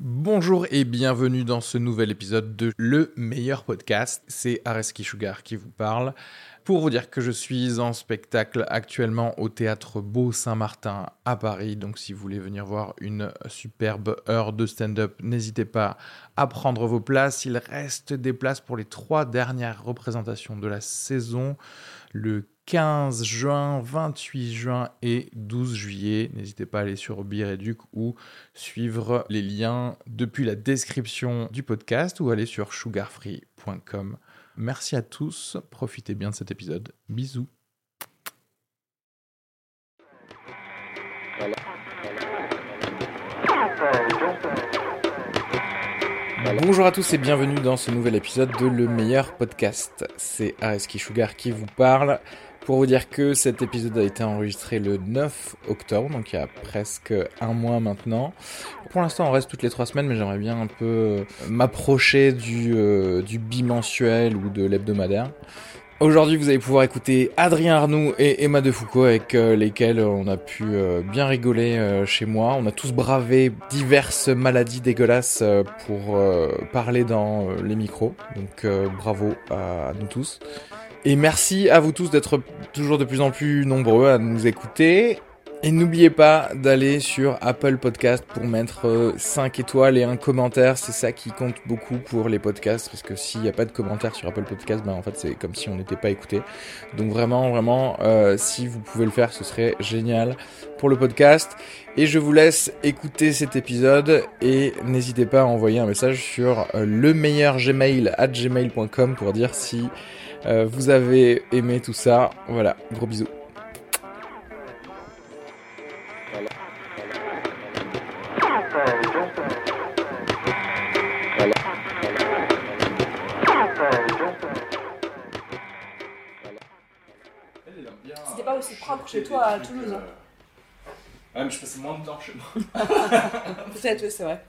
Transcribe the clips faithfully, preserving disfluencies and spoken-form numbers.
Bonjour et bienvenue dans ce nouvel épisode de Le Meilleur Podcast. C'est Areski Sugar qui vous parle. Pour vous dire que je suis en spectacle actuellement au Théâtre Beau-Saint-Martin à Paris. Donc si vous voulez venir voir une superbe heure de stand-up, n'hésitez pas à prendre vos places. Il reste des places pour les trois dernières représentations de la saison. Le quinze juin, vingt-huit juin et douze juillet. N'hésitez pas à aller sur Bireduc ou suivre les liens depuis la description du podcast ou aller sur sugarfree point com. Merci à tous, profitez bien de cet épisode. Bisous. Bonjour à tous et bienvenue dans ce nouvel épisode de Le Meilleur Podcast. C'est Areski Sugar qui vous parle. Pour vous dire que cet épisode a été enregistré le neuf octobre, donc il y a presque un mois maintenant. Pour l'instant, on reste toutes les trois semaines, mais j'aimerais bien un peu m'approcher du, euh, du bimensuel ou de l'hebdomadaire. Aujourd'hui, vous allez pouvoir écouter Adrien Arnoux et Emma Defoucault avec euh, lesquels on a pu euh, bien rigoler euh, chez moi. On a tous bravé diverses maladies dégueulasses euh, pour euh, parler dans euh, les micros. Donc euh, bravo à, à nous tous. Et merci à vous tous d'être toujours de plus en plus nombreux à nous écouter. Et n'oubliez pas d'aller sur Apple Podcast pour mettre cinq étoiles et un commentaire. C'est ça qui compte beaucoup pour les podcasts. Parce que s'il n'y a pas de commentaire sur Apple Podcast, ben en fait c'est comme si on n'était pas écouté. Donc vraiment, vraiment, euh, si vous pouvez le faire, ce serait génial pour le podcast. Et je vous laisse écouter cet épisode. Et n'hésitez pas à envoyer un message sur euh, le meilleur gmail arobase gmail point com pour dire si euh, vous avez aimé tout ça. Voilà, gros bisous. C'était pas aussi propre chez toi à Toulouse. Ouais, mais je passais moins de temps chez moi. Peut-être, oui, c'est vrai.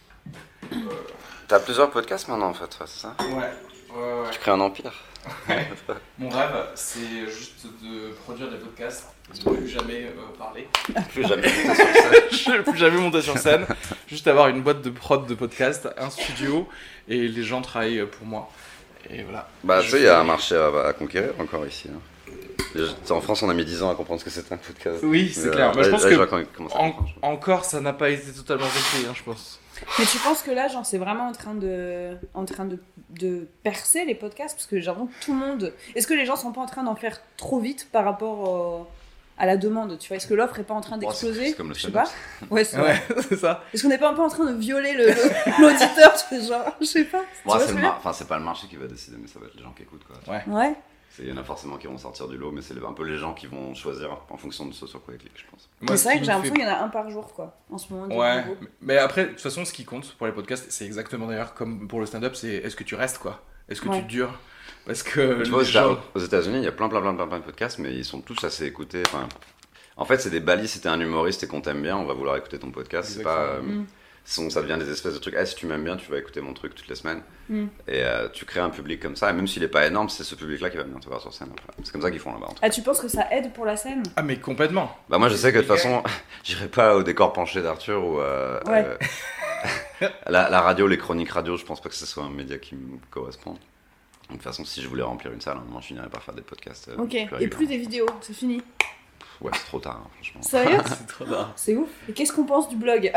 T'as plusieurs podcasts maintenant en fait, ouais, c'est ça? Ouais, ouais, ouais. Tu crées un empire. Ouais. Mon rêve, c'est juste de produire des podcasts, de plus jamais euh, parler. Plus jamais monter sur scène. plus jamais monter sur scène. Juste avoir une boîte de prod de podcast, un studio, et les gens travaillent pour moi. Et voilà. Bah tu sais, il y a un marché à, à conquérir encore ici. Hein. En France, on a mis dix ans à comprendre ce que c'était un podcast. Oui, c'est mais, clair. Euh, bah, je pense là, que je en, encore, ça n'a pas été totalement compris, hein, je pense. Mais tu penses que là, genre, c'est vraiment en train de, en train de, de percer les podcasts? Parce que j'ai l'impression que tout le monde... Est-ce que les gens sont pas en train d'en faire trop vite par rapport au... à la demande, tu vois? Est-ce que l'offre est pas en train d'exploser? Oh, c'est comme le je sais pas. Ouais, c'est ouais, vrai. c'est ça. Est-ce qu'on n'est pas un peu en train de violer le, le, l'auditeur, tu sais, genre, je sais pas. Bon, c'est, le mar- enfin, c'est pas le marché qui va décider, mais ça va être les gens qui écoutent, quoi. Ouais. Ouais. Il y en a forcément qui vont sortir du lot, mais c'est un peu les gens qui vont choisir en fonction de ce sur quoi ils cliquent, je pense. Moi, mais c'est vrai que j'ai l'impression qu'il y en a un par jour, quoi, en ce moment. Ouais, mais après, de toute façon, ce qui compte pour les podcasts, c'est exactement d'ailleurs comme pour le stand-up, c'est est-ce que tu restes, quoi? Est-ce que ouais. tu dures? Parce que tu vois, aux, gens... aux États-Unis, il y a plein, plein, plein, plein, plein de podcasts, mais ils sont tous assez écoutés. Enfin, en fait, c'est des balises. Si t'es un humoriste et qu'on t'aime bien, on va vouloir écouter ton podcast. Exactement. C'est pas... Euh, mm. Ça devient des espèces de trucs. Ah, si tu m'aimes bien, tu vas écouter mon truc toutes les semaines. Mm. Et euh, tu crées un public comme ça. Et même s'il est pas énorme, c'est ce public-là qui va venir te voir sur scène. Après. C'est comme ça qu'ils font là-bas. Ah, tu penses que ça aide pour la scène? Ah, mais complètement. Bah, moi, je sais que de toute façon, j'irai pas au décor penché d'Arthur ou euh, ouais. euh, la, la radio, les chroniques radio. Je pense pas que ce soit un média qui me correspond. Donc, de toute façon, si je voulais remplir une salle, à un moment, je finirais par faire des podcasts. Euh, ok. Plus et plus des vidéos, c'est fini. Ouais, c'est trop tard, hein, franchement. Sérieux? C'est trop tard. C'est ouf. Et qu'est-ce qu'on pense du blog?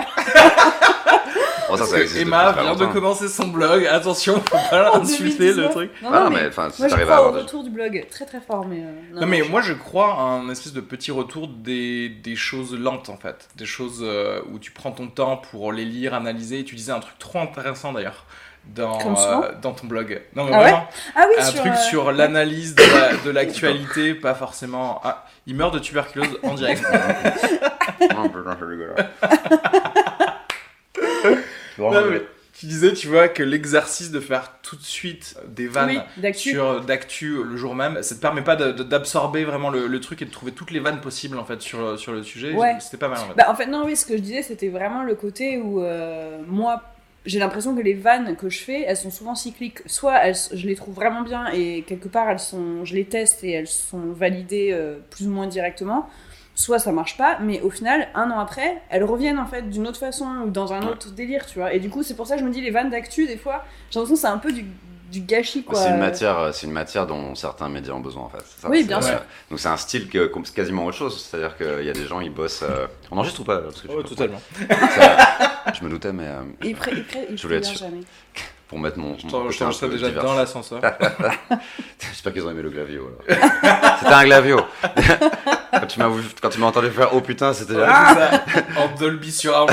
Oh, ça, ça Emma vient de commencer son blog. Attention, faut pas insulter le truc. Non, non, ah, mais, mais enfin, si moi, je crois à avoir au des... retour du blog très très fort, mais. Euh, non, non, mais moi, je crois à un espèce de petit retour des, des choses lentes, en fait, des choses euh, où tu prends ton temps pour les lire, analyser. Et tu disais un truc trop intéressant d'ailleurs. Dans, euh, dans ton blog. Non, mais ah vraiment. Ouais ah oui, un sur, truc euh... sur l'analyse de, la, de l'actualité, pas forcément. Ah, il meurt de tuberculose en direct. Non, putain, je rigole. Non, mais tu disais, tu vois, que l'exercice de faire tout de suite des vannes oui, d'actu. sur d'actu le jour même, ça te permet pas de, de, d'absorber vraiment le, le truc et de trouver toutes les vannes possibles en fait sur, sur le sujet. Ouais. C'était pas mal en fait. Bah, en fait, non, oui, ce que je disais, c'était vraiment le côté où euh, moi. J'ai l'impression que les vannes que je fais, elles sont souvent cycliques. Soit elles, je les trouve vraiment bien et quelque part elles sont, je les teste et elles sont validées euh, plus ou moins directement. soit ça marche pas, mais au final, un an après, elles reviennent en fait d'une autre façon ou dans un autre ouais. délire, tu vois. Et du coup, c'est pour ça que je me dis, les vannes d'actu, des fois, j'ai l'impression que c'est un peu du, du gâchis, quoi. C'est une matière, c'est une matière dont certains médias ont besoin, en fait. C'est ça, oui, c'est, bien sûr. Euh, donc c'est un style que, c'est quasiment autre chose. C'est-à-dire qu'il y a des gens, ils bossent. Euh... On enregistre ou pas parce que Oh, totalement. Ça, je me doutais, mais. Euh... Il pré- il pré- il je voulais prévient être jamais. Pour mettre mon. Je t'enregistre déjà divers. dans l'ascenseur. J'espère qu'ils ont aimé le glavio. Alors. C'était un glavio. Quand tu m'as, quand tu m'as entendu faire oh putain, c'était déjà. Ah en Dolby Surround.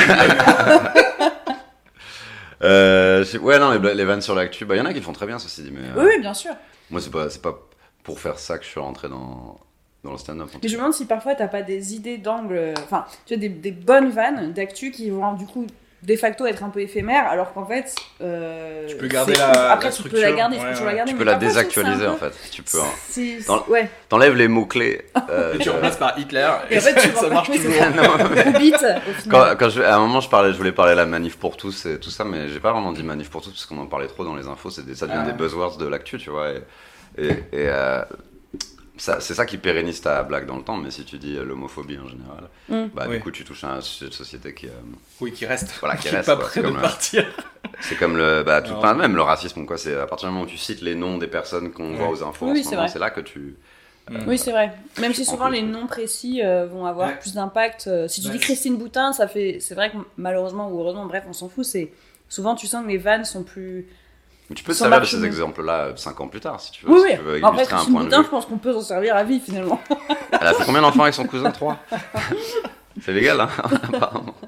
euh, ouais, non, les, les vannes sur l'actu, bah, y en a qui le font très bien, ceci dit. Mais, euh, oui, oui, bien sûr. Moi, c'est pas, c'est pas pour faire ça que je suis rentré dans, dans le stand-up. Mais je me demande si parfois t'as pas des idées d'angle, enfin, tu as des, des bonnes vannes d'actu qui vont du coup de facto être un peu éphémères, alors qu'en fait. Euh, tu peux garder la, après, la tu structure. peux la garder, ouais, tu peux, ouais. la garder, tu mais peux la parfois, désactualiser peu... en fait. Tu peux. Hein. C'est... Dans... Ouais. T'enlèves les mots-clés. Euh, et tu remplaces par Hitler. Et, et en fait, tu ça marche oui, toujours. Ou Beat, au final. Quand, quand je, à un moment, je, parlais, je voulais parler de la manif pour tous et tout ça, mais j'ai pas vraiment dit manif pour tous parce qu'on en parlait trop dans les infos. C'est des, ça devient ah. des buzzwords de l'actu, tu vois. Et, et, et euh, ça, c'est ça qui pérennise ta blague dans le temps, mais si tu dis euh, l'homophobie en général, mm. bah, oui. du coup, tu touches à un sujet de société qui. Euh, oui, qui reste. Voilà, qui qui reste. Pas quoi. prêt C'est de comme, partir. Euh, c'est comme le. Bah, tout, pas, même le racisme, quoi. C'est à partir du moment où tu cites les noms des personnes qu'on ouais. voit aux infos oui, en ce moment, vrai. c'est là que tu. Euh, oui, c'est vrai. Même si souvent les noms précis euh, vont avoir ouais. plus d'impact. Euh, si tu ouais. dis Christine Boutin, ça fait. C'est vrai que malheureusement ou heureusement, bref, on s'en fout. C'est souvent tu sens que les vannes sont plus. Mais tu peux te servir de ces exemples-là cinq ans plus tard si tu veux. Oui, si oui. tu veux en fait, un Christine point Boutin, de vue. je pense qu'on peut s'en servir à vie finalement. Elle a fait combien d'enfants avec son cousin? Trois. C'est légal, hein, apparemment.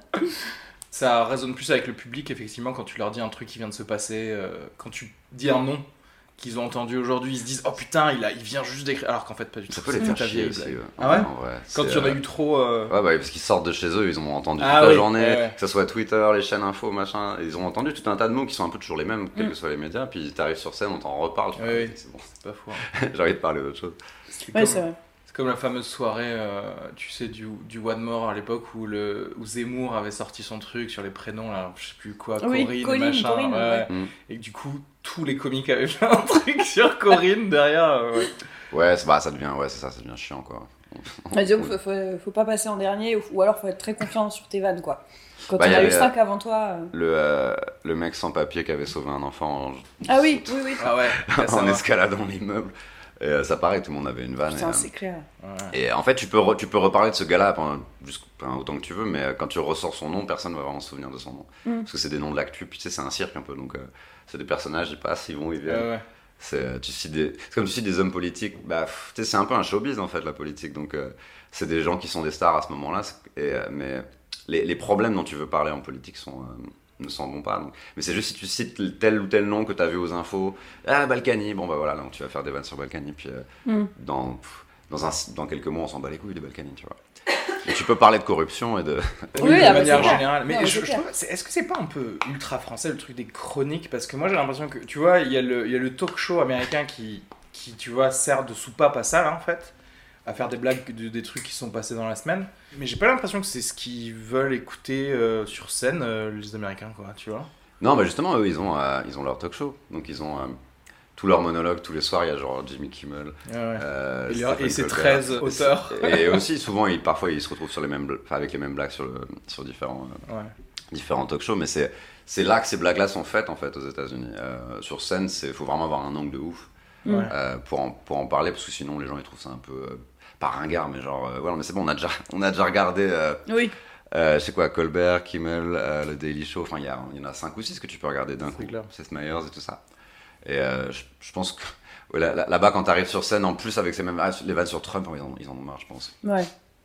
Ça résonne plus avec le public, effectivement, quand tu leur dis un truc qui vient de se passer. Euh, quand tu dis un nom qu'ils ont entendu aujourd'hui, ils se disent oh putain, il, a, il vient juste d'écrire. Alors qu'en fait, pas du tout. Ça peut les faire chier aussi. Ouais. Ah ouais, non, ouais quand il y en a eu trop. Euh... Ouais, bah, parce qu'ils sortent de chez eux, ils ont entendu ah, toute oui, la journée, ouais, ouais. que ce soit Twitter, les chaînes info, machin. Ils ont entendu tout un tas de mots qui sont un peu toujours les mêmes, quels mm. que soient les médias. Puis t'arrives sur scène, on t'en reparle. Tu ouais, vois, c'est bon, c'est pas fou. Hein. J'ai envie de parler d'autre chose. C'est, ouais, comme... c'est vrai. C'est comme la fameuse soirée, euh, tu sais, du, du One More à l'époque où, le, où Zemmour avait sorti son truc sur les prénoms, là, je sais plus quoi, oui, Corinne, Corinne, machin. Corinne, ouais. Ouais. Mm. Et que du coup, tous les comiques avaient fait un truc sur Corinne derrière. Euh, ouais, ouais c'est, bah, ça devient, ouais, c'est ça, ça devient chiant, quoi. Bah, disons qu'il faut, faut, faut pas passer en dernier, ou, ou alors faut être très confiant sur tes vannes, quoi. Quand bah, on a eu cinq avant toi. Euh... Le, euh, le mec sans papier qui avait sauvé un enfant. En, ah oui, oui, oui. Ah ouais. en escaladant l'immeuble. Et euh, ça paraît, tout le monde avait une vanne. Putain, et, euh, c'est clair. Ouais. Et en fait, tu peux, re, tu peux reparler de ce gars-là pendant, enfin, autant que tu veux, mais quand tu ressors son nom, personne ne va vraiment se souvenir de son nom. Mm. Parce que c'est des noms de l'actu, puis tu sais, c'est un cirque un peu. Donc, euh, c'est des personnages, ils passent, ils vont, ils viennent. Ouais, ouais. C'est, tu cites des, c'est comme tu cites des hommes politiques. Bah, tu sais, c'est un peu un showbiz, en fait, la politique. Donc, euh, c'est des gens qui sont des stars à ce moment-là. Et, euh, mais les, les problèmes dont tu veux parler en politique sont. Euh, ne s'en vont pas. Donc. Mais c'est juste si tu cites tel ou tel nom que tu as vu aux infos, ah, Balkany, bon bah voilà, donc tu vas faire des vannes sur Balkany, puis euh, mm. dans, dans, un, dans quelques mois on s'en bat les couilles de Balkany, tu vois. Et tu peux parler de corruption et de... Oui, oui de manière générale. Mais non, je, je trouve, c'est, est-ce que c'est pas un peu ultra français le truc des chroniques? Parce que moi j'ai l'impression que, tu vois, il y a le, il y a le talk show américain qui, qui, tu vois, sert de soupape à ça, là, en fait, à faire des blagues de, des trucs qui sont passés dans la semaine. Mais j'ai pas l'impression que c'est ce qu'ils veulent écouter euh, sur scène, euh, les Américains, quoi, tu vois. Non, bah justement, eux, ils ont, euh, ils ont leur talk show. Donc, ils ont euh, tous leurs monologues tous les soirs. Il y a genre Jimmy Kimmel. Ah ouais. euh, et, et ses treize auteurs. Et, et aussi, souvent, ils, parfois, ils se retrouvent sur les mêmes, avec les mêmes blagues sur, le, sur différents, euh, ouais. différents talk shows. Mais c'est, c'est là que ces blagues-là sont faites, en fait, aux États-Unis. Euh, sur scène, il faut vraiment avoir un angle de ouf ouais. euh, pour, en, pour en parler, parce que sinon, les gens, ils trouvent ça un peu... Euh, pas ringard, mais genre, euh, voilà, mais c'est bon, on a déjà, on a déjà regardé, euh, oui. euh, je sais quoi, Colbert, Kimmel, euh, le Daily Show, enfin, il y, y en a cinq ou six que tu peux regarder d'un coup, Seth Meyers et tout ça. Et euh, je, je pense que ouais, là, là-bas, quand t'arrives sur scène, en plus avec ces mêmes, les vannes sur Trump, ils en, ils en ont marre, je pense. Ouais.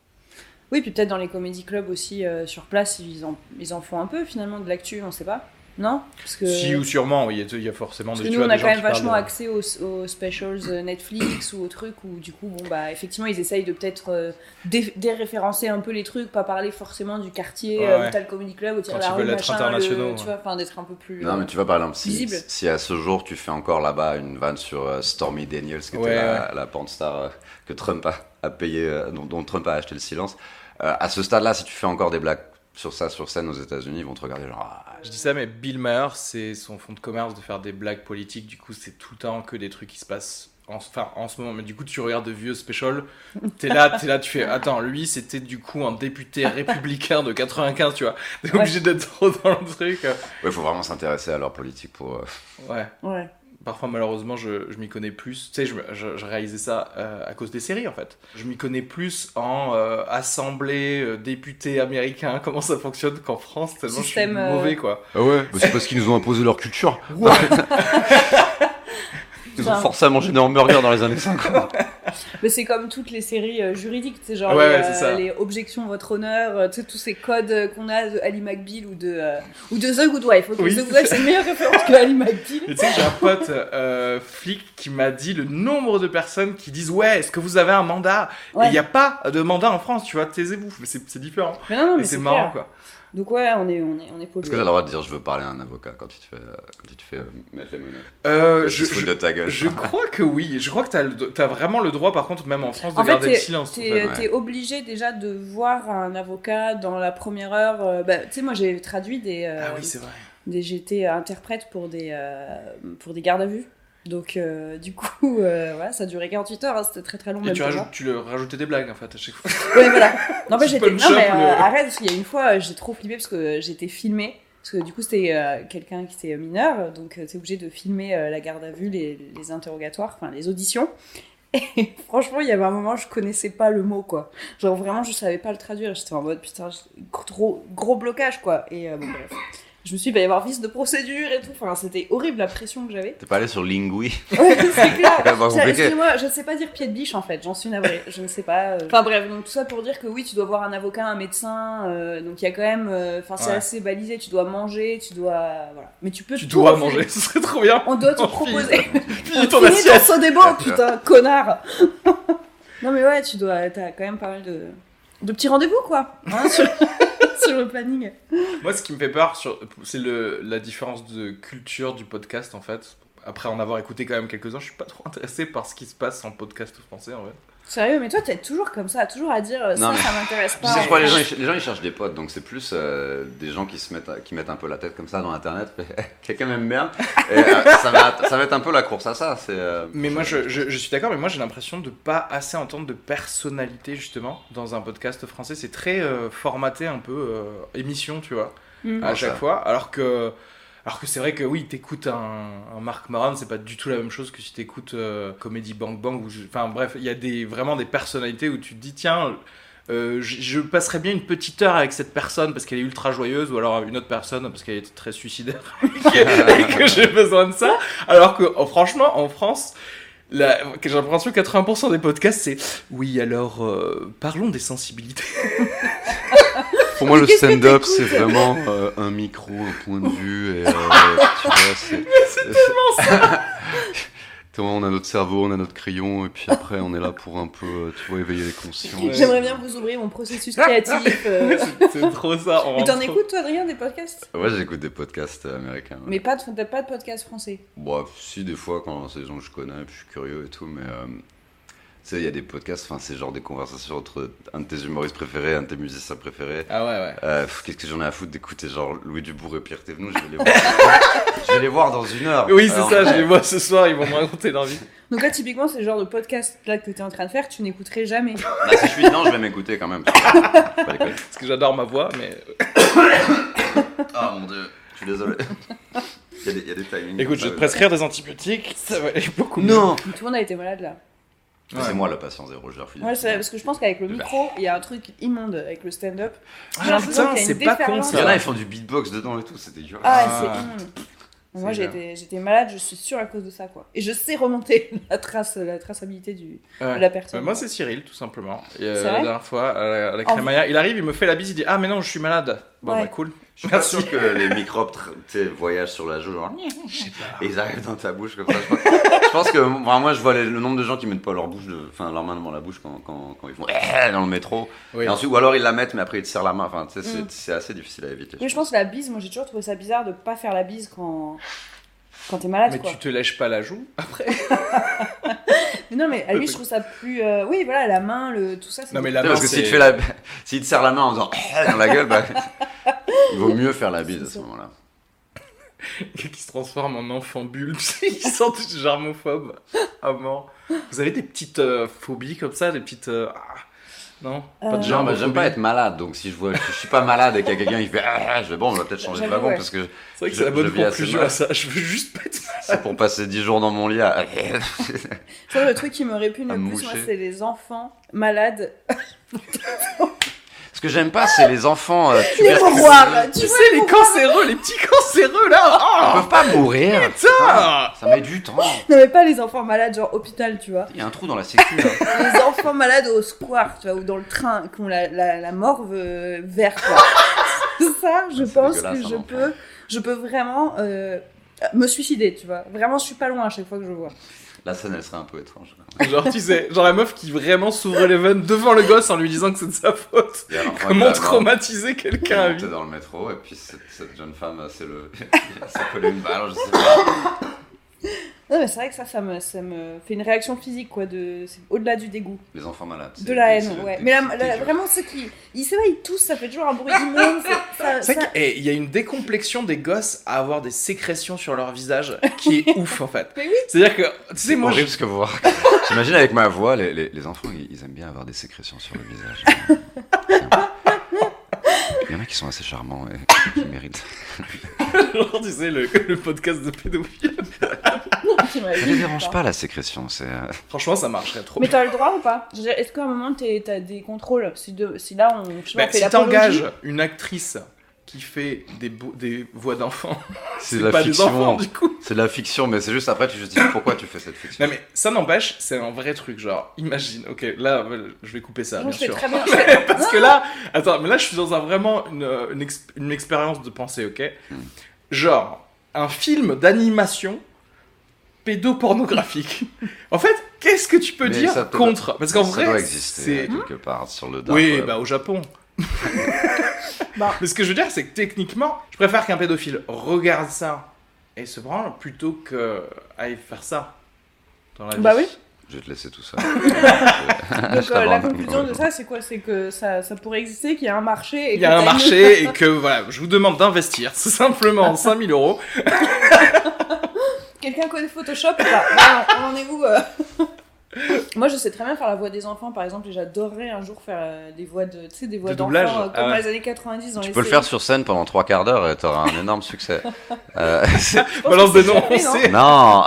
Oui, puis peut-être dans les comédie clubs aussi, euh, sur place, ils en, ils en font un peu finalement de l'actu, on sait pas. Non parce que... Si ou sûrement, oui, il y, y a forcément Parce des que nous, on a quand même vachement de... accès aux, aux specials Netflix ou aux trucs où, du coup, bon, bah, effectivement, ils essayent de peut-être euh, dé- déréférencer un peu les trucs, pas parler forcément du quartier ouais, euh, ouais. où t'as le comedy club, où t'as la rue, machin, internationaux, le, ouais. tu vois, enfin, d'être un peu plus. Non, euh, mais tu vois, par exemple, si, visible. si à ce jour, tu fais encore là-bas une vanne sur euh, Stormy Daniels, qui ouais, était la, ouais. la porn star euh, que Trump a, a payé, euh, dont, dont Trump a acheté le silence, euh, à ce stade-là, si tu fais encore des blagues sur ça sur scène aux États-Unis, ils vont te regarder genre. Ah, je dis ça, mais Bill Maher, c'est son fonds de commerce de faire des blagues politiques. Du coup, c'est tout le temps que des trucs qui se passent en, enfin, en ce moment, mais du coup, tu regardes de vieux specials, t'es là, t'es là, tu fais, attends, lui, c'était du coup un député républicain de quatre-vingt-quinze, tu vois. T'es ouais. obligé d'être trop dans le truc. Ouais, il faut vraiment s'intéresser à leur politique pour... Euh... Ouais. Ouais. Parfois, malheureusement, je, je m'y connais plus. Tu sais, je, je, je réalisais ça euh, à cause des séries, en fait. Je m'y connais plus en euh, assemblée, euh, député américain, comment ça fonctionne qu'en France, tellement Système, je suis mauvais, quoi. Ah ouais, bah c'est parce qu'ils nous ont imposé leur culture. Ouais. Ils nous ont forcé à manger des hamburgers dans les années cinquante. Mais c'est comme toutes les séries euh, juridiques, tu sais, genre ouais, les, ouais, c'est euh, les objections votre honneur, euh, tu sais, tous ces codes qu'on a de Ali McBeal ou de, euh, ou de The Good Wife. Okay, oui, The Good Wife, c'est une meilleure référence que Ali McBeal. Tu sais, j'ai un pote euh, flic qui m'a dit le nombre de personnes qui disent « Ouais, est-ce que vous avez un mandat ?» ouais. Et il n'y a pas de mandat en France, tu vois, taisez-vous. Mais c'est, c'est différent. Mais non, non, mais, mais c'est, c'est marrant, clair. quoi. Donc ouais, on est, on est, on est pollué. Est-ce que t'as le droit de dire je veux parler à un avocat quand tu te fais, quand tu te fais euh, mettre les menottes euh, je, je, de ta gueule. Je crois que oui. Je crois que t'as, t'as vraiment le droit, par contre, même en France, de en garder fait, le silence. T'es, en fait. t'es ouais. obligé déjà de voir un avocat dans la première heure. Euh, bah, tu sais, moi j'ai traduit des. Euh, ah oui, c'est vrai. Des, j'étais interprète pour des, euh, pour des gardes à vue. Donc, euh, du coup, euh, voilà, ça a duré quarante-huit heures, hein, c'était très très long. Et même tu, rajoutes, tu le rajoutais des blagues en fait à chaque fois. Oui, voilà. Non, mais j'étais. Non, mais euh, le... arrête, parce qu'il y a une fois, j'ai trop flippé parce que j'étais filmée. Parce que du coup, c'était euh, quelqu'un qui était mineur, donc euh, t'es obligé de filmer euh, la garde à vue, les, les interrogatoires, enfin les auditions. Et franchement, il y avait un moment, je connaissais pas le mot, quoi. Genre vraiment, je savais pas le traduire. J'étais en mode putain, gros, gros blocage, quoi. Et euh, bon, bref. Je me suis dit, il va y avoir vice de procédure et tout. Enfin, c'était horrible la pression que j'avais. T'es pas allé sur Lingui? Ouais, c'est clair. Excusez-moi, je ne sais pas dire pied de biche en fait. J'en suis navrée. Je ne sais pas. Enfin bref, donc tout ça pour dire que oui, tu dois voir un avocat, un médecin. Euh, donc il y a quand même. Enfin, euh, c'est ouais. assez balisé. Tu dois manger, tu dois. Voilà. Mais tu peux. Tu dois manger, ce serait trop bien. On doit te proposer. Finis ton assiette. Finis ton débat, putain, connard. Non mais ouais, tu dois. T'as quand même pas mal de. De petits rendez-vous, quoi, hein, sur, sur le planning. Moi, ce qui me fait peur, sur, c'est le, la différence de culture du podcast, en fait. Après en avoir écouté quand même quelques-uns, je suis pas trop intéressé par ce qui se passe en podcast français, en fait. Sérieux, mais toi, t'es toujours comme ça, toujours à dire ça, non, ça m'intéresse pas. Tu sais quoi, les gens, ils, les gens, ils cherchent des potes, donc c'est plus euh, des gens qui se mettent, qui mettent un peu la tête comme ça dans Internet. Quelqu'un m'aime bien. Et, euh, ça, va, ça va être un peu la course à ça. C'est, euh, mais moi, je, je, je suis d'accord, mais moi, j'ai l'impression de pas assez entendre de personnalité, justement, dans un podcast français. C'est très euh, formaté, un peu euh, émission, tu vois, mmh. à chaque ça. fois. Alors que. Alors que c'est vrai que oui, t'écoutes un, un Marc Maron, c'est pas du tout la même chose que si t'écoutes euh, Comedy Bang Bang. Ou je... Enfin bref, il y a des, vraiment des personnalités où tu te dis tiens, euh, je, je passerais bien une petite heure avec cette personne parce qu'elle est ultra joyeuse, ou alors une autre personne parce qu'elle est très suicidaire et que j'ai besoin de ça. Alors que oh, franchement, en France... La, j'ai l'impression que quatre-vingts pour cent des podcasts, c'est oui, alors euh, parlons des sensibilités. Pour moi, le stand-up, c'est vraiment euh, un micro, un point de vue. Et, euh, tu vois, c'est, Mais c'est tellement ça. On a notre cerveau, on a notre crayon, et puis après, on est là pour un peu, tu vois, éveiller les consciences. Ouais. J'aimerais bien vous ouvrir mon processus créatif. Euh... c'est, c'est trop ça. Mais t'en trop... écoutes, toi, Adrien, des podcasts? Ouais, j'écoute des podcasts américains. Ouais. Mais pas de, t'as pas de podcast français? Bon, si, des fois, quand c'est des gens que je connais, puis je suis curieux et tout, mais... Euh... Tu sais, il y a des podcasts, enfin, c'est genre des conversations entre un de tes humoristes préférés, un de tes musiciens préférés. Ah ouais, ouais. Euh, qu'est-ce que j'en ai à foutre d'écouter genre Louis Dubourg et Pierre Thévenoud, je vais les voir. Je vais les voir dans une heure. Oui, c'est Alors, ça, je les vois ce soir, ils vont me raconter leur vie. Donc là, typiquement, c'est le genre de podcast là que t'es en train de faire, tu n'écouterais jamais. Bah, si je suis dedans, je vais m'écouter quand même. Parce que j'adore ma voix, mais... Ah oh, mon dieu, je suis désolé. Il y a des, il y a des timings. Écoute, je vais te prescrire des antibiotiques, ça va aller beaucoup mieux. Non. Tout le monde a été malade là. Ouais. C'est moi le patient zéro, je leur file. Ouais, c'est parce que je pense qu'avec le micro, il y a un truc immonde avec le stand-up. Ah putain, c'est pas con ça. Il y en a, ils font du beatbox dedans et tout, c'était dur. Ah, ah. c'est immonde. Moi, j'ai été, j'étais malade, je suis sûre à cause de ça, quoi. Et je sais remonter la trace, la traçabilité du, ouais. de la personne. Ouais, moi, c'est Cyril, tout simplement. Et, euh, la dernière fois, à la, à la crémaillère, il arrive, il me fait la bise, il dit ah mais non, je suis malade. Bon ouais. bah cool. Je suis pas sûr que les microbes voyagent sur la joue, genre. Je sais pas. Et ils arrivent dans ta bouche comme ça. Je pense, je pense que enfin, moi, je vois les, le nombre de gens qui mettent pas leur bouche, de, enfin leur main devant la bouche quand, quand, quand ils font dans le métro. Oui. Et ensuite, ou alors ils la mettent, mais après ils te serrent la main. Enfin, tu sais, mm. c'est, c'est assez difficile à éviter. Oui, je pense que la bise, moi j'ai toujours trouvé ça bizarre de pas faire la bise quand. Quand t'es malade, mais quoi. tu te lèches pas la joue après. Mais non, mais à lui, je trouve ça plus. Euh... Oui, voilà, la main, le... tout ça. C'est non, mais la main, parce que s'il te, fait la... s'il te serre la main en faisant dans la gueule, bah, il vaut mieux faire la bise à ce moment-là. qui se transforme en enfant bulbe, ils sont tous germophobes à mort. Vous avez des petites euh, phobies comme ça, des petites... Euh... Ah, non euh... Pas de genre, bah, j'aime pas être malade, donc si je vois, je suis pas malade et qu'il y a quelqu'un qui fait ah, je vais bon, on va peut-être changer de wagon ouais. parce que c'est vrai que c'est la bonne conclusion à ça. Je veux juste pas être malade. C'est pour passer dix jours dans mon lit. À... Ça, le truc qui me répugne le plus, moi, c'est les enfants malades. Ce que j'aime pas, c'est les enfants euh, tuberculeux. Tu, tu sais, les cancéreux, les petits cancéreux là. Oh ils peuvent pas mourir. Putain, ça met du temps. Non mais pas les enfants malades genre hôpital, tu vois. Il y a un trou dans la sécu là. Les enfants malades au square, tu vois, ou dans le train, qui ont la, la, la morve euh, verte. Ça, je c'est pense que je peux, je peux vraiment euh, me suicider, tu vois. Vraiment, je suis pas loin à chaque fois que je vois. La scène, elle serait un peu étrange. Genre, tu sais, genre la meuf qui vraiment s'ouvre les veines devant le gosse en lui disant que c'est de sa faute. Comment traumatiser quelqu'un à vie. Dans le métro, et puis cette, cette jeune femme, c'est le... elle s'est collé une balle, je sais pas. Non, mais c'est vrai que ça, ça me, ça me fait une réaction physique, quoi, de... c'est au-delà du dégoût. Les enfants malades. De la haine, ouais. Mais la, la, vraiment, ceux qui... Ils, c'est vrai, ils toussent, ça fait toujours un bruit immonde. C'est vrai qu'il y a une décomplexion des gosses à avoir des sécrétions sur leur visage qui est ouf, en fait. Mais oui. C'est-à-dire que, tu sais, c'est moi... horrible je... ce que vous racontez. J'imagine avec ma voix, les, les, les enfants, ils, ils aiment bien avoir des sécrétions sur le visage. Il y en a qui sont assez charmants et qui méritent. Genre, tu sais, le, le podcast de pédophile. Ça les dérange pas, la sécrétion. C'est... Franchement, ça marcherait trop. Mais t'as le droit ou pas? Est-ce qu'à un moment, t'as des contrôles si, de, si là, on, je sais bah, pas, fait si l'apologie... t'engages une actrice qui fait des, beaux, des voix d'enfants, c'est, c'est la pas fiction. Des enfants, du coup. C'est de la fiction, mais c'est juste après, tu justifies pourquoi tu fais cette fiction. Non, mais ça n'empêche, c'est un vrai truc. Genre, imagine, ok, là, je vais couper ça, non, bien je sûr. Très bien. Parce que là, attends, mais là, je suis dans un vraiment une, une, exp- une expérience de pensée, ok hmm. Genre, un film d'animation pédopornographique. En fait, qu'est-ce que tu peux mais dire te... contre? Parce qu'en ça vrai, doit exister c'est quelque part sur le dark oui, web. bah au Japon. Bah. Mais ce que je veux dire, c'est que techniquement, je préfère qu'un pédophile regarde ça et se branle plutôt qu'aille faire ça dans la vie. Bah oui. Je vais te laisser tout ça. Donc euh, la conclusion de ça, c'est quoi? C'est que ça, ça pourrait exister, qu'il y a un marché. Et il y a un marché et que voilà, je vous demande d'investir, c'est simplement cinq mille euros. Quelqu'un connaît Photoshop ou pas? Non, on en est où euh... Moi, je sais très bien faire la voix des enfants, par exemple, et j'adorerais un jour faire euh, des voix de, tu sais, des voix de d'enfants euh, comme ah ouais. dans les années quatre-vingt-dix. Dans tu les peux séries. Le faire sur scène pendant trois quarts d'heure et t'auras un énorme succès. euh, Balance des noms, on sait. Non.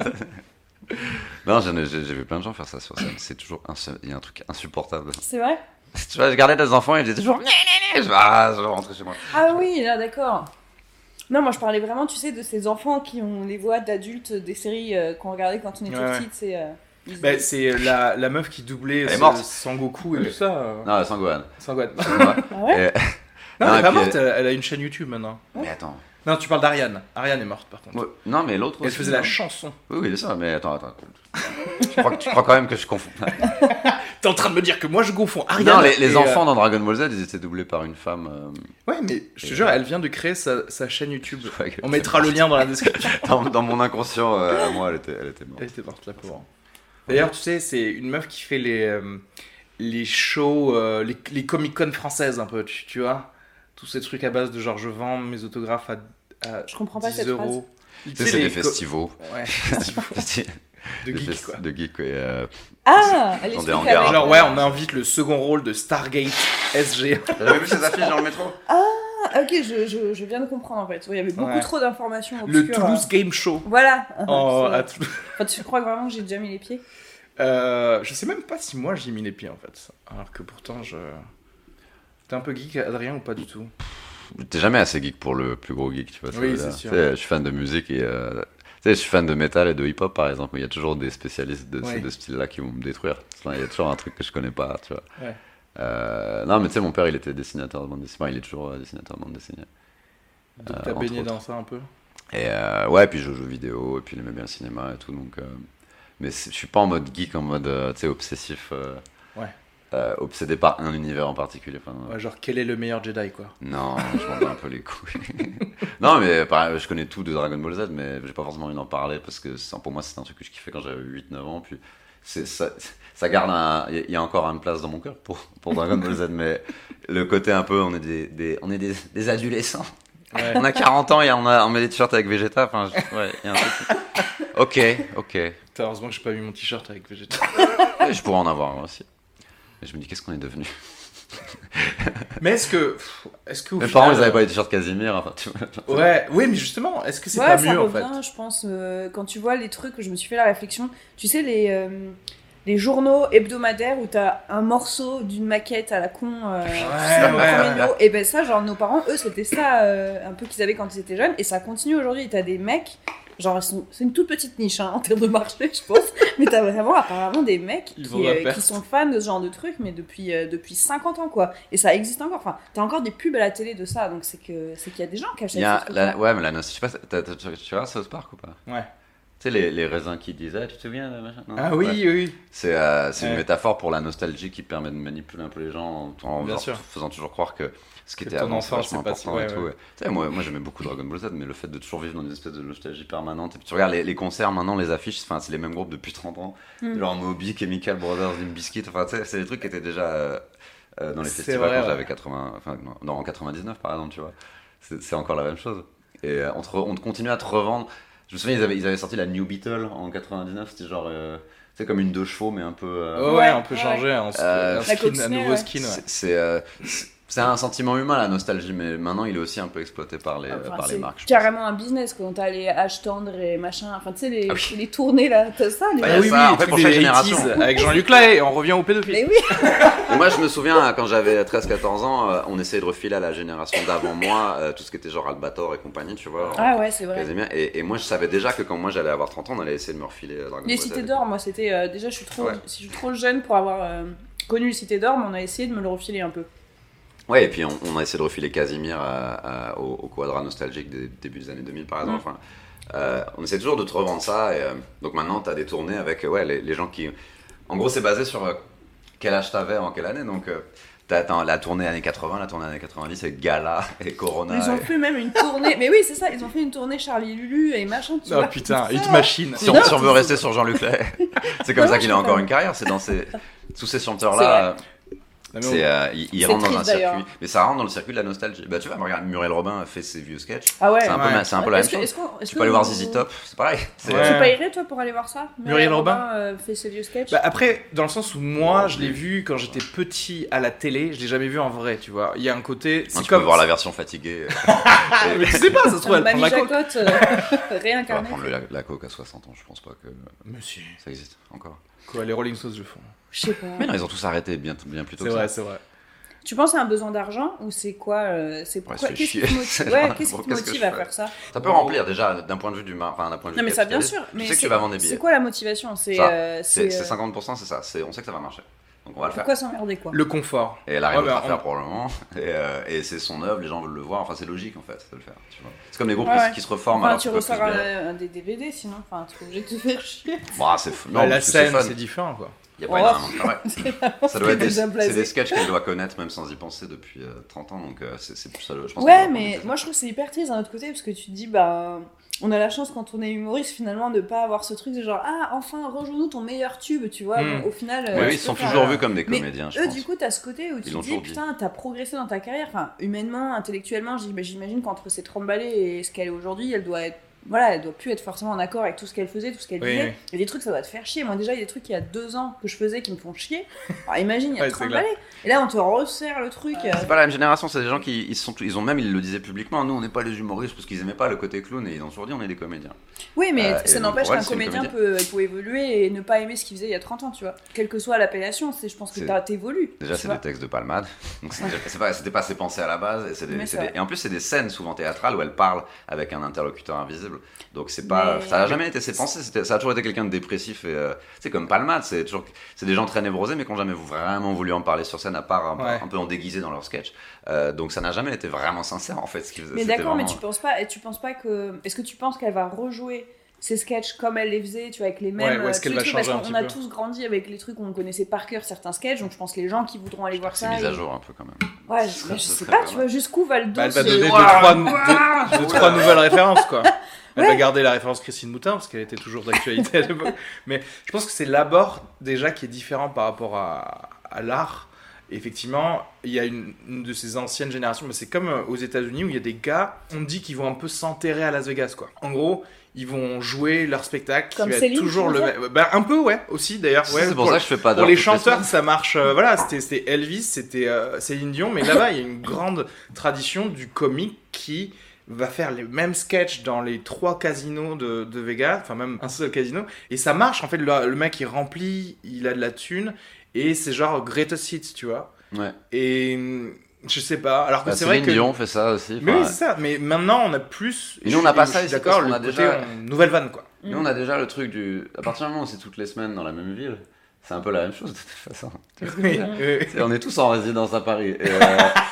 Non, j'ai, j'ai, j'ai vu plein de gens faire ça sur scène. C'est toujours, il y a un truc insupportable. C'est vrai. Tu vois, je regardais des enfants et ils disaient toujours, je vais, ah, je vais rentrer chez moi. Ah oui, là, d'accord. Non, moi je parlais vraiment, tu sais, de ces enfants qui ont les voix d'adultes des séries euh, qu'on regardait quand on était ouais, petits, c'est. Euh, bah, c'est la, la meuf qui doublait ce, Sangoku et tout ça. Euh... Non, Sangohan. Sangohan. Ah ouais. Et... Non, non, elle est pas morte, elle, elle a une chaîne YouTube maintenant. Mais attends. Non, tu parles d'Ariane. Ariane est morte par contre. Ouais. Non, mais l'autre. Elle faisait la chanson. Oui, oui, c'est ça, mais attends, attends. je crois que, tu crois quand même que je confonds. T'es en train de me dire que moi je confonds Ariane. Non, les, les enfants euh... dans Dragon Ball Z, ils étaient doublés par une femme. Euh... Ouais, mais je te jure, elle vient de créer sa, sa chaîne YouTube. On mettra le lien dans la description. dans, dans mon inconscient, euh, à moi, elle était, elle était morte. Elle était morte, la pauvre. D'ailleurs, tu sais, c'est une meuf qui fait les, euh, les shows, euh, les, les Comic-Con françaises un peu, tu, tu vois. Tous ces trucs à base de genre je vends mes autographes à, à je comprends pas dix cette euros. Tu sais, c'est des festivals. Ouais, festivals. De geek, fest- quoi. De geek, ouais. Euh... Ah, elle est genre, ouais, on invite le second rôle de Stargate S G. T'avais vu ces affiches dans le métro? Ah, ok, je, je, je viens de comprendre en fait. Il y avait beaucoup ouais. trop d'informations obscures. Le Toulouse Game Show. Voilà. Oh, à Toulouse. Enfin, tu crois vraiment que j'ai déjà mis les pieds? euh, Je sais même pas si moi j'ai mis les pieds en fait. Alors que pourtant, je. T'es un peu geek, Adrien, ou pas du tout? T'es jamais assez geek pour le plus gros geek, tu vois. Oui, c'est sûr. Je suis fan de musique et. Euh... Tu sais, je suis fan de métal et de hip-hop par exemple, mais il y a toujours des spécialistes de, ouais. de ce style-là qui vont me détruire. Il y a toujours un truc que je connais pas, tu vois. Ouais. Euh, non, mais tu sais, mon père il était dessinateur de bande dessinée. Enfin, il est toujours dessinateur de bande dessinée. Donc euh, t'as baigné dans ça un peu? Et euh, ouais, puis je joue aux vidéos, et puis il aimait bien le cinéma et tout. Donc, euh... mais je suis pas en mode geek, en mode euh, tu sais, obsessif. Euh... Ouais. Euh, obsédé par un univers en particulier. Enfin, ouais, genre, quel est le meilleur Jedi, quoi? Non, je m'en bats un peu les couilles. Non, mais pareil, je connais tout de Dragon Ball Z, mais j'ai pas forcément envie d'en parler parce que pour moi, c'est un truc que je kiffais quand j'avais huit neuf ans. Puis c'est, ça, ça garde un. Il y a encore une place dans mon cœur pour, pour Dragon Ball Z, mais le côté un peu, on est des, des, on est des, des adolescents. Ouais. On a quarante ans et on, a, on met des t-shirts avec Vegeta. Enfin, je, ouais, y a un truc. Ok, ok. Heureusement que j'ai pas mis mon t-shirt avec Vegeta. Ouais, je pourrais en avoir moi aussi. Mais je me dis, qu'est-ce qu'on est devenu? Mais est-ce que. Est-ce que Mes final, parents, ils avaient pas les t-shirts Casimir. Enfin, tu vois. Ouais, oui, mais justement, est-ce que c'est ouais, pas ça mieux revient, en fait? Je pense, euh, quand tu vois les trucs, je me suis fait la réflexion. Tu sais, les, euh, les journaux hebdomadaires où t'as un morceau d'une maquette à la con, euh, Ouais, tu sais, dans le ouais, premier ouais. numéro. Et ben ça, genre, nos parents, eux, c'était ça euh, un peu qu'ils avaient quand ils étaient jeunes. Et ça continue aujourd'hui. Et t'as des mecs. Genre, ils sont- c'est une toute petite niche hein, en termes de marché, je pense. Mais t'as vraiment, apparemment, des mecs Ils qui, vont à euh, perte. qui sont fans de ce genre de trucs, mais depuis, euh, depuis cinquante ans, quoi. Et ça existe encore. Enfin, t'as encore des pubs à la télé de ça, donc c'est que c'est qu'il y a des gens qui Il achètent y a ces la, trucs-là. ouais, mais la noce- je sais pas, t'as- t'as- tu tu vois South Park ou pas? Ouais. Tu sais, les, les raisins qui disent, ah, tu te souviens de machin? Non. Ah oui, Ouais. oui, oui. C'est euh, c'est Ouais. une métaphore pour la nostalgie qui permet de manipuler un peu les gens en, en Bien genre, sûr. faisant toujours croire que ce qui Que était ton avant c'est enfance, vachement c'est pas important si- et ouais, tout. ouais. ouais. Tu sais, moi, moi j'aimais beaucoup Dragon Ball Z, mais le fait de toujours vivre dans une espèce de nostalgie permanente. Et puis tu regardes les, les concerts maintenant, les affiches, enfin, c'est les mêmes groupes depuis trente ans. Mm. Genre Moby, Chemical Brothers, Limp Bizkit, enfin, tu sais, c'est des trucs qui étaient déjà euh, euh, dans les C'est festivals vrai, quand ouais. j'avais quatre-vingts, enfin, non, non, en quatre-vingt-dix-neuf par exemple, tu vois. C'est c'est encore la même chose. Et euh, on, te re- on te continue à te revendre. Je me souviens, ils avaient, ils avaient sorti la New Beetle en quatre-vingt-dix-neuf, c'était genre. Euh, tu sais, comme une deux chevaux, mais un peu. euh, Oh, ouais, Ouais, on peut ouais. changer en sk- Euh, un La skin, un coccinelle, nouveau ouais. skin. Ouais. c'est- C'est euh, c'est- c'est un sentiment humain la nostalgie, mais maintenant il est aussi un peu exploité par les, Enfin, par les c'est marques. je carrément un business quand t'as les âges tendres et machin. Enfin, tu sais, les, Ah oui. les tournées là, t'as ça, les Ah, Ah y a oui, ça, oui, en fait, tous pour les chaque génération. eighties, avec Jean-Luc Lahaye, on revient au pédophile. Mais oui, Et moi je me souviens euh, quand j'avais treize quatorze ans, euh, on essayait de refiler à la génération d'avant moi euh, tout ce qui était genre Albator et compagnie, tu vois. ah ouais, c'est vrai. Casimir. Et, et moi je savais déjà que quand moi j'allais avoir trente ans, on allait essayer de me refiler euh, Dragon Les Ball Z. Cités d'Or, moi, c'était. euh, déjà, je suis, trop, Ouais. je suis trop jeune pour avoir euh, connu les Cités d'Or, mais on a essayé de me le refiler un peu. Ouais, et puis on, on a essayé de refiler Casimir à- à- au, au Quadra nostalgique des débuts des années deux mille par exemple. Mm. Enfin, euh, on essaie toujours de te revendre ça. Et, euh, donc maintenant, tu as des tournées avec euh, ouais, les, les gens qui. En gros, c'est basé sur euh, quel âge t'avais en quelle année. Donc, euh, t'as t'as la tournée années quatre-vingts, la tournée années quatre-vingt-dix avec Gala et Corona. Ils ont et- fait même une tournée. Mais oui, c'est ça, ils ont fait une tournée Charlie Lulu et machin, tu Oh vois. putain, C'est Hit ça. Machine. Si on, si on veut rester sur Jean-Luc Lahaye, c'est comme Non, ça je qu'il a sais encore pas. une carrière. C'est dans ces, tous ces C'est chanteurs-là. vrai. Non, mais on- C'est, euh, ils, ils C'est rentrent dans un triste, d'ailleurs. circuit, mais ça rentre dans le circuit de la nostalgie. Bah tu vois, regarde, Muriel Robin a fait ses vieux sketchs. Ah ouais. C'est un peu, Ouais. ma- c'est un peu la même Est-ce que- chose. est-ce qu'on- est-ce Tu peux aller voir que Z Z vous- Top, c'est pareil. C'est- Ouais. Tu paierais toi pour aller voir ça? Muriel Robin euh, fait ses vieux sketchs. Bah après, dans le sens où moi, je l'ai vu quand j'étais petit à la télé, je l'ai jamais vu en vrai, tu vois. Il y a un côté. Non, C'est tu comme. peux voir la version fatiguée. Ah, mais tu sais pas, ça se trouve, elle prend Mamie la coke. Jacotte, euh, Tu vas réincarnée. prendre le- la, la coke à soixante ans, je pense pas que Monsieur. ça existe encore. Quoi, les Rolling Stones le font. Je sais pas. Mais non, ils ont tous arrêté bien, bien plus tôt C'est que vrai, ça. c'est vrai. Tu penses à un besoin d'argent ou c'est quoi euh, C'est pourquoi se fait Qu'est-ce qui chier. te motive, C'est ouais, genre, qu'est-ce qui bon, te qu'est-ce que motive je à fais faire ça? Ça peut remplir déjà d'un point de vue du mar... enfin, d'un point de vue Non mais ça bien capitaliste. sûr. Mais Tu sais que c'est- tu vas vendre des billets. C'est quoi la motivation? C'est Ça, euh, C'est c'est euh, cinquante pour cent, c'est ça. C'est- On sait que ça va marcher. Donc on va le faire. pourquoi s'emmerder quoi? Le confort. Et elle arrive Ouais, à bah, le faire on- probablement. Et, euh, et c'est son œuvre, les gens veulent le voir. Enfin, c'est logique en fait de le faire. tu vois. C'est comme les groupes Ouais, qui, ouais. qui se reforment. Enfin, alors tu qu'ils peuvent ressors plus se un, bien. un des D V D sinon, enfin, tu es obligé de te faire chier. Bon, ah, c'est fou. Bah, Non, la parce que c'est scène, fun. c'est différent, quoi. Il y a Oh. pas énormément de travail. Ça doit être des, déjà c'est blasé. des sketchs qu'elle doit connaître même sans y penser depuis euh, trente ans. Donc euh, c'est c'est plus ça. Je pense qu'elle Ouais, doit mais prendre moi je trouve que c'est hyper triste d'un autre côté parce que tu te dis, bah, on a la chance quand on est humoriste finalement de pas avoir ce truc de genre, ah, enfin, rejoue-nous ton meilleur tube, tu vois. Mm. Bon, au final. des- euh, Oui, tu ils peux sont faire- toujours vus comme des Mais comédiens, je Eux, pense. du coup, t'as ce côté où tu Ils te l'ont dis, toujours dit. putain, t'as progressé dans ta carrière, enfin, humainement, intellectuellement, j'im- j'imagine qu'entre ses tremballées et ce qu'elle est aujourd'hui, elle doit être. Voilà, elle doit plus être forcément en accord avec tout ce qu'elle faisait, tout ce qu'elle Oui, disait. oui. Il y a des trucs, ça doit te faire chier. Moi, déjà, il y a des trucs il y a deux ans que je faisais qui me font chier. Alors, imagine, il y a Ouais, trente c'est clair. balais. Et là, on te resserre le truc. euh, C'est pas la même génération, c'est des gens qui ils sont, ils ont même, ils le disaient publiquement, nous on n'est pas les humoristes parce qu'ils aimaient pas le côté clown et ils ont toujours dit on est des comédiens. Oui, mais Euh, ça et n'empêche pour elle, qu'un c'est une comédien comédienne. peut, peut évoluer et ne pas aimer ce qu'il faisait il y a trente ans, tu vois. Quelle que soit l'appellation, c'est, je pense que C'est- t'as- t'évolues. Déjà tu c'est vois. des textes de palmade, donc c'est- c'est pas, c'était pas ses pensées à la base et, c'est des- Mais c'est c'est des- vrai. et en plus c'est des scènes souvent théâtrales où elle parle avec un interlocuteur invisible, donc c'est pas, Mais- ça a jamais été ses pensées, c'était- ça a toujours été quelqu'un de dépressif et euh, c'est comme palmade, c'est toujours, c'est des gens très névrosés mais qui ont jamais vraiment voulu en parler sur scène à part un, peu- Ouais. un peu en déguisé dans leur sketch, Euh, donc ça n'a jamais été vraiment sincère en fait ce qu'ils faisaient. Mais C'était d'accord, mais vraiment- tu penses pas, et tu penses pas que. Est-ce que tu penses qu'elle va rejouer ses sketchs comme elle les faisait, tu vois, avec les mêmes. Ouais, ou est-ce euh, qu'elle tous les va trucs, changer un parce qu'on petit a peu tous grandi avec les trucs où on connaissait par cœur certains sketchs, donc je pense que les gens qui voudront aller voir C'est ça. mis à ils- jour un peu quand même. Ouais, Ce serait- mais je ce sais serait pas, pas tu mal. vois, jusqu'où va le dos Bah, elle va se- donner deux, Ouah, trois, ouah. deux, deux, trois nouvelles références, quoi. Elle Ouais. va garder la référence Christine Moutin, parce qu'elle était toujours d'actualité à l'époque. Mais je pense que c'est l'abord, déjà, qui est différent par rapport à, à l'art. Et effectivement, il y a une, une de ces anciennes générations, mais c'est comme aux États-Unis où il y a des gars, on dit qu'ils vont un peu s'enterrer à Las Vegas, quoi. En gros, ils vont jouer leur spectacle Comme qui va Céline, être toujours le même. Ben, un peu, ouais, aussi d'ailleurs. Ouais, c'est pour, pour ça que je fais pas Pour les chanteurs, ça marche. Euh, voilà, c'était, c'était Elvis, c'était euh, Céline Dion, mais là-bas, il y a une grande tradition du comique qui va faire les mêmes sketchs dans les trois casinos de, de Vegas, enfin même un seul casino, et ça marche. En fait, le, le mec il remplit, il a de la thune, et c'est genre greatest hits, tu vois. Ouais. Et je sais pas. Alors que bah, c'est vrai que Dion fait ça aussi. Mais oui, c'est ça. Mais maintenant, on a plus. Et nous, on n'a pas ça ici. D'accord, on le a côté, déjà on... nouvelle vanne, quoi. Nous, on a déjà le truc du. À partir du moment où c'est toutes les semaines dans la même ville, c'est un peu la même chose de toute façon. Oui, oui. On est tous en résidence à Paris. Et, euh...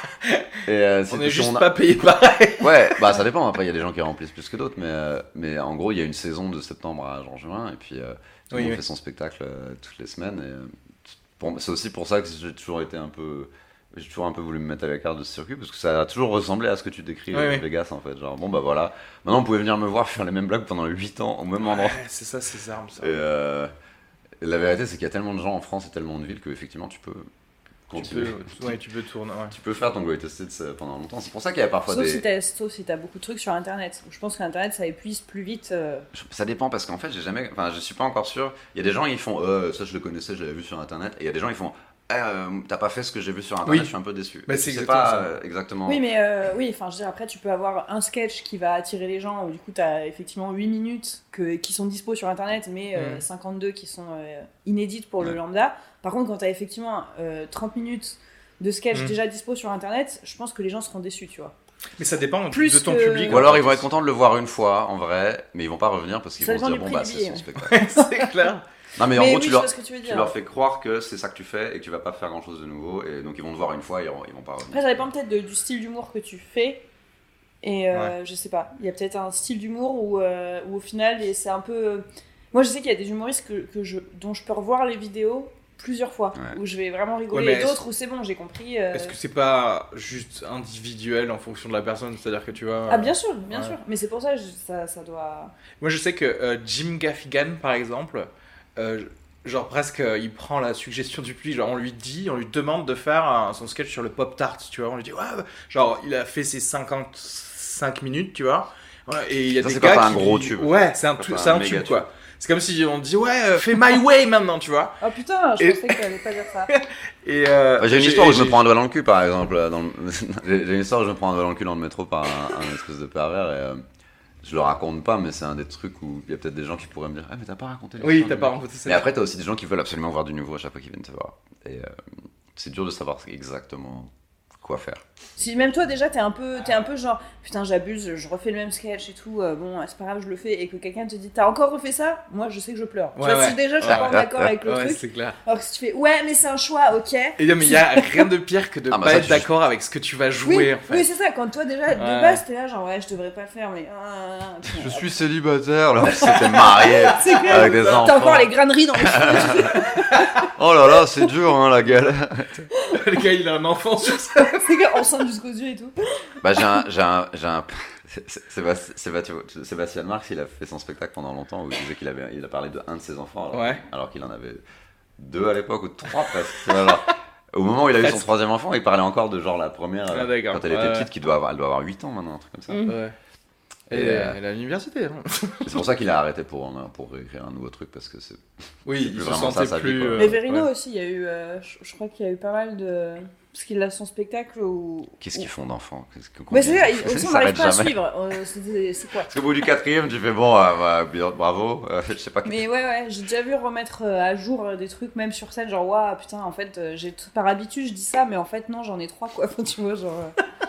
et, euh, on est juste on a... pas payé pareil. Ouais, bah ça dépend. Après, il y a des gens qui remplissent plus que d'autres, mais euh... mais en gros, il y a une saison de septembre à juin, et puis euh, tout le oui, monde oui. fait son spectacle euh, toutes les semaines. Et, euh, pour... C'est aussi pour ça que j'ai toujours été un peu. J'ai toujours un peu voulu me mettre à l'écart de ce circuit parce que ça a toujours ressemblé à ce que tu décris oui, à oui. Vegas en fait. Genre, bon bah voilà, maintenant on pouvait venir me voir faire les mêmes blagues pendant huit ans au même endroit. Ouais, c'est ça, ces armes. Ça. Et, euh, et la vérité, c'est qu'il y a tellement de gens en France et tellement de villes qu'effectivement tu peux continuer. Tu peux, ouais, tu peux tourner. Ouais. Tu peux faire ton greatest hits pendant longtemps. C'est pour ça qu'il y a parfois sauf des. Si t'as, sauf si t'as beaucoup de trucs sur internet. Je pense qu'internet ça épuise plus vite. Euh... Ça dépend parce qu'en fait, j'ai jamais. Enfin, je suis pas encore sûr. Il y a des gens, ils font. Euh, ça, je le connaissais, je l'avais vu sur internet. Et il y a des gens, ils font. Euh, t'as pas fait ce que j'ai vu sur internet, oui. je suis un peu déçu. Bah, c'est sais exactement pas ça. euh, exactement. Oui, mais euh, oui, enfin, je veux dire, après, tu peux avoir un sketch qui va attirer les gens, où du coup, t'as effectivement huit minutes que, qui sont dispo sur internet, mais euh, mm. cinquante-deux qui sont euh, inédites pour ouais. le lambda. Par contre, quand t'as effectivement euh, trente minutes de sketch mm. déjà dispo sur internet, je pense que les gens seront déçus, tu vois. Mais ça dépend Plus de ton que... public. Ou alors ils vont être contents de le voir une fois en vrai, mais ils vont pas revenir parce qu'ils ça vont se dire bon bah c'est son spectacle. C'est clair. Non mais, mais en gros oui, tu, leur, tu, tu leur fais croire que c'est ça que tu fais et que tu vas pas faire grand chose de nouveau et donc ils vont te voir une fois et ils vont pas revenir. Après ça dépend peut-être de, du style d'humour que tu fais et euh, ouais. je sais pas, il y a peut-être un style d'humour où, euh, où au final et c'est un peu... Moi je sais qu'il y a des humoristes que, que je, dont je peux revoir les vidéos plusieurs fois, ouais. où je vais vraiment rigoler, ouais, et d'autres où c'est bon, j'ai compris. Euh... Est-ce que c'est pas juste individuel en fonction de la personne, c'est-à-dire que tu vois... Ah bien sûr, bien ouais. sûr, mais c'est pour ça que ça, ça doit... Moi je sais que euh, Jim Gaffigan par exemple, euh, genre presque euh, il prend la suggestion du public, genre on lui dit, on lui demande de faire un, son sketch sur le Pop-Tart, tu vois, on lui dit ouais, genre il a fait ses cinquante-cinq minutes, tu vois, ouais, et il y a ça, des c'est gars pas qui... un gros tube. Ouais, c'est un, tu... c'est un, un tube quoi. C'est comme si on dit ouais, euh, fais My Way maintenant, tu vois. Oh putain, je et... pensais que t'allais pas dire ça. Et euh, j'ai une j'ai, histoire où j'ai... je me prends un doigt dans le cul par exemple. Dans le... j'ai une histoire où je me prends un doigt dans le cul dans le métro par un, un espèce de pervers et euh, je le raconte pas, mais c'est un des trucs où il y a peut-être des gens qui pourraient me dire ah mais t'as pas raconté. Oui, t'as pas raconté ça. Et après t'as aussi des gens qui veulent absolument voir du nouveau à chaque fois qu'ils viennent te voir. Et euh, c'est dur de savoir exactement quoi faire. Si même toi déjà t'es un peu t'es un peu genre putain j'abuse, je refais le même sketch et tout, euh, bon c'est pas grave je le fais, et que quelqu'un te dit t'as encore refait ça, moi je sais que je pleure. Ouais, tu vois, ouais. Si déjà je suis pas d'accord avec le ouais, truc, c'est clair. alors que si tu fais ouais mais c'est un choix, ok. Et non mais il y a rien de pire que de ah, pas bah, être d'accord avec ce que tu vas jouer oui, en fait. Oui c'est ça, quand toi déjà de ouais. base t'es là genre ouais je devrais pas le faire mais ah, je suis célibataire là, c'était marié avec des enfants. T'as encore les graineries dans les cheveux. Oh là là c'est dur hein la gueule. Le gars il a un enfant sur ça. C'est gars enceinte jusqu'aux yeux et tout. Bah j'ai un, j'ai un, j'ai un... Sébastien, Sébastien Marx, il a fait son spectacle pendant longtemps où il disait qu'il avait, il a parlé de un de ses enfants alors, ouais. alors qu'il en avait deux à l'époque ou trois presque. Alors, au moment où il a eu son troisième enfant, il parlait encore de genre la première ah, quand elle ouais, était ouais. petite, qui doit avoir, elle doit avoir huit ans maintenant, un truc comme ça. Mmh. Ouais. Et, et euh, elle est à l'université. Hein. C'est pour ça qu'il a arrêté pour, pour réécrire un nouveau truc parce que c'est. Oui, c'est il plus se vraiment sentait ça, plus. vie, Mais Verino ouais. aussi, il y a eu, euh, je, je crois qu'il y a eu pas mal de. Parce qu'il a son spectacle où... Qu'est-ce qu'ils font d'enfants? Mais c'est vrai, aussi on n'arrive pas jamais. à suivre. Euh, c'est, c'est quoi? Parce qu'au bout du quatrième, tu fais bon, euh, bah, bravo, euh, je sais pas. Mais ouais, ouais, j'ai déjà vu remettre à jour des trucs, même sur scène, genre, waouh, putain, en fait, j'ai t- par habitude, je dis ça, mais en fait, non, j'en ai trois, quoi. Enfin, tu vois, genre.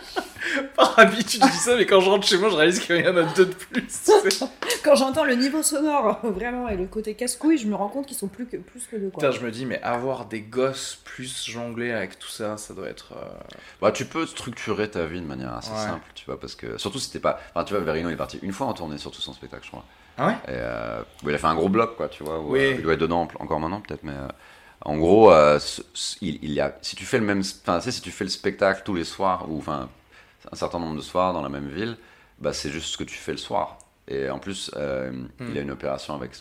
Par habitude, je dis ça, mais quand je rentre chez moi, je réalise qu'il y en a deux de plus. Quand j'entends le niveau sonore, vraiment, et le côté casse-couille, je me rends compte qu'ils sont plus que, plus que deux, quoi. Putain, je me dis, mais avoir des gosses plus jongler avec tout ça, ça doit être. Euh... Bah, tu peux structurer ta vie de manière assez ouais. simple, tu vois, parce que surtout si t'es pas. Enfin, tu vois, Verino il est parti une fois en tournée sur tout son spectacle, je crois. Ah ouais. Et euh, où il a fait un gros bloc, quoi, tu vois. Où, oui. euh, il doit être dedans encore maintenant, peut-être, mais. Euh, en gros, euh, il, il y a. Si tu fais le même. Enfin, tu sais, si tu fais le spectacle tous les soirs, ou enfin. un certain nombre de soirs dans la même ville, bah c'est juste ce que tu fais le soir. Et en plus, euh, mm. il a une opération avec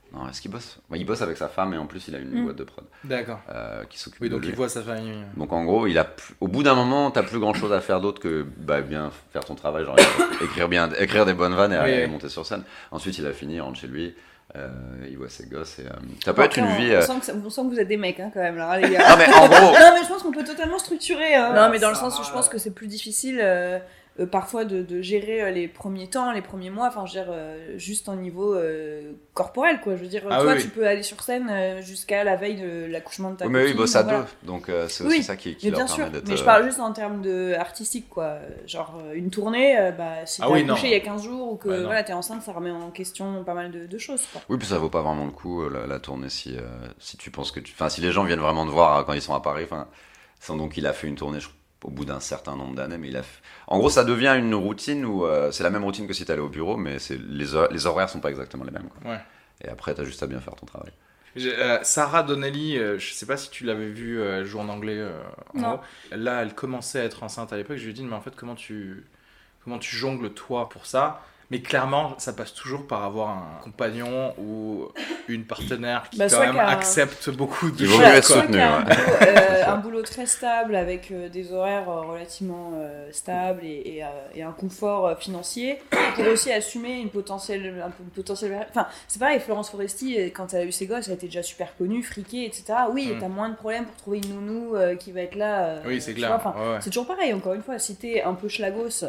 Non, est-ce qu'il bosse ouais, il bosse avec sa femme et en plus il a une Mm. boîte de prod. D'accord. Euh, qui s'occupe Oui, de donc lui. il voit sa famille. Donc en gros, il a plus... au bout d'un moment, t'as plus grand chose à faire d'autre que bah, bien faire ton travail, genre écrire, bien, écrire des bonnes vannes et, Oui, et oui. monter sur scène. Ensuite, il a fini, il rentre chez lui, euh, il voit ses gosses et euh, ça peut Bon, être une après, vie. On, euh, on, sent que ça- on sent que vous êtes des mecs hein, quand même là, les gars. Non mais en gros, Non mais je pense qu'on peut totalement structurer. Hein. Ah, Non mais dans le ça sens où va. je pense que c'est plus difficile euh, euh, parfois de, de gérer euh, les premiers temps, les premiers mois, enfin je veux dire euh, juste en niveau euh, corporel quoi. Je veux dire Ah toi oui, tu oui. peux aller sur scène euh, jusqu'à la veille de l'accouchement de ta oui, mais eux, copine. ils bossent à voilà. deux, donc euh, c'est Oui, aussi ça qui, qui Mais leur bien permet sûr, d'être. mais je euh, parle juste en termes de artistique quoi. Genre euh, une tournée, euh, bah si Ah t'as oui, accouché non. il y a quinze jours ou que Ouais, non. voilà t'es enceinte, ça remet en question pas mal de, de choses quoi. Oui, puis ça vaut pas vraiment le coup euh, la, la tournée si euh, si tu penses que tu, enfin si les gens viennent vraiment te voir euh, quand ils sont à Paris, enfin sans donc il a fait une tournée je... au bout d'un certain nombre d'années, mais il a fait... en gros ça devient une routine où euh, c'est la même routine que si t'allais au bureau, mais c'est les hor- les horaires sont pas exactement les mêmes. Quoi. Ouais. Et après t'as juste à bien faire ton travail. J'ai, euh, Sarah Donnelly, euh, je sais pas si tu l'avais vue euh, jouer en anglais. euh, en Non. haut. Là, elle commençait à être enceinte à l'époque. Je lui ai dit, mais en fait, comment tu, comment tu jongles toi pour ça? Mais clairement, ça passe toujours par avoir un compagnon ou une partenaire qui Bah, quand soit même qu'un- accepte beaucoup de Il vaut choses. mieux être quoi. soit soutenu, qu'il y a un, ouais. boulot, euh, C'est ça. un boulot très stable avec euh, des horaires euh, relativement euh, stables et, et, euh, et un confort euh, financier pour aussi assumer une potentielle, un peu une potentielle. Enfin, c'est pareil, Florence Foresti, euh, quand elle a eu ses gosses, elle était déjà super connue, friquée, et cetera. Oui, Mm. t'as moins de problèmes pour trouver une nounou euh, qui va être là. euh, Oui, c'est tu clair. vois, enfin, Ouais, ouais. c'est toujours pareil, encore une fois, si t'es un peu schlagos.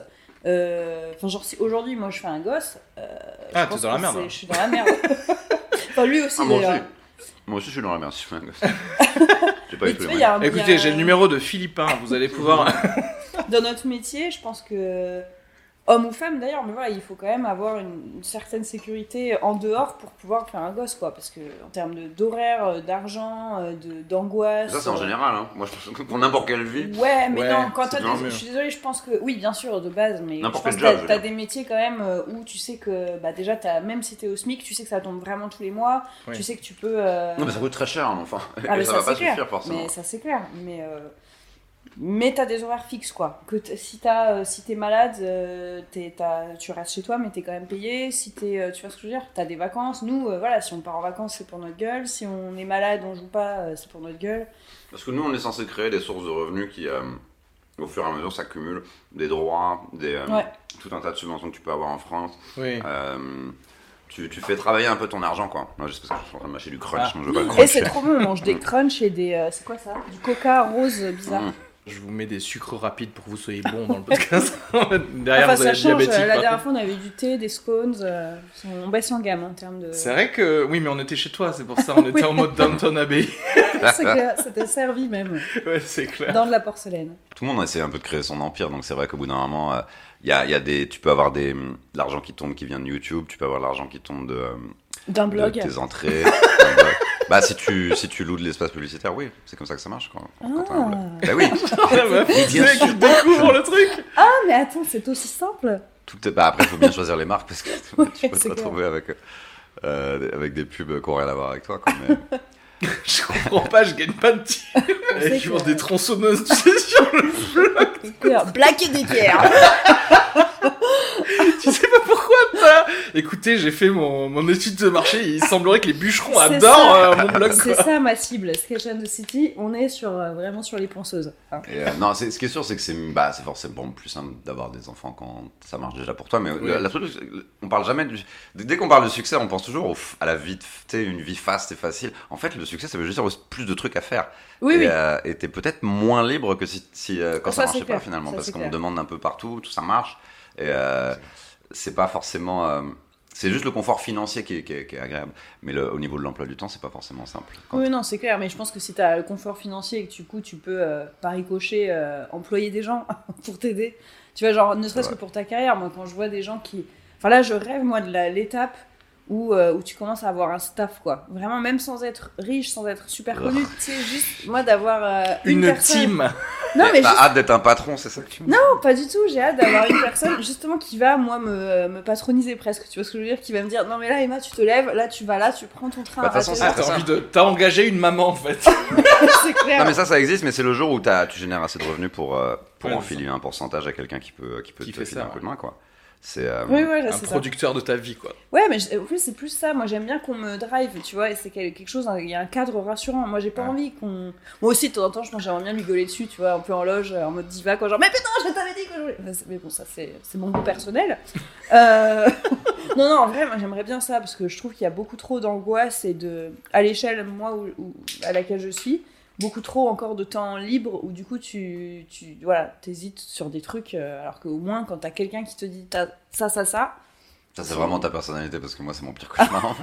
euh, Enfin, genre, si aujourd'hui, moi je fais un gosse. euh, je Ah, t'es pense dans la que merde, c'est- hein. Je suis dans la merde. Enfin, lui aussi Ah, moi d'ailleurs. aussi. Moi aussi je suis dans la merde si je fais un gosse. J'ai pas Mais eu tous tu les vois, il y a moyens. un- il y Écoutez, a- j'ai le numéro de Philippin. Vous allez pouvoir. Dans notre métier, je pense que, homme ou femme d'ailleurs, mais voilà, il faut quand même avoir une, une certaine sécurité en dehors pour pouvoir faire un gosse, quoi. Parce que en termes de, d'horaire, euh, d'argent, euh, de, d'angoisse. Ça c'est en euh, général, hein. Moi je pense que pour n'importe quelle vie. Ouais, mais Ouais, non, quand c'est t'as bien des... mieux. Je suis désolée, je pense que... Oui, bien sûr, de base, mais je N'importe pense quel que t'as, job, je veux t'as dire. des métiers quand même euh, où tu sais que, bah déjà, t'as, même si t'es au SMIC, tu sais que ça tombe vraiment tous les mois, Oui. tu sais que tu peux... euh, Non mais ça coûte très cher un enfant. Ah, Et mais ça, ça, va pas c'est clair. suffire forcément. Mais ça c'est clair. Mais euh, mais t'as des horaires fixes quoi. Que t- si t'as euh, si t'es malade, euh, t'es, t'as- tu restes chez toi mais t'es quand même payé. Si t'es euh, tu vois ce que je veux dire. T'as des vacances. Nous euh, voilà, si on part en vacances c'est pour notre gueule. Si on est malade on joue pas euh, c'est pour notre gueule. Parce que nous, on est censé créer des sources de revenus qui, euh, au fur et à mesure, s'accumulent. Des droits, des, euh, Ouais. tout un tas de subventions que tu peux avoir en France. Oui. Euh, tu, tu fais travailler un peu ton argent, quoi. Non, juste parce que je suis en train de mâcher du crunch, Ah. donc je veux pas le Et cruncher. c'est trop bon. On mange des crunchs et des euh, c'est quoi ça? Du coca rose bizarre. Mmh. Je vous mets des sucres rapides pour que vous soyez bons dans le podcast. Derrière, Enfin vous ça avez change. diabétique. euh, La par dernière contre. fois on avait du thé, des scones. euh, on baisse en gamme en termes de. C'est vrai que. Oui, mais on était chez toi, c'est pour ça. On était Oui. en mode Downton Abbey. C'est clair, c'était servi même Ouais, c'est clair. dans de la porcelaine. Tout le monde essaie un peu de créer son empire, donc c'est vrai qu'au bout d'un moment, euh, y a, y a des, tu peux avoir des, de l'argent qui tombe qui vient de YouTube, tu peux avoir de l'argent qui tombe de, euh, D'un de blog. tes entrées. d'un blog. Bah, si tu, si tu loues de l'espace publicitaire, oui, c'est comme ça que ça marche. Quand, quand t'as un blog. Ah. Bah oui, La meuf, Mais bien c'est sûr. qui découvre le truc. Ah, mais attends, c'est aussi simple. tout est- bah, après, il faut bien choisir les marques parce que tu peux c'est te clair. retrouver avec, euh, avec des pubs qui n'ont rien à voir avec toi. Quoi, mais... Je comprends pas, je gagne pas de tirs. sait Et qui que- ont des tronçonneuses, tu sais, sur le. Black et d'équerre. Tu sais pas pourquoi, t'as. Écoutez, j'ai fait mon, mon étude de marché, il semblerait que les bûcherons C'est adorent ça. euh, mon blog. C'est quoi. ça ma cible. Sketch and the City, on est sur, euh, vraiment sur les ponceuses. Hein. Et, euh, non, c'est, ce qui est sûr, c'est que c'est, bah, c'est forcément plus simple d'avoir des enfants quand ça marche déjà pour toi. Mais Oui. la, la truc, on parle jamais du. Dès qu'on parle de succès, on pense toujours au f- à la vie, de- tu sais, une vie faste et facile. En fait, le succès, ça veut juste dire plus de trucs à faire. Oui, et, oui. euh, et t'es peut-être moins libre que si, si euh, quand Ça, ça, c'est marchait clair. pas finalement, Ça, parce c'est qu'on clair. demande un peu partout, tout ça marche. Et euh, c'est pas forcément. euh, c'est juste le confort financier qui est, qui est- qui est agréable. Mais le, au niveau de l'emploi du temps, c'est pas forcément simple. Quand- Oui, non, c'est clair. Mais je pense que si tu as le confort financier et que du coup, tu peux, euh, par ricochet, euh, employer des gens pour t'aider. Tu vois, genre, ne serait-ce que vrai. pour ta carrière. Moi, quand je vois des gens qui. Enfin, là, je rêve, moi, de la- l'étape où, euh, où tu commences à avoir un staff, quoi. Vraiment, même sans être riche, sans être super connu. Tu sais, juste, moi, d'avoir euh, une, Une personne. team. Non, mais T'as juste- hâte d'être un patron, c'est ça que tu me dis? Non, pas du tout. J'ai hâte d'avoir une personne justement qui va, moi, me, me patroniser presque. Tu vois ce que je veux dire? Qui va me dire non, mais là, Emma, tu te lèves, là, tu vas là, tu prends ton train Bah, à de toute façon, telle Ah, heure. c'est t'as ça. envie de. T'as engagé une maman en fait. C'est clair. Non mais ça, ça existe, mais c'est le jour où t'as, tu génères assez de revenus pour, euh, pour Ouais, en c'est filer un pourcentage à quelqu'un qui peut, qui peut Qui te fait filer ça, un coup de ouais. main, quoi. C'est euh, Oui, ouais, là, un c'est producteur ça. De ta vie, quoi. Ouais, mais en plus, c'est plus ça. Moi, j'aime bien qu'on me drive, tu vois, et c'est quelque chose, il y a un cadre rassurant. Moi, j'ai pas ouais. envie qu'on. Moi aussi, de temps en temps, je pense j'aimerais bien lui gueuler dessus, tu vois, un peu en loge, en mode diva, quoi. Genre, mais putain, je t'avais dit que je voulais. Mais bon, ça, c'est, c'est mon goût personnel. euh... non, non, en vrai, moi, j'aimerais bien ça, parce que je trouve qu'il y a beaucoup trop d'angoisse et de. À l'échelle, moi, où, où, à laquelle je suis, beaucoup trop encore de temps libre où du coup tu, tu voilà, t'hésites sur des trucs euh, alors qu'au moins quand t'as quelqu'un qui te dit t'as ça, ça, ça. Ça, c'est vraiment ta personnalité parce que moi, c'est mon pire cauchemar.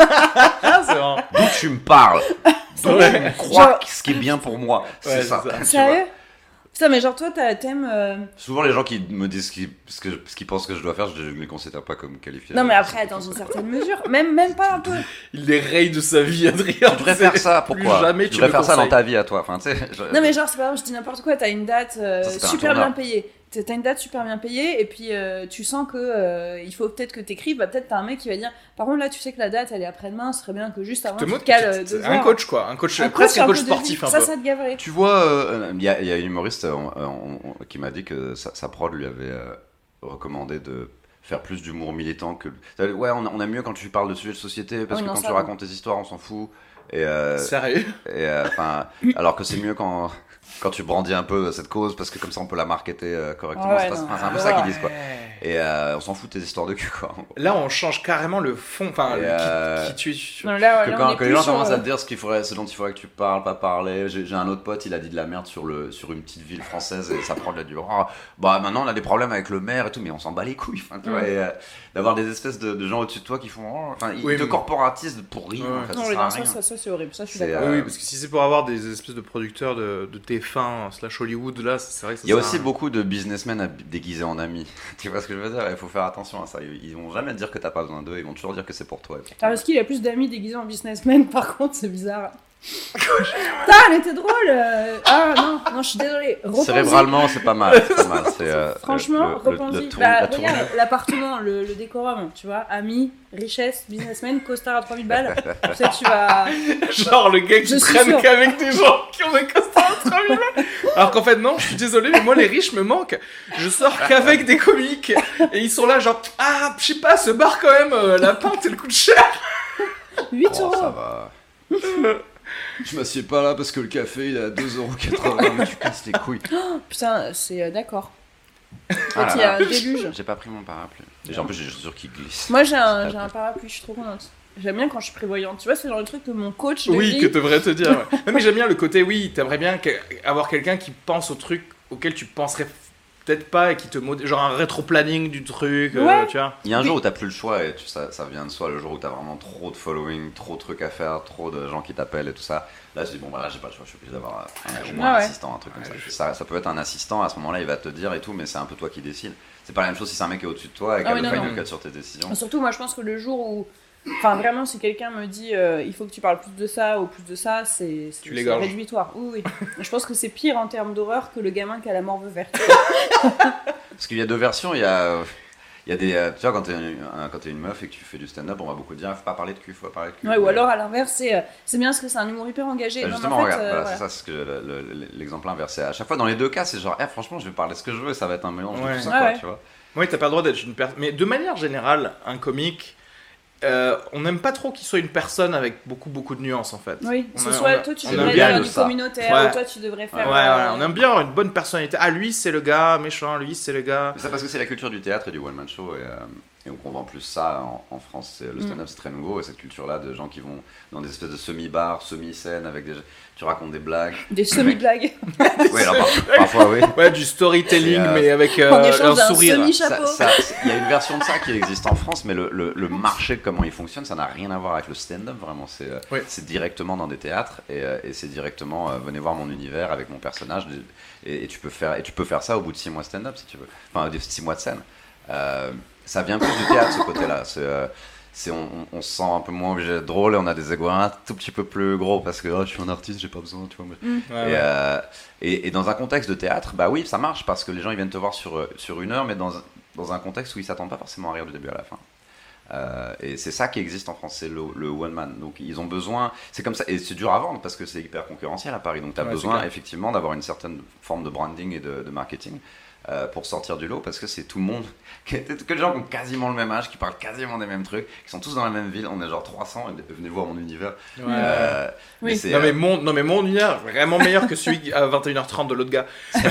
C'est vrai. D'où tu me parles. D'où tu me crois genre... ce qui est bien pour moi. C'est ouais, ça. ça. Sérieux ? Putain, mais genre toi, t'aimes. Euh... Souvent, les gens qui me disent ce qu'ils, ce que, ce qu'ils pensent que je dois faire, je ne les considère pas comme qualifiés. Non, mais après, dans une certaine mesure, même, même pas un peu. Il les raye de sa vie, Adrien. Tu devrais faire ça, pourquoi ? Jamais tu devrais faire conseilles. Ça dans ta vie à toi. Enfin, tu sais, je... Non, mais genre, c'est pas grave, je dis n'importe quoi, t'as une date euh, ça, super bien payée. T'as une date super bien payée, et puis euh, tu sens que euh, il faut peut-être que t'écrives. Bah, peut-être t'as un mec qui va dire par contre, là, tu sais que la date elle est après-demain, ce serait bien que juste avant tu te cales deux heures. Un coach, quoi. Un coach, un presque coach, un coach sportif. Un ça, peu. ça te gaverait. Tu vois, il euh, y, y a une humoriste euh, on, on, qui m'a dit que sa, sa prod lui avait euh, recommandé de faire plus d'humour militant que. Ouais, on, on aime mieux quand tu parles de sujets de société, parce oui, que non, quand tu va. racontes tes histoires, on s'en fout. Et, euh, Sérieux et, euh, alors que c'est mieux quand. Quand tu brandis un peu cette cause, parce que comme ça on peut la marketer euh, correctement, ouais, c'est, pas, c'est un peu ouais. ça qu'ils disent quoi. Et euh, on s'en fout de tes histoires de cul quoi. Là on change carrément le fond, enfin euh, qui, qui tu es. Non, là, que là, quand que les gens commencent euh... à te dire ce, qu'il faudrait, ce dont il faudrait que tu parles, pas parler. J'ai, j'ai un autre pote, il a dit de la merde sur, le, sur une petite ville française et ça prend de la dure. Oh, bah maintenant on a des problèmes avec le maire et tout, mais on s'en bat les couilles. Enfin, tu mm. vois, et, euh, d'avoir des espèces de, de gens au-dessus de toi qui font. Enfin, oh, ils oui, te mais... corporatisent pour rien. Ouais. En fait, non, ça, mais non, ça, ça, ça c'est horrible. Ça, je suis c'est, d'accord. Euh... Oui, parce que si c'est pour avoir des espèces de producteurs de, de T F un slash Hollywood, là, c'est vrai que ça. Il y a aussi beaucoup de businessmen déguisés en amis. Tu vois ce que je veux dire ? Il faut faire attention à ça. Ils vont jamais te dire que t'as pas besoin d'eux, ils vont toujours dire que c'est pour toi. Alors, est-ce qu'il a plus d'amis déguisés en businessmen ? Par contre, c'est bizarre. Putain, elle était drôle. Euh... Ah non, non, je suis désolée. Repense-y. Cérébralement, c'est pas mal. C'est pas mal. C'est, euh, Franchement, le, repense-y. le, le tour, bah, regarde, l'appartement, le, le décorum, tu vois, amis, richesse, businessman, costard à trois mille balles. Tu sais, tu vas. Genre le gars qui traîne qu'avec des gens qui ont des costards à trois mille balles. Alors qu'en fait, non, je suis désolé, mais moi, les riches me manquent. Je sors qu'avec des comiques. Et ils sont là, genre, ah, je sais pas, ce bar quand même, euh, la pinte, elle coûte cher. huit oh, euros. Ça va. Je m'assieds pas là parce que le café il est à deux euros quatre-vingts, mais tu casses les couilles. Oh, putain, c'est euh, d'accord. En fait, ah il y a un déluge. J'ai pas pris mon parapluie. Déjà, en plus, j'ai des chaussures qui glissent. Moi, j'ai un, j'ai un parapluie, je suis trop contente. J'aime bien quand je suis prévoyante. Tu vois, c'est le genre de truc que mon coach. Oui, dit... que devrait te dire. Ouais. Non, mais j'aime bien le côté, oui, t'aimerais bien avoir quelqu'un qui pense au truc auquel tu penserais peut-être pas et qui te modèle, genre un rétro-planning du truc, ouais. euh, tu vois. Il y a un jour où t'as plus le choix et tu, ça, ça vient de soi, le jour où t'as vraiment trop de following, trop de trucs à faire, trop de gens qui t'appellent et tout ça. Là, je dis, bon, voilà, j'ai pas le choix, je suis obligé d'avoir un, au moins ah un ouais. assistant, un truc comme ouais, ça. ça. Ça peut être un assistant, à ce moment-là, il va te dire et tout, mais c'est un peu toi qui décides. C'est pas la même chose si c'est un mec qui est au-dessus de toi et qui ah a oui, le non, final sur tes décisions. Surtout, moi, je pense que le jour où. Enfin, vraiment, si quelqu'un me dit euh, il faut que tu parles plus de ça ou plus de ça, c'est, c'est, c'est rédhibitoire. Oui, oui. Je pense que c'est pire en termes d'horreur que le gamin qui a la morve verte. Parce qu'il y a deux versions. Il y a, il y a des. Tu vois, quand t'es, une, quand t'es une meuf et que tu fais du stand-up, on va beaucoup te dire faut pas parler de cul, faut pas parler de cul. Ouais, ou alors à l'inverse, c'est, c'est bien parce que c'est un humour hyper engagé. Bah, non, justement, en fait, regarde, euh, voilà, voilà. c'est ça, c'est ce que le, le, l'exemple inverse. C'est à chaque fois, dans les deux cas, c'est genre, eh, franchement, je vais parler de ce que je veux et ça va être un mélange ouais. de tout ça, ouais, quoi, ouais. tu vois. Oui, t'as pas le droit d'être une personne. Mais de manière générale, un comique. Euh, on n'aime pas trop qu'il soit une personne avec beaucoup beaucoup de nuances en fait. Oui, on ce a, soit a, toi tu on devrais faire du communautaire ouais. ou toi tu devrais faire. Ouais, ouais, ouais, on aime bien avoir une bonne personnalité. Ah lui c'est le gars méchant, lui c'est le gars. Mais ça parce que c'est la culture du théâtre et du one man show et, euh, et on vend plus ça en, en France. C'est, le stand-up mm. c'est très nouveau et cette culture là de gens qui vont dans des espèces de semi-bars, semi-scènes avec des. Tu racontes des blagues. Des semi-blagues. Oui, alors par, parfois oui. Ouais, du storytelling euh, mais avec euh, un sourire. Semi-chapeau. Il y a une version de ça qui existe en France, mais le, le, le marché, comment il fonctionne, ça n'a rien à voir avec le stand-up vraiment. C'est, oui. c'est directement dans des théâtres et, et c'est directement euh, venez voir mon univers avec mon personnage et, et, tu peux faire, et tu peux faire ça au bout de six mois de stand-up si tu veux. Enfin, six mois de scène. Euh, ça vient plus du théâtre ce côté-là. C'est. Euh, C'est, on, on se sent un peu moins obligé d'être drôle et on a des égos un tout petit peu plus gros parce que oh, je suis un artiste, j'ai pas besoin, tu vois. Mm. Et, ouais, ouais. Euh, et, et dans un contexte de théâtre, bah oui, ça marche parce que les gens ils viennent te voir sur, sur une heure, mais dans, dans un contexte où ils s'attendent pas forcément à rire du début à la fin. Euh, et c'est ça qui existe en France, c'est le, le one man. Donc ils ont besoin, c'est comme ça, et c'est dur à vendre parce que c'est hyper concurrentiel à Paris. Donc tu as ouais, besoin effectivement d'avoir une certaine forme de branding et de, de marketing. euh, pour sortir du lot parce que c'est tout le monde, que les gens qui ont quasiment le même âge, qui parlent quasiment des mêmes trucs, qui sont tous dans la même ville. On est genre trois cents et venez voir mon univers. Ouais. Euh, oui. mais c'est, non, mais euh... mon, non mais mon univers vraiment meilleur que celui à vingt et une heures trente de l'autre gars.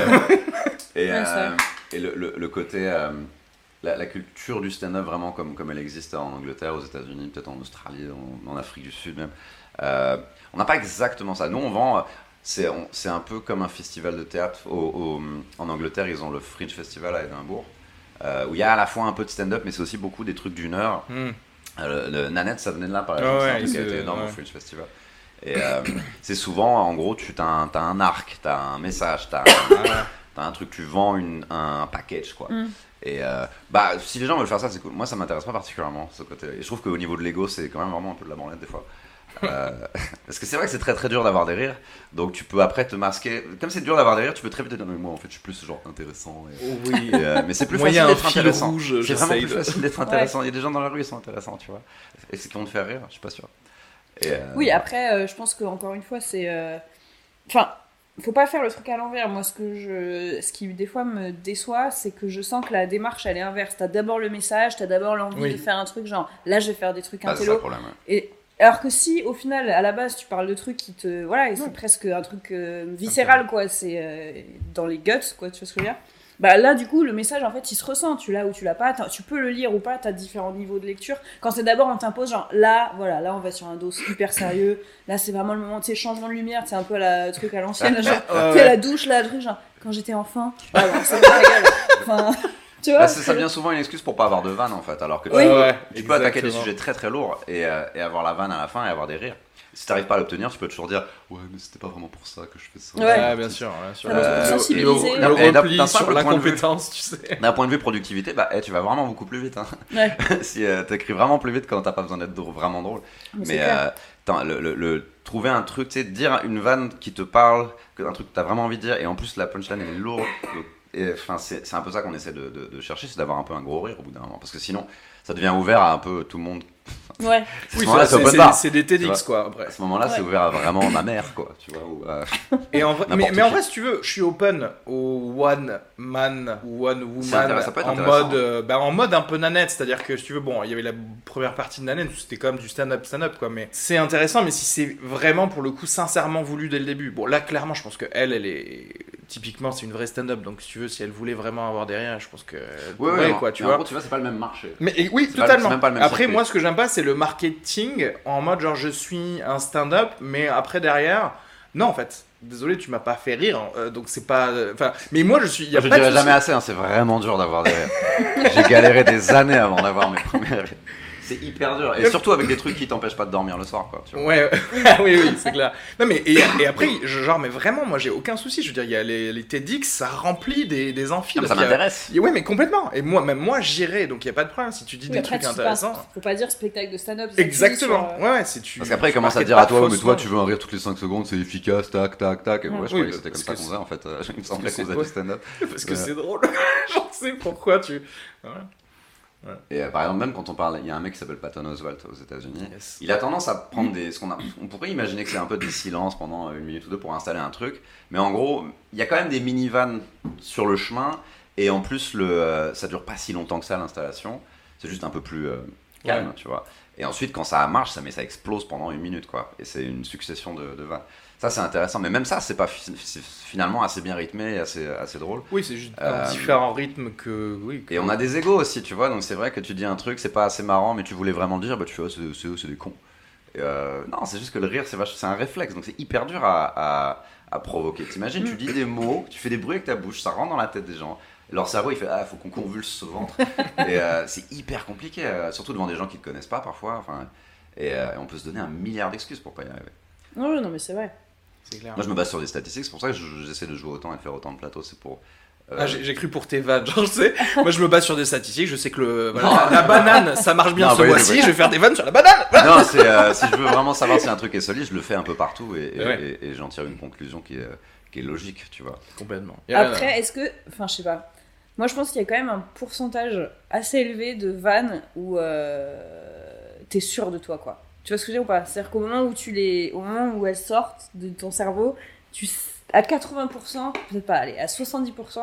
et, ouais, euh, et le, le, le côté... Euh, La, la culture du stand-up vraiment comme, comme elle existe en Angleterre, aux États-Unis, peut-être en Australie, en, en Afrique du Sud même. Euh, on n'a pas exactement ça. Nous, on vend... C'est, on, c'est un peu comme un festival de théâtre. Au, au, en Angleterre, ils ont le Fringe Festival à Édimbourg, euh, où il y a à la fois un peu de stand-up, mais c'est aussi beaucoup des trucs d'une heure. Mm. Euh, le, le Nanette, ça venait de là, par exemple. Oh ouais, c'est un truc qui a été énorme ouais. au Fringe Festival. Et euh, c'est souvent, en gros, tu as un, t'as un arc, tu as un message, tu as un, un truc, tu vends une, un, un package, quoi. Mm. Et euh, bah, si les gens veulent faire ça, c'est cool. Moi, ça m'intéresse pas particulièrement, ce côté. Et je trouve qu'au niveau de l'ego, c'est quand même vraiment un peu de la branlette des fois. Euh, parce que c'est vrai que c'est très très dur d'avoir des rires. Donc tu peux après te masquer. Comme c'est dur d'avoir des rires, tu peux très vite te dire, mais moi en fait, je suis plus genre intéressant. Et... Oh, oui. Et, euh, mais c'est plus moi, facile d'être intéressant. Rouge, c'est vraiment plus de... facile d'être intéressant. Ouais. Il y a des gens dans la rue, ils sont intéressants, tu vois. Et c'est qui vont te faire rire, je suis pas sûr. Et, euh, oui, après, euh, je pense qu'encore une fois, c'est. Enfin. Euh... Faut pas faire le truc à l'envers. Moi, ce que je, ce qui des fois me déçoit, c'est que je sens que la démarche elle est inverse. T'as d'abord le message, t'as d'abord l'envie oui. de faire un truc genre là, je vais faire des trucs ah, intello. C'est ça le problème. Ouais. Et alors que si, au final, à la base, tu parles de trucs qui te, voilà, et c'est ouais. presque un truc euh, viscéral okay. quoi. C'est euh, dans les guts, quoi. Tu vois ce que je veux dire? Bah là, du coup, le message, en fait, il se ressent. Tu l'as ou tu l'as pas. Tu peux le lire ou pas. T'as différents niveaux de lecture. Quand c'est d'abord, on t'impose, genre, là, voilà, là, on va sur un dos hyper sérieux. Là, c'est vraiment le moment, tu sais, changement de lumière. C'est un peu la truc à l'ancienne. Là, genre, ouais, tu sais, ouais. la douche, là, le truc, genre, quand j'étais enfant. Ah, bon, ça me régale. Enfin, tu vois. Bah, ça devient souvent une excuse pour pas avoir de vanne, en fait. Alors que tu, oui. peux, ouais, tu peux attaquer des sujets très très lourds et, euh, et avoir la vanne à la fin et avoir des rires. Si t'arrives pas à l'obtenir, tu peux toujours dire ouais, mais c'était pas vraiment pour ça que je fais ça. Ouais, ouais bien sûr, bien sûr. Euh, sensibiliser. Le repli sur la compétence, tu sais. D'un point de vue productivité, bah, hey, tu vas vraiment beaucoup plus vite. Hein. Ouais. si euh, t'écris vraiment plus vite quand t'as pas besoin d'être drôle, vraiment drôle. Mais, mais euh, le, le, le, trouver un truc, tu sais, dire une vanne qui te parle, un truc que t'as vraiment envie de dire, et en plus la punchline elle est lourde. Et, enfin, c'est, c'est un peu ça qu'on essaie de, de, de chercher, c'est d'avoir un peu un gros rire au bout d'un moment. Parce que sinon, ça devient ouvert à un peu tout le monde. Ouais. Oui, ça, c'est, c'est, c'est des TEDx quoi. Après. À ce moment-là, ouais. c'est ouvert à vraiment ma mère quoi, tu vois. Ou à... Et en vrai, mais, mais en vrai, si tu veux, je suis open au one man ou one woman en mode, euh, bah, en mode un peu Nanette, c'est-à-dire que si tu veux, bon, il y avait la première partie de Nanette où c'était comme du stand-up, stand-up quoi, mais c'est intéressant, mais si c'est vraiment pour le coup sincèrement voulu dès le début. Bon, là, clairement, je pense que elle, elle est typiquement, c'est une vraie stand-up, donc si tu veux, si elle voulait vraiment avoir des rires, je pense que ouais, ouais, quoi, tu mais vois. En gros, tu vois, c'est pas le même marché. Mais et, oui, c'est totalement. Pas, pas le même Après, circuit. moi, ce que j'aime pas, c'est le marketing en mode genre je suis un stand-up, mais après derrière, non en fait. Désolé, tu m'as pas fait rire, euh, donc c'est pas. Enfin, euh, mais moi je suis. Y a je pas dirais de jamais assez, hein, c'est vraiment dur d'avoir des rires. J'ai galéré des années avant d'avoir mes premiers rires. C'est hyper dur, et surtout avec des trucs qui t'empêchent pas de dormir le soir, quoi. Tu vois. Ouais, oui, oui, c'est clair. Non, mais et, et après, genre, mais vraiment, moi, j'ai aucun souci. Je veux dire, il y a les, les TEDx, ça remplit des, des amphis. Ah, ça m'intéresse. A... Ouais, mais complètement. Et moi, même moi, j'irai, donc il y a pas de problème. Si tu dis oui, des trucs intéressants. Pas, faut pas dire spectacle de stand-up. Exactement. Sur, euh... Ouais, c'est tu. Parce qu'après, ils commencent à dire à toi, mais toi, tu veux un rire toutes les cinq secondes, c'est efficace, tac, tac, tac. Ouais, je croyais que c'était comme ça qu'on faisait, en fait. Il me semblait qu'on faisait du stand-up. Parce que c'est drôle. Je sais pourquoi tu. Ouais. Et euh, par exemple, même quand on parle, il y a un mec qui s'appelle Patton Oswalt aux États-Unis. Yes. Il a tendance à prendre des. Ce qu'on a, on pourrait imaginer que c'est un peu des silences pendant une minute ou deux pour installer un truc, mais en gros, il y a quand même des mini-vannes sur le chemin, et en plus, le, euh, ça dure pas si longtemps que ça l'installation. C'est juste un peu plus euh, calme, ouais. tu vois. Et ensuite, quand ça marche, ça, mais ça explose pendant une minute, quoi. Et c'est une succession de, de vannes. Ça, c'est intéressant. Mais même ça, c'est pas c'est finalement assez bien rythmé et assez, assez drôle. Oui, c'est juste euh, un différent rythme que... Oui, que... Et on a des égos aussi, tu vois. Donc c'est vrai que tu dis un truc, c'est pas assez marrant, mais tu voulais vraiment le dire, bah tu fais, oh, c'est, c'est, c'est des cons. Et euh, non, c'est juste que le rire, c'est, vach... c'est un réflexe. Donc c'est hyper dur à, à, à provoquer. T'imagines, tu dis des mots, tu fais des bruits avec ta bouche, ça rentre dans la tête des gens. Leur cerveau, il fait, ah, faut qu'on convulse ce ventre. Et euh, c'est hyper compliqué, euh, surtout devant des gens qui te connaissent pas parfois. Enfin, et, euh, et on peut se donner un milliard d'excuses pour pas y arriver. Non, non, mais c'est vrai. C'est clair. Moi, je me base sur des statistiques, c'est pour ça que j'essaie de jouer autant et de faire autant de plateaux. C'est pour. Euh... Ah, j'ai, j'ai cru pour tes vannes, genre, je sais. Moi, je me base sur des statistiques, je sais que le, voilà, la, la banane, ça marche bien non, ce bah, mois-ci, je vais faire des vannes sur la banane. Non, c'est, euh, si je veux vraiment savoir si un truc est solide, je le fais un peu partout et, et, ouais. et, et j'en tire une conclusion qui est, qui est logique, tu vois. Complètement. Après, est-ce que. Enfin, je sais pas. Moi, je pense qu'il y a quand même un pourcentage assez élevé de vannes où euh, t'es sûr de toi, quoi. Tu vois ce que je veux dire ou pas ? C'est-à-dire qu'au moment où tu les, au moment où elles sortent de ton cerveau, tu, à quatre-vingts pour cent, peut-être pas, allez, à soixante-dix pour cent,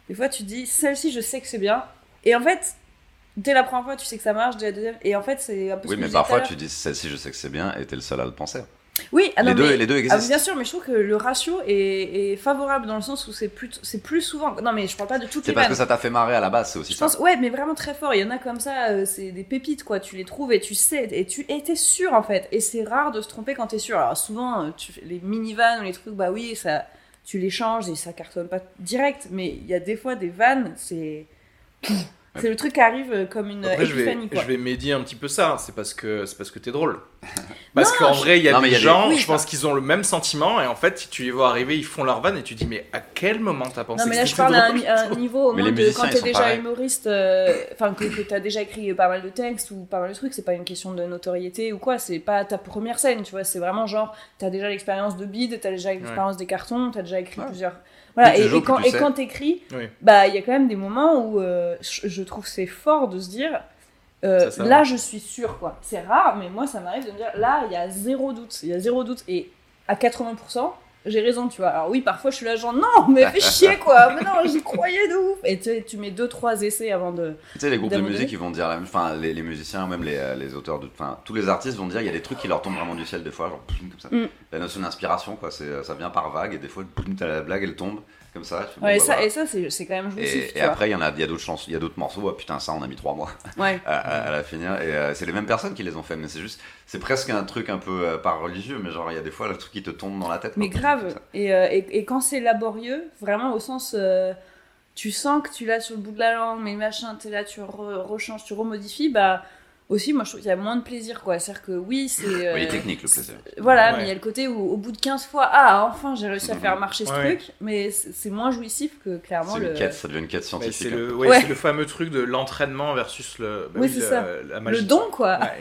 des fois tu te dis celle-ci je sais que c'est bien et en fait dès la première fois tu sais que ça marche, dès la deuxième et en fait c'est un peu oui ce mais que parfois tu dis celle-ci je sais que c'est bien et t'es le seul à le penser. Oui, ah non, les, deux, mais, les deux existent. Ah, bien sûr, mais je trouve que le ratio est, est favorable dans le sens où c'est plus, c'est plus souvent. Non, mais je parle pas de toutes c'est les parce vannes. que ça t'a fait marrer à la base, c'est aussi je ça. pense, ouais, mais vraiment très fort. Il y en a comme ça, euh, c'est des pépites, quoi. Tu les trouves et tu sais, et tu et t'es sûr en fait. Et c'est rare de se tromper quand t'es sûr. Alors souvent, euh, tu fais les mini-vannes ou les trucs, bah oui, ça, tu les changes et ça cartonne pas direct. Mais il y a des fois des vannes, c'est. C'est le truc qui arrive comme une Après, épiphanie, je vais, quoi. je vais médier un petit peu ça, c'est parce que, c'est parce que t'es drôle. Parce Non, qu'en je... vrai, il y a non, des y a gens, des... oui, je pense qu'ils ont le même sentiment, et en fait, tu les vois arriver, ils font leur vanne, et tu dis, mais à quel moment t'as pensé Non, mais que là, je c'était parle à un, drôle un niveau au Mais moins les de musiciens, quand ils t'es sont déjà pareils. humoriste, enfin, euh, que, que t'as déjà écrit pas mal de textes ou pas mal de trucs, c'est pas une question de notoriété ou quoi, c'est pas ta première scène, tu vois, c'est vraiment genre, t'as déjà l'expérience de bide, t'as déjà l'expérience ouais. des cartons, t'as déjà écrit ouais. plusieurs. Voilà, et, et, quand, et quand t'écris, oui. bah, il y a quand même des moments où euh, je, je trouve c'est fort de se dire. Euh, ça, là, je suis sûre, quoi. C'est rare, mais moi, ça m'arrive de me dire, là, il y a zéro doute. Il y a zéro doute. Et à quatre-vingts pour cent, j'ai raison, tu vois. Alors oui, parfois, je suis là, genre, non, mais fais chier, quoi. Mais non, j'y croyais de ouf. Et tu, tu mets deux, trois essais avant de... Tu sais, les groupes de musique, ils vont dire, enfin, les, les musiciens, même les, les auteurs, de, enfin, tous les artistes vont dire, il y a des trucs qui leur tombent vraiment du ciel, des fois, genre, comme ça. Mm. La notion d'inspiration, quoi, c'est, ça vient par vague, et des fois, t'as la blague, elle tombe. Comme ça, fais, bon, ouais, bah, ça, voilà. et ça, c'est, c'est quand même jouissif. Et, et après, il y en a, il y a d'autres chansons, il y a d'autres morceaux. Oh, putain, ça, on a mis trois mois ouais. à, à, à la finir. Et euh, c'est les mêmes personnes qui les ont fait, mais c'est juste, c'est presque un truc un peu euh, pas religieux, mais genre il y a des fois le truc qui te tombe dans la tête. Mais grave. Et, euh, et, et quand c'est laborieux, vraiment au sens, euh, tu sens que tu l'as sur le bout de la langue, mais machin, t'es là, tu re- rechanges, tu remodifies, bah. Aussi, moi je trouve qu'il y a moins de plaisir, quoi. C'est-à-dire que oui, c'est. Euh, oui, technique le plaisir. Voilà, ouais. mais il y a le côté où au bout de quinze fois, ah, enfin j'ai réussi à faire marcher ce ouais. truc, mais c'est, c'est moins jouissif que clairement c'est le. Une quête, ça devient une quête scientifique. C'est le, ouais, ouais. c'est le fameux truc de l'entraînement versus le. Bah oui, oui, c'est le, ça. La magie. Le don, quoi. Ouais.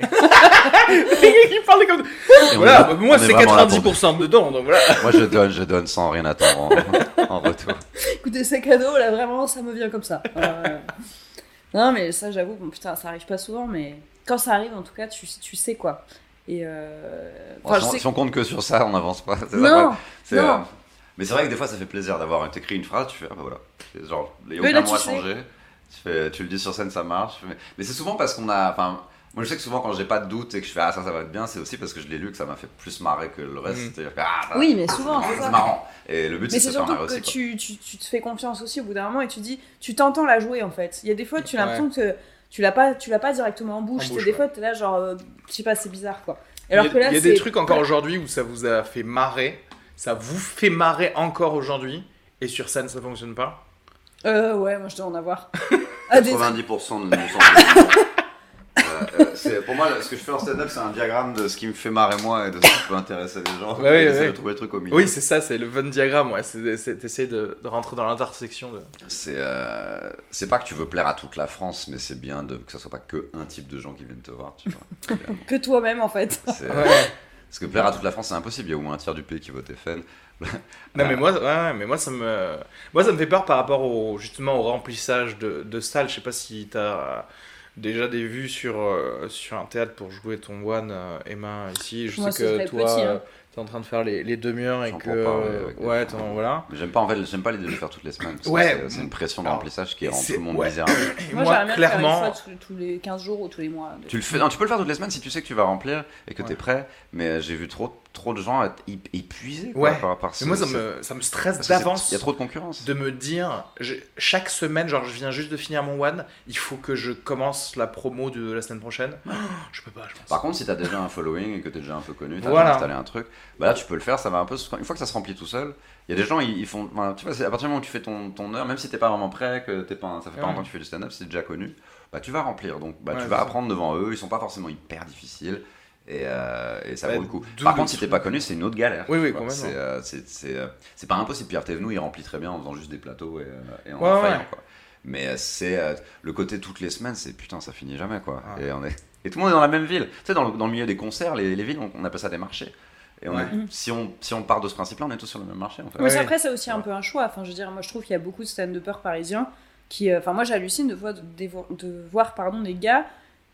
Il parlait comme. Voilà, bah, moi c'est quatre-vingt-dix pour cent de don, donc voilà. Moi je donne, je donne sans rien attendre en, en retour. Écoutez, ces cadeaux, là vraiment, ça me vient comme ça. Euh... non, mais ça, j'avoue, bon, putain, ça arrive pas souvent, mais. Quand ça arrive, en tout cas, tu, tu sais quoi. Et euh... bon, enfin, si, on, sais... si on compte que sur ça, on n'avance pas. C'est non, ça, c'est, non. Euh... Mais c'est vrai que des fois, ça fait plaisir d'avoir. T'écris une phrase, tu fais, ah bah voilà. C'est genre, il n'y a oui, aucun là, mot à sais. changer. Tu, fais, tu le dis sur scène, ça marche. Mais c'est souvent parce qu'on a. Enfin, moi, je sais que souvent, quand j'ai pas de doute et que je fais, ah, ça, ça va être bien, c'est aussi parce que je l'ai lu que ça m'a fait plus marrer que le reste. Mmh. C'est-à-dire que, ah, bah, oui, mais souvent, c'est, c'est, c'est ça. marrant. Et le but, mais c'est, c'est de se faire marrer aussi. Mais aussi. c'est surtout que tu, tu, tu te fais confiance aussi au bout d'un moment et tu dis, tu t'entends la jouer, en fait. Il y a des fois, tu as l'impression ouais. que. Tu l'as pas, tu l'as pas directement en bouche. En bouche des ouais. fois, t'es là genre, euh, je sais pas, c'est bizarre quoi. Alors il y a, que là, il y a c'est... des trucs encore aujourd'hui où ça vous a fait marrer, ça vous fait marrer encore aujourd'hui, et sur scène ça fonctionne pas. Euh ouais, moi je dois en avoir. quatre-vingt-dix pour cent de nos sens. euh, c'est, pour moi, ce que je fais en stand-up, c'est un diagramme de ce qui me fait marrer moi et de ce qui peut intéresser les gens. Ouais, et ouais, ouais. de trouver le truc au milieu. Oui, c'est ça, c'est le Venn diagramme, ouais. C'est, c'est d'essayer de, de rentrer dans l'intersection. De... C'est, euh, c'est pas que tu veux plaire à toute la France, mais c'est bien de, que ça soit pas que un type de gens qui viennent te voir, tu vois. Que toi-même, en fait. C'est, ouais. Parce que plaire à toute la France, c'est impossible. Il y a au moins un tiers du pays qui vote F N. Non, mais moi, ouais, mais moi, ça me, moi, ça me fait peur par rapport au, justement au remplissage de, de salles. Je sais pas si t'as déjà des vues sur, euh, sur un théâtre pour jouer ton one, euh, Emma, ici. Je moi, sais que toi, petit, hein. t'es en train de faire les, les demi-heures et J'en que. Ouais, t'en, voilà. Mais j'aime pas, en fait, j'aime pas l'idée de le faire toutes les semaines. Parce ouais. que c'est, c'est une pression de remplissage qui rend tout le monde ouais. misérable. Et moi, moi j'aimerais clairement. Faire une fois tous les quinze jours ou tous les mois. Tu, le fais, non, tu peux le faire toutes les semaines si tu sais que tu vas remplir et que ouais. t'es prêt. Mais j'ai vu trop, trop de gens être épuisés. Quoi, ouais. par, par mais moi, ça me, ça me stresse d'avance. Il y a trop de concurrence. De me dire, je, chaque semaine, genre, je viens juste de finir mon one, il faut que je commence la promo de la semaine prochaine. Oh, je peux pas, je pense. Par contre, si t'as déjà un following et que t'es déjà un peu connu, t'as voilà. déjà installé un truc, bah là, tu peux le faire. Ça va un peu. Une fois que ça se remplit tout seul, il y a des gens, ils, ils font. Ben, tu vois, c'est à partir du moment où tu fais ton, ton heure, même si t'es pas vraiment prêt, que t'es pas, ça fait pas longtemps ouais. que tu fais du stand-up, c'est déjà connu, bah tu vas remplir. Donc, bah ouais, tu vas apprendre ça. Devant eux. Ils sont pas forcément hyper difficiles. Et, euh, et ça ouais, vaut le coup. Par contre, si t'es pas connu, c'est une autre galère. Oui, oui, complètement. C'est, euh, c'est, c'est, euh, c'est pas impossible. Pierre Thévenoud, il remplit très bien en faisant juste des plateaux et, et en ouais, faillant, ouais. quoi. Mais euh, c'est euh, le côté toutes les semaines, c'est putain, ça finit jamais, quoi. Ouais. Et, on est... et tout le monde est dans la même ville. Tu sais, dans le, dans le milieu des concerts, les, les villes, on, on appelle ça des marchés. Et on ouais. est, mmh. si, on, si on part de ce principe-là, on est tous sur le même marché, en fait. Mais ouais. après, c'est aussi ouais. un peu un choix. Enfin, je veux dire, moi, je trouve qu'il y a beaucoup de stand-uppers parisiens qui. Enfin, euh, moi, j'hallucine de voir, de, de voir pardon, des gars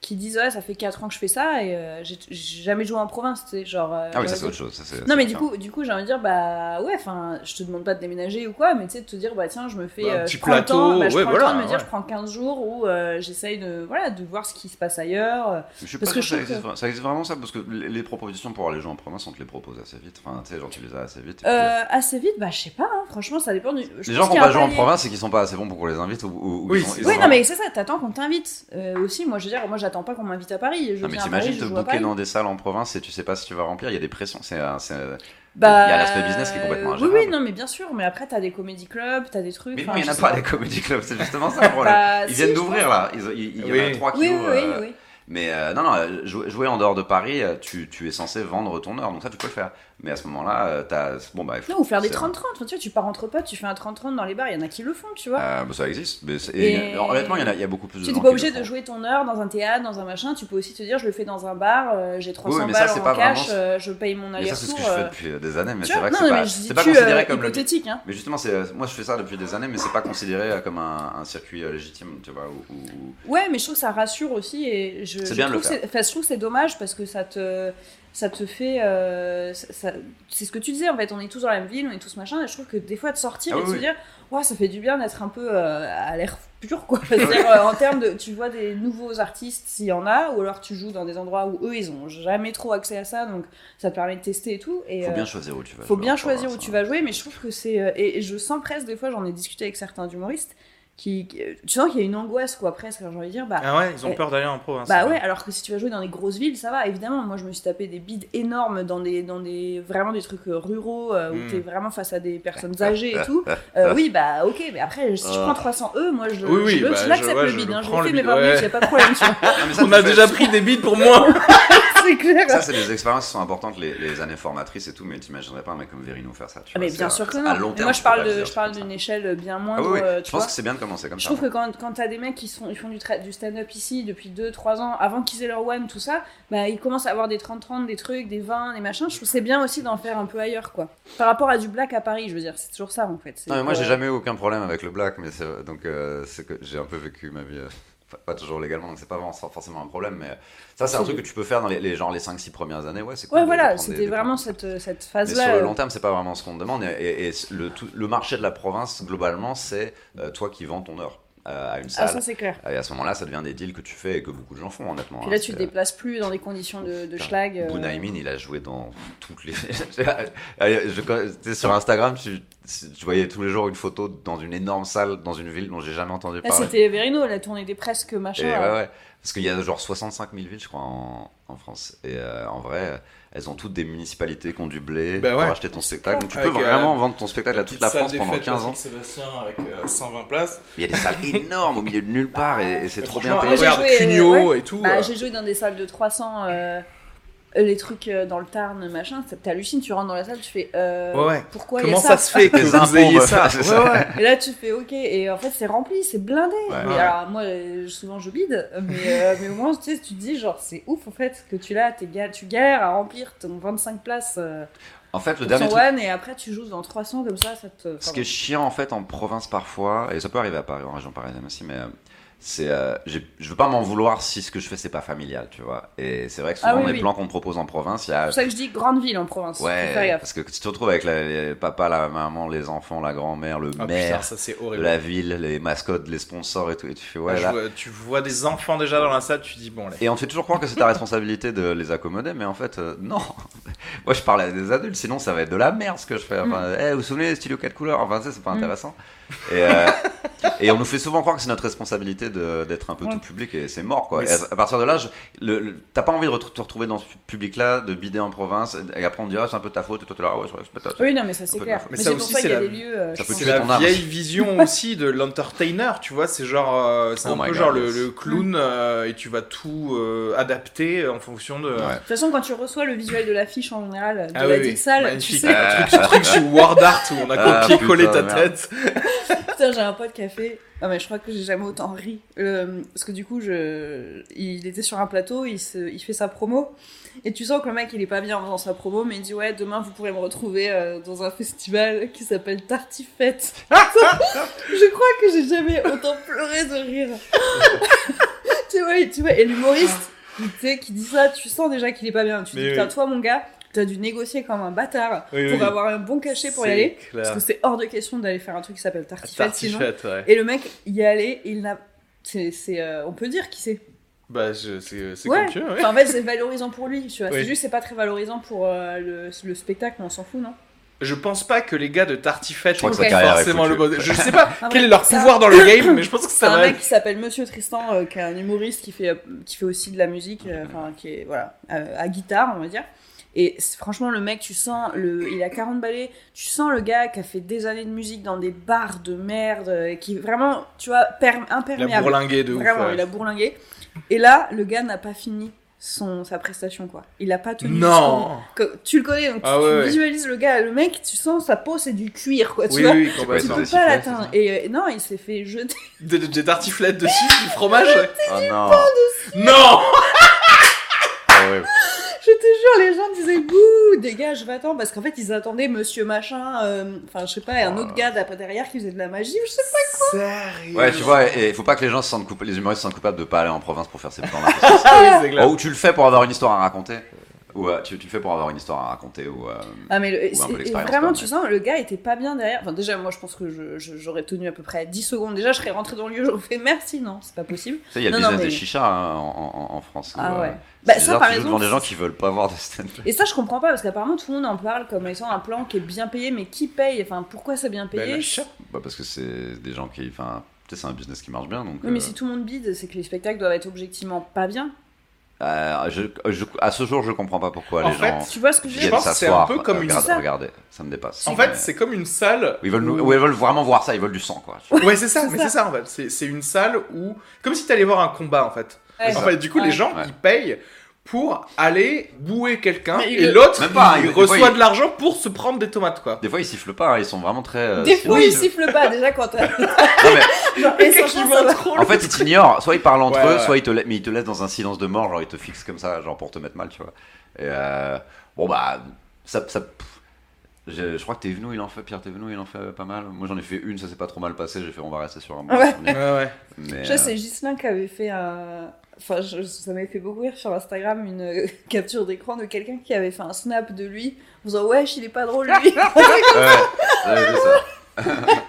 qui disent ouais ça fait quatre ans que je fais ça et euh, j'ai, j'ai jamais joué en province, tu sais, genre euh, Ah oui, ça euh, c'est autre chose. Ça, c'est, non c'est mais clair. du coup du coup j'ai envie de dire bah ouais enfin je te demande pas de déménager ou quoi, mais tu sais de te dire bah tiens je me fais Bah, un euh, petit je prends le temps, plateau, bah, je ouais, prends le voilà, temps de me dire ouais. je prends quinze jours où euh, j'essaye de voilà de voir ce qui se passe ailleurs. Je suis Parce pas que sûr je que ça trouve existe, ça existe vraiment ça, parce que les, les propositions pour aller jouer en province, on te les propose assez vite. Enfin, tu sais, genre tu les as assez vite. et puis, Euh, assez vite bah je sais pas hein, franchement ça dépend du je les pense gens qui qu'il y n'ont a pas un joué en palier. province, c'est qu'ils sont pas assez bons pour qu'on les invite ou, ou, ou Oui, ils sont- c'est ils ça. Oui, ont non, vraiment- mais c'est ça, t'attends qu'on t'invite. Euh, aussi, moi, je veux dire, moi, j'attends pas qu'on m'invite à Paris. Je Non, mais viens à Paris, t'imagines je te joue à booker Paris. dans des salles en province et tu sais pas si tu vas remplir, il y a des pressions. C'est, un- c'est, un- Bah, il y a l'aspect business qui est complètement Oui, ingérable. oui, non, mais bien sûr, mais après, t'as des comédie clubs, t'as des trucs. Mais non, enfin, il n'y en a je pas sais des comedy clubs, c'est justement ça le problème. Bah, Ils si, viennent je d'ouvrir pense. là, il, il- il y en a Oui. trois qui Oui, oui, ouvrent. oui, euh, oui. Mais euh, non, non, euh, jouer, jouer en dehors de Paris, euh, tu, tu es censé vendre ton heure, donc ça tu peux le faire. Mais à ce moment-là, euh, t'as. Bon, bah, il faut- Non, ou faire des c'est- trente trente. Enfin, tu vois, tu pars entre potes, tu fais un trente trente dans les bars, il y en a qui le font, tu vois. Euh, bah, ça existe. Mais c'est- Et- et, honnêtement, il y, en a, il y a beaucoup plus de Tu gens n'es qui pas obligé le de font. jouer ton heure dans un théâtre, dans un machin. Tu peux aussi te dire, je le fais dans un bar, euh, j'ai trois cents Oui, mais ça, balles c'est en pas cash, vraiment- euh, je paye mon Mais ça, c'est ce aller-retour. que je fais euh, depuis des années, mais tu c'est vois. vrai que Non, c'est mais pas, je dis c'est pas tu, considéré euh, comme le. hypothétique, hein. Mais justement, c'est, moi je fais ça depuis des années, mais c'est pas considéré euh, comme un, un circuit euh, légitime, tu vois. Ou, ou- Ouais, mais je trouve que ça rassure aussi et je, C'est je bien de trouve le que c'est, enfin, je trouve que c'est dommage parce que ça te, ça te fait, euh, ça- ça- c'est ce que tu disais en fait. On est tous dans la même ville, on est tous machin, et je trouve que des fois de sortir Ah et oui, de se oui. dire, ouais, ça fait du bien d'être un peu euh, à l'air pur, quoi. C'est-à-dire euh, en termes de, tu vois des nouveaux artistes s'il y en a, ou alors tu joues dans des endroits où eux ils ont jamais trop accès à ça, donc ça te permet de tester et tout. Et Faut euh, bien choisir où tu vas. faut jouer bien en choisir où province, tu hein. vas jouer, mais je trouve que c'est euh, et, et je sens presque des fois, j'en ai discuté avec certains humoristes. Qui, qui- tu sens qu'il y a une angoisse quoi presque, j'ai envie de dire bah Ah ouais, ils ont Eh, peur d'aller en province. bah ouais, alors que si tu vas jouer dans des grosses villes, ça va, évidemment. Moi, je me suis tapé des bides énormes dans des, dans des vraiment des trucs euh, ruraux euh, où Mm. t'es vraiment face à des personnes âgées et tout. Euh, oui, bah ok, mais après, si je prends trois cents E, moi, je, Oui, oui, je, le- bah, je l'accepte je- ouais, le je bide. le Hein, je prends l'ai le fait mes bide, vingt minutes, ouais. y a pas de problème, tu vois. Ah, mais ça, On tu a fais- déjà pris des bides pour moi. C'est clair. Ça, c'est des expériences qui sont importantes, les, les années formatrices et tout, mais t'imaginerais pas un mec comme Verino faire ça. Tu Ah, vois, mais bien c'est- sûr que à non. long Mais terme, moi, tu je peux parle, pas le de, dire, je c'est parle comme d'une ça. échelle bien Ah moindre. oui, oui. euh, Je tu pense vois. que c'est bien de commencer comme Je ça. trouve que quand, quand t'as des mecs qui sont, ils font du, tra- du stand-up ici depuis deux trois ans, avant qu'ils aient leur one, tout ça, bah ils commencent à avoir des trente trente, des trucs, des vingt, des machins. Je trouve que c'est bien aussi d'en faire un peu ailleurs, quoi. Par rapport à du black à Paris, je veux dire, c'est toujours ça en fait. C'est Non, mais moi, que- j'ai jamais eu aucun problème avec le black, mais c'est, donc euh, c'est que j'ai un peu vécu ma vie. euh, enfin, pas toujours légalement, donc c'est pas vraiment forcément un problème, mais ça, c'est un C'est- truc que tu peux faire dans les, les, genre, les cinq six premières années. Ouais, c'est cool. Ouais, de- de voilà, prendre des- c'était des vraiment points. cette, cette Mais phase-là. sur le euh, long terme, c'est pas vraiment ce qu'on te demande. Et, et- et le, tout- le marché de la province, globalement, c'est euh, toi qui vends ton heure euh, à une Ah, salle. ça c'est clair. Et à ce moment-là, ça devient des deals que tu fais et que beaucoup de gens font, honnêtement. Puis hein. là, tu te C'est- déplaces plus dans des conditions de, de schlag. euh, Bunaimin, il a joué dans toutes les. Allez, je- tu sais, sur Instagram, tu, tu voyais tous les jours une photo dans une énorme salle, dans une ville dont j'ai jamais entendu Là, parler. c'était Verino, la tournée des presque machin. Et ouais, là. ouais. Parce qu'il y a genre soixante-cinq mille villes, je crois, en, en France. Et euh, en vrai, elles ont toutes des municipalités qui ont du blé Bah pour ouais. acheter ton spectacle. Donc tu peux Avec, euh, vraiment vendre ton spectacle à toute la France pendant quinze ans. Sébastien avec euh, cent vingt places. Il y a des salles énormes au milieu de nulle part et, et c'est trop bien Franchement, payé. Moi, j'ai regarde, joué, Cugnot euh, ouais. et tout. Bah, euh, j'ai joué dans des salles de trois cents, euh, les trucs euh, dans le Tarn, machin. ça- T'hallucines, tu rentres dans la salle, tu fais. Euh, Ouais, ouais. Pourquoi il y a Comment ça, ça se fait que Les vous impôts, ayez bah, ça c'est Ouais, ça. ouais. Et là, tu fais OK. Et en fait, c'est rempli, c'est blindé. Ouais. Mais Ouais. alors, moi, euh, souvent, je bide. Mais, euh, mais au moins, tu sais, tu te dis, genre, c'est ouf, en fait, que tu l'as, t'es gal- tu galères à remplir ton vingt-cinq places euh, En fait, le pour dernier son truc. one, et après, tu joues dans trois cents comme ça, ça te. Ce qui est chiant en fait en province parfois, et ça peut arriver à Paris, en région parisienne aussi, mais euh, c'est, euh, j'ai- je veux pas m'en vouloir si ce que je fais c'est pas familial, tu vois. Et c'est vrai que souvent Ah oui, les oui. plans qu'on te propose en province, il y C'est a. pour ça que je dis grande ville en province. faut faire Ouais, gaffe. parce que tu te retrouves avec la- les papa, la maman, les enfants, la grand-mère, le Ah maire putain, ça c'est de horrible. la ville, les mascottes, les sponsors et tout, et tu fais ouais Ah, je là. vois- tu vois des enfants déjà dans la salle, tu dis bon là. Et on te fait toujours croire que c'est ta responsabilité de les accommoder, mais en fait, euh, non. Moi, je parle à des adultes, sinon ça va être de la merde ce que je fais. Enfin, eh, vous vous souvenez, Studio quatre couleurs, enfin, tu sais, c'est pas Mm. intéressant. Et, euh, et on nous fait souvent croire que c'est notre responsabilité de- d'être un peu Ouais. tout public, et c'est mort, quoi. Mais Et c'est- à, à partir de là, je- le- le- t'as pas envie de re- te retrouver dans ce public-là, de bider en province, et après on te dira, c'est un peu ta faute, et toi t'es là, ah ouais, c'est c'est pas ta Oui, non, mais ça Un c'est peu clair. de- Mais, Mais ça c'est pour aussi, ça qu'il y a c'est des la- lieux. euh, Ça je peut pense. C'est tuer la ton âme. vieille vision aussi de l'entertainer, tu vois, c'est genre, euh, c'est Oh un my peu God, genre le, yes. le clown euh, et tu vas tout euh, adapter en fonction de. Ouais. De toute façon, quand tu reçois le visuel de l'affiche en général de Ah la oui, dite oui. salle, tu Magnifique. sais. Un truc, ce truc sur Word Art où on a Ah, copié-collé putain, ta merde. tête. Putain, j'ai un pote qui a fait. Ah, mais je crois que j'ai jamais autant ri. Euh, parce que du coup, je... il était sur un plateau, il, se... il fait sa promo. Et tu sens que le mec, il est pas bien en faisant sa promo, mais il dit ouais, demain vous pourrez me retrouver euh, dans un festival qui s'appelle Tartifette. Je crois que j'ai jamais autant pleuré de rire. tu vois, tu vois, et l'humoriste, tu sais, qui dit ça, tu sens déjà qu'il est pas bien. Tu Mais dis, oui. putain, toi, mon gars, t'as dû négocier comme un bâtard Oui, pour oui. avoir un bon cachet pour y C'est aller. clair. Parce que c'est hors de question d'aller faire un truc qui s'appelle Tartiflette sinon. Tartiflette, ouais. Et le mec, y est allé, il n'a. C'est, c'est, euh, on peut dire qui c'est. Bah, je- c'est c'est Ouais. comme tu veux, ouais. Enfin, en fait, c'est valorisant pour lui, tu vois. Oui. C'est juste, c'est pas très valorisant pour euh, le, le spectacle, on s'en fout, non? Je pense pas que les gars de Tartiflette Je crois que sa aient carrière est forcément le foutue. bon. Je sais pas Ah quel ouais, est leur ça- pouvoir dans le game, mais je pense que C'est ça un va. mec qui s'appelle Monsieur Tristan, euh, qui est un humoriste qui fait, euh, qui fait aussi de la musique, euh, enfin, qui est, voilà, euh, à guitare, on va dire. Et c'est- franchement, le mec, tu sens, le, il a quarante balais, tu sens le gars qui a fait des années de musique dans des bars de merde, euh, qui est vraiment, tu vois, per- Il a imperméable. bourlingué de ouf. Vraiment, ouais. il a bourlingué. Et là, le gars n'a pas fini son, sa prestation, quoi. Il a pas tenu Non. son- que- Tu le connais, donc Ah tu, ouais, tu ouais. visualises le gars, le mec, tu sens sa peau, c'est du cuir, quoi, tu Oui, vois. oui, Tu complètement. Ouais, peux c'est pas sifflé, l'atteindre. c'est Et euh, non, il s'est fait jeter. Des, des tartiflettes dessus, du fromage. Oh non. Non. Ah ouais. Je te jure, les gens disaient bouh, dégage, va-t'en, parce qu'en fait, ils attendaient monsieur machin, euh, enfin, je sais pas, et un autre gars d'après derrière qui faisait de la magie, ou je sais pas. Sérieux. Ouais, tu vois, et il faut pas que les gens se sentent coupables, les humoristes se sentent coupables de pas aller en province pour faire ces plans-là. Ah oui, c'est clair. Ou tu le fais pour avoir une histoire à raconter. Ou euh, tu, tu le fais pour avoir une histoire à raconter. Ou, euh, Ah, mais le- Ou un c'est- peu et l'expérience, vraiment, quoi, tu mais- sens, le gars était pas bien derrière. Enfin, déjà, moi, je pense que je- je- j'aurais tenu à peu près dix secondes. Déjà, je serais rentrée dans le lieu, j'aurais fait merci, non, c'est pas possible. Tu sais, il y a le Non, non, business mais- des chichas hein, en, en- en France. où, Ah euh, ouais. c'est Bah, ça, bizarre, par tu joues devant exemple, des gens qui veulent pas voir des stand-up. Et ça, je comprends pas, parce qu'apparemment, tout le monde en parle comme étant un plan qui est bien payé, mais qui paye? Enfin, pourquoi c'est bien Ben, payé? la chatte. Bah, parce que c'est des gens qui. Enfin, tu sais, c'est un business qui marche bien. Donc, Oui, mais euh, si tout le monde bide, c'est que les spectacles doivent être objectivement pas bien. euh, je, je- à ce jour, je comprends pas pourquoi En les fait, gens Tu vois ce que je veux Je dire? viennent pense que c'est s'asseoir. un peu comme une- regarde- C'est ça. Regardez, ça me dépasse. En fait, Mais- c'est comme une salle. Ils veulent, nous- où- ou ils veulent vraiment voir ça, ils veulent du sang, quoi. Ouais, c'est ça, C'est mais ça. c'est ça en fait. C'est c'est une salle où. Comme si t'allais voir un combat en fait. Ouais. En fait, du coup, Ouais. les gens, Ouais. ils payent pour aller bouer quelqu'un Mais et le- l'autre, Même pas, il des fois, reçoit il- de l'argent pour se prendre des tomates quoi. Des fois, ils sifflent pas, hein, ils sont vraiment très. euh, Des fois, ils silencieux. sifflent pas, déjà, quand t'as. Non, mais Genre, Les et gars franchement, qui ça vont va. trop en fait, ils t'ignorent. Soit ils parlent entre Ouais, eux, ouais. soit ils te, la- mais ils te laissent dans un silence de mort, genre ils te fixent comme ça, genre pour te mettre mal, tu vois. Et euh, bon, bah, ça. ça pff, je, je crois que Thévenoud, il en fait, Pierre Thévenoud, il en fait pas mal. Moi, j'en ai fait une, ça s'est pas trop mal passé, j'ai fait, on va rester sur un bon Ouais. souvenir. Ouais, ouais. Mais, Je euh, sais, Ghislain qui avait fait un. Enfin, je- ça m'avait fait beaucoup rire sur Instagram une euh, capture d'écran de quelqu'un qui avait fait un snap de lui en disant wesh, il est pas drôle lui. Ouais, j'avais vu ça.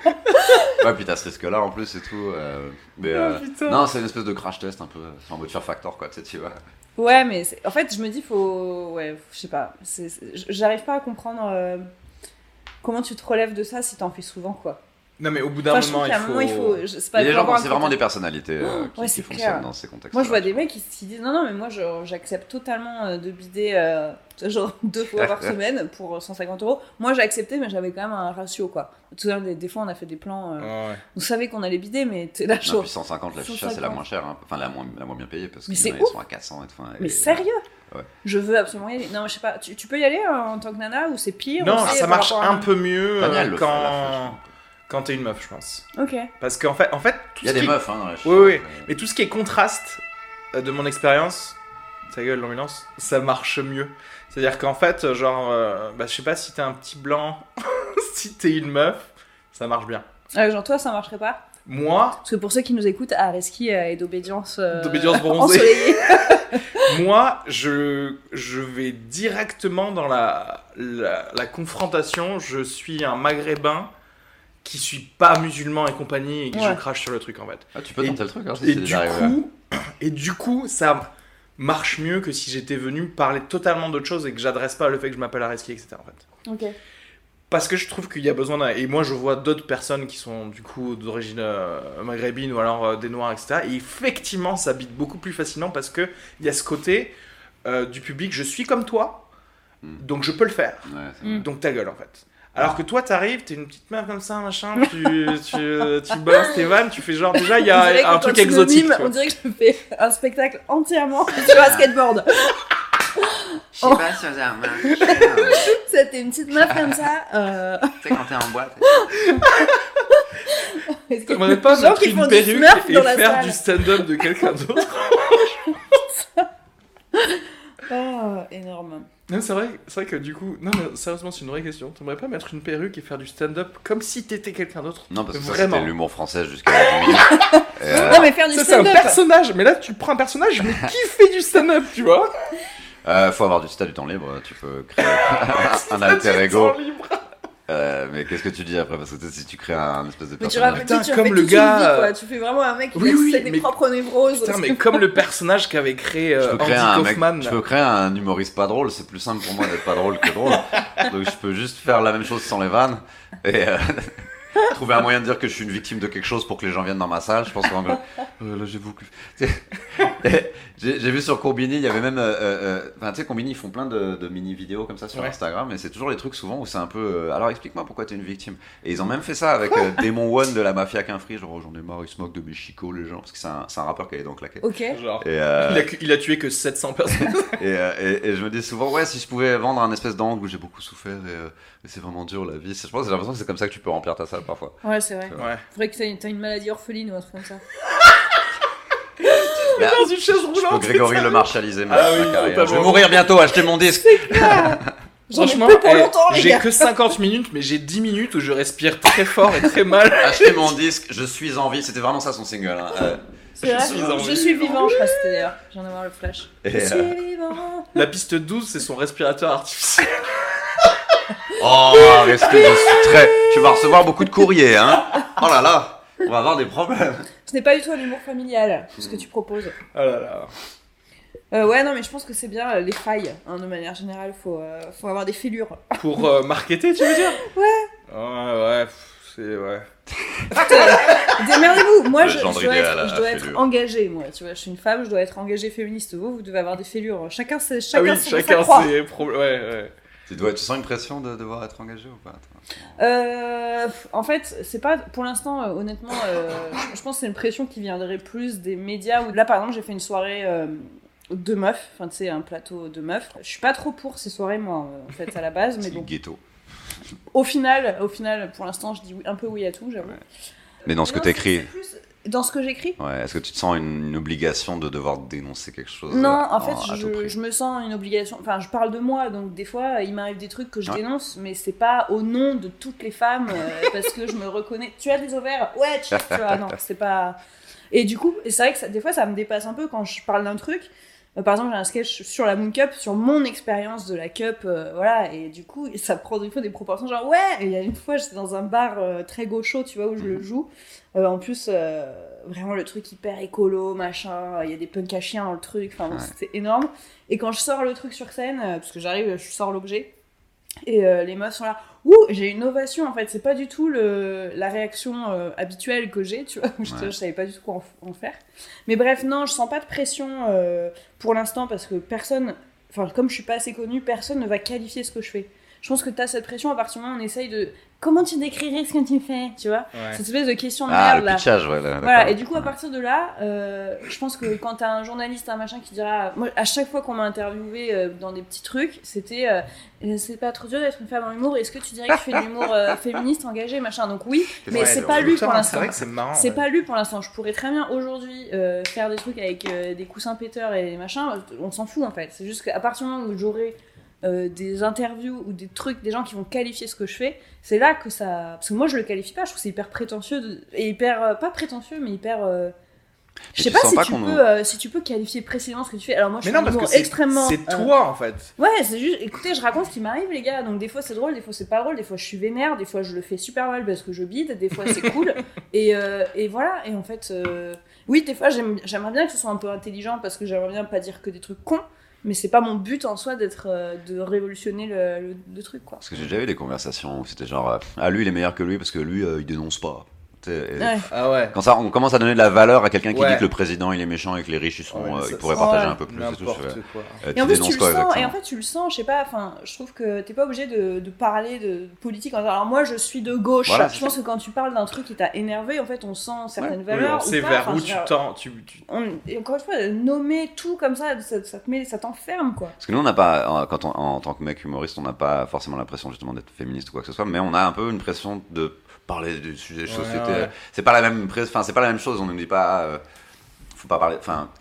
Ouais, puis t'as ce risque-là en plus et tout. euh, mais, euh, Oh, putain. non, c'est une espèce de crash test un peu. C'est en mode Fear Factor, quoi, tu sais, tu vois. Ouais, mais c'est- en fait, je me dis, faut. Ouais, je sais pas. C'est- c'est- J'arrive pas à comprendre euh, comment tu te relèves de ça si t'en fais souvent, quoi. Non, mais au bout d'un Enfin, je trouve moment, qu'à il un faut. moment, il faut. je- C'est pas Mais les faut gens, avoir un c'est vraiment côté- des personnalités euh, qui, Ouais, qui c'est fonctionnent clair. dans ces contextes. Moi, je vois des mecs qui, qui disent non, non, mais moi, je- j'accepte totalement euh, de bider euh, genre deux fois par semaine pour cent cinquante euros. Moi, j'ai accepté, mais j'avais quand même un ratio, quoi. Tout à l'heure, des, des fois, on a fait des plans. euh, Ouais. On savait qu'on allait bider, mais t'es là, Non, genre. puis cent cinquante, la chicha, c'est la moins chère. hein. Enfin, la moins, la moins bien payée parce Mais qu'ils c'est ils ouf. sont à quatre cents. Et, enfin, Mais et- sérieux Ouais. Je veux absolument y aller. Non, je sais pas. Tu, tu peux y aller euh, en tant que nana ou c'est pire Non, aussi, ça par marche rapport à un peu mieux euh, Daniel le fait, elle l'a fait, je quand. crois. Quand t'es une meuf, je pense. Ok. Parce qu'en fait, en fait, tout Il y a ce des qui... meufs hein, dans la chicha. Oui, oui, euh, mais tout ce qui est contraste euh, de mon expérience, ta gueule, l'ambulance, ça marche mieux. C'est-à-dire qu'en fait, genre, euh, bah, je sais pas si t'es un petit blanc, si t'es une meuf, ça marche bien. Euh, genre, toi, ça marcherait pas Moi, Parce que pour ceux qui nous écoutent, Areski euh, est d'obédience. euh, D'obédience bronzée. ensoleillée. moi, je, je vais directement dans la, la, la confrontation. Je suis un maghrébin qui suis pas musulman et compagnie et que Ouais. je crache sur le truc en fait. Ah, tu peux Et- tenter le truc, hein, si Et c'est du, déjà arrivé. coup, et du coup, ça marche mieux que si j'étais venu parler totalement d'autre chose et que j'adresse pas le fait que je m'appelle Areski, et cetera. En fait. Ok. Parce que je trouve qu'il y a besoin d'un... Et moi, je vois d'autres personnes qui sont du coup d'origine euh, maghrébine ou alors euh, des noirs, et cetera. Et effectivement, ça bite beaucoup plus facilement parce qu'il y a ce côté euh, du public, je suis comme toi, Mm. donc je peux le faire. Ouais, c'est Mm. vrai. Donc ta gueule en fait. Alors que toi, t'arrives, t'es une petite meuf comme ça, machin, tu, tu, tu balances tes vannes, tu fais genre déjà, il y On dirait que a un quand truc tu me exotique. mimes, tu vois. on dirait que je fais un spectacle entièrement sur un skateboard. Je sais pas si ça marche. Tu C'était une petite meuf comme ça. Euh... sais, quand t'es en boîte. est-ce que- T'aimerais pas gens mettre qui une font du perruque Smurf et dans la faire salle. du stand-up de quelqu'un d'autre? Ah, énorme. Non, c'est vrai, c'est vrai que du coup, non mais sérieusement c'est une vraie question. T'aimerais pas mettre une perruque et faire du stand-up comme si t'étais quelqu'un d'autre? Non, parce que Vraiment. ça, c'était l'humour français jusqu'à dix minutes. Et, euh, Non, mais faire du Ça c'est un stand-up. personnage, mais là tu prends un personnage, mais qui fait du stand-up, tu vois? euh, faut avoir du, si t'as du temps libre, tu peux créer un alter ego. Temps libre. Euh, mais qu'est-ce que tu dis après? Parce que si tu crées un espèce de Mais tu, personnage. rapp- Putain, tu, tu comme fais le toute gars, une vie, quoi. euh, Tu fais vraiment un mec qui Oui, a oui, ses mais- propres névroses. Putain, mais comme le personnage qu'avait créé Je euh, peux créer Andy un mec, Kaufman. je peux créer un humoriste pas drôle, c'est plus simple pour moi d'être pas drôle que drôle. Donc je peux juste faire la même chose sans les vannes et euh, trouver un moyen de dire que je suis une victime de quelque chose pour que les gens viennent dans ma salle. Je pense qu'en vrai, euh, là j'ai beaucoup. j'ai, j'ai vu sur Combini, il y avait même, euh, euh, enfin tu sais Combini ils font plein de, de mini vidéos comme ça sur Ouais. Instagram et c'est toujours les trucs souvent où c'est un peu. Euh, alors explique-moi pourquoi t'es une victime. Et ils ont même fait ça avec euh, Demon One de la Mafia qu'un free, genre oh, j'en ai marre, ils se moquent de mes chicots les gens parce que c'est un, c'est un rappeur qui allait donc claquer. Ok. Genre, Et, euh, il, a, il a tué que sept cents personnes. et, euh, et, et je me dis souvent, ouais, si je pouvais vendre un espèce d'angle où j'ai beaucoup souffert et, euh, et c'est vraiment dur la vie. C'est- Je pense que j'ai l'impression que c'est comme ça que tu peux remplir ta salle parfois. Ouais, c'est vrai. Ouais. Faudrait que t'aies une, t'as une maladie orpheline ou un truc comme ça. Là, Dans une chaise je peux roulante. Grégory le marshaliser ma, Ah oui, ma carrière. totalement. Je vais mourir bientôt, achetez mon disque. J'en ai Franchement, plus pour eh, longtemps, les j'ai gars. que cinquante minutes, mais j'ai dix minutes où je respire très fort et très mal. Achetez mon disque, je suis en vie. C'était vraiment ça son single. Hein. Euh, C'est vrai. suis en Je vie. suis vivant, je crois que c'était d'ailleurs. J'en ai avoir le flash. et, Je euh, suis vivant. La piste douze, c'est son respirateur artificiel. Oh, risque de très. Tu vas recevoir beaucoup de courriers, hein. Oh là là, on va avoir des problèmes. Ce n'est pas du tout un humour familial, ce que tu proposes. Oh là là. Euh, ouais, non, mais je pense que c'est bien euh, les failles, hein, de manière générale. Faut, euh, faut avoir des fêlures. Pour euh, marketer, tu veux dire? Ouais. Ouais, ouais, pff, c'est. Ouais. Démerdez-vous. Moi, Le je, genre je dois, idéal être, à je dois être fêlure. engagée, moi. Tu vois, je suis une femme, je dois être engagée féministe. Vous, vous devez avoir des fêlures. Chacun, c'est Ah chacun, oui, son- chacun sa croix. ses problèmes. Ouais, ouais. Tu, dois, tu sens une pression de devoir être engagé ou pas toi? Euh, en fait, c'est pas pour l'instant, euh, honnêtement, euh, je pense que c'est une pression qui viendrait plus des médias. Où là, par exemple, j'ai fait une soirée euh, de meufs, enfin, tu sais, un plateau de meufs. Je suis pas trop pour ces soirées, moi, euh, en fait, à la base, mais C'est le bon. ghetto. Au final, au final, pour l'instant, je dis oui, un peu oui à tout, j'avoue. Ouais. Mais dans ce que Non, t'écris, c'est plus- Dans ce que j'écris ouais, est-ce que tu te sens une, une obligation de devoir dénoncer quelque chose? Non, euh, en fait, à tout je, prix je me sens une obligation. Enfin, je parle de moi, donc des fois, il m'arrive des trucs que je Ouais. dénonce, mais c'est pas au nom de toutes les femmes euh, parce que je me reconnais. Tu as des ovaires? Ouais, tu tu vois, non, c'est pas. Et du coup, et c'est vrai que ça- des fois, ça me dépasse un peu quand je parle d'un truc. Euh, par exemple, j'ai un sketch sur la Moon Cup, sur mon expérience de la Cup, euh, voilà, et du coup, ça prend des fois des proportions genre ouais. Et il y a une fois, j'étais dans un bar euh, très gaucho, tu vois, où je le joue. Euh, en plus, euh, vraiment le truc hyper écolo, machin. Il y a des punks à chiens dans le truc. Enfin, bon, Ouais. c'était énorme. Et quand je sors le truc sur scène, euh, parce que j'arrive, je sors l'objet, et euh, les meufs sont là. Ouh, j'ai une ovation en fait. C'est pas du tout le, la réaction euh, habituelle que j'ai, tu vois. Où je, Ouais. je savais pas du tout quoi en, en faire. Mais bref, non, je sens pas de pression euh, pour l'instant parce que personne, enfin, comme je suis pas assez connue, personne ne va qualifier ce que je fais. Je pense que t'as cette pression à partir du moment où on essaye de. Comment tu décrirais ce que tu fais, tu vois? Ouais. Cette espèce de question de Ah, merde le là. pitchage, ouais. Là, Voilà, d'accord. et du coup, à partir de là, euh, je pense que quand t'as un journaliste, un machin qui dira. Moi, à chaque fois qu'on m'a interviewé euh, dans des petits trucs, c'était. euh, Euh, c'est pas trop dur d'être une femme en humour, est-ce que tu dirais que tu fais de l'humour euh, féministe, engagé, machin? Donc oui, mais Ouais, c'est donc, pas lu Putain, pour C'est l'instant. vrai que c'est marrant. C'est ouais. pas lu pour l'instant. Je pourrais très bien aujourd'hui euh, faire des trucs avec euh, des coussins péteurs et des machins. On s'en fout en fait. C'est juste qu'à partir du moment où j'aurai euh, des interviews ou des trucs, des gens qui vont qualifier ce que je fais, c'est là que ça. Parce que moi je le qualifie pas. Je trouve que c'est hyper prétentieux de... et hyper euh, pas prétentieux, mais hyper. euh, Je Mais sais tu pas, sens si, pas tu qu'on peux, nous- euh, si tu peux qualifier précisément ce que tu fais. Alors moi je Mais suis non, un parce que humour c'est extrêmement. c'est euh, toi en fait. Ouais, c'est juste, écoutez, je raconte ce qui m'arrive, les gars. Donc, des fois, c'est drôle, des fois, c'est pas drôle, des fois, je suis vénère, des fois, je le fais super mal parce que je bide, des fois, c'est cool. et, euh, et voilà, et en fait, euh, oui, des fois, j'aime, j'aimerais bien que ce soit un peu intelligent parce que j'aimerais bien pas dire que des trucs cons, mais c'est pas mon but en soi d'être, euh, de révolutionner le, le, le truc, quoi. Parce que j'ai déjà eu des conversations où c'était genre, euh, ah lui il est meilleur que lui parce que lui euh, il dénonce pas. Tu sais, et Ouais. Ah ouais. Quand ça, on commence à donner de la valeur à quelqu'un qui Ouais. dit que le président il est méchant et que les riches ils, sont, Ouais, mais euh, ça, ils pourraient c'est- partager Ouais. un peu plus et tout. N'importe je fais, quoi. euh, Et en plus, tu dénonces le quoi sens, et exactement en fait, tu le sens, je sais pas, enfin, je trouve que t'es pas obligé de, de parler de politique. Alors, moi, je suis de gauche. Voilà, je c'est pense que quand tu parles d'un truc qui t'a énervé, en fait, on sent certaines Oui, valeurs. on ou sait pas. vers Enfin, où je veux tu dire, tends. Tu, tu- on- et encore une fois, nommer tout comme ça, ça, ça te met, ça t'enferme, quoi. Parce que nous on n'a pas, euh, quand on, en tant que mec humoriste, on n'a pas forcément l'impression justement d'être féministe ou quoi que ce soit, mais on a un peu une pression de parler des sujets de Ouais, société. ouais. C'est pas la même, pré- enfin c'est pas la même chose. On ne nous dit pas, euh, faut pas parler, enfin.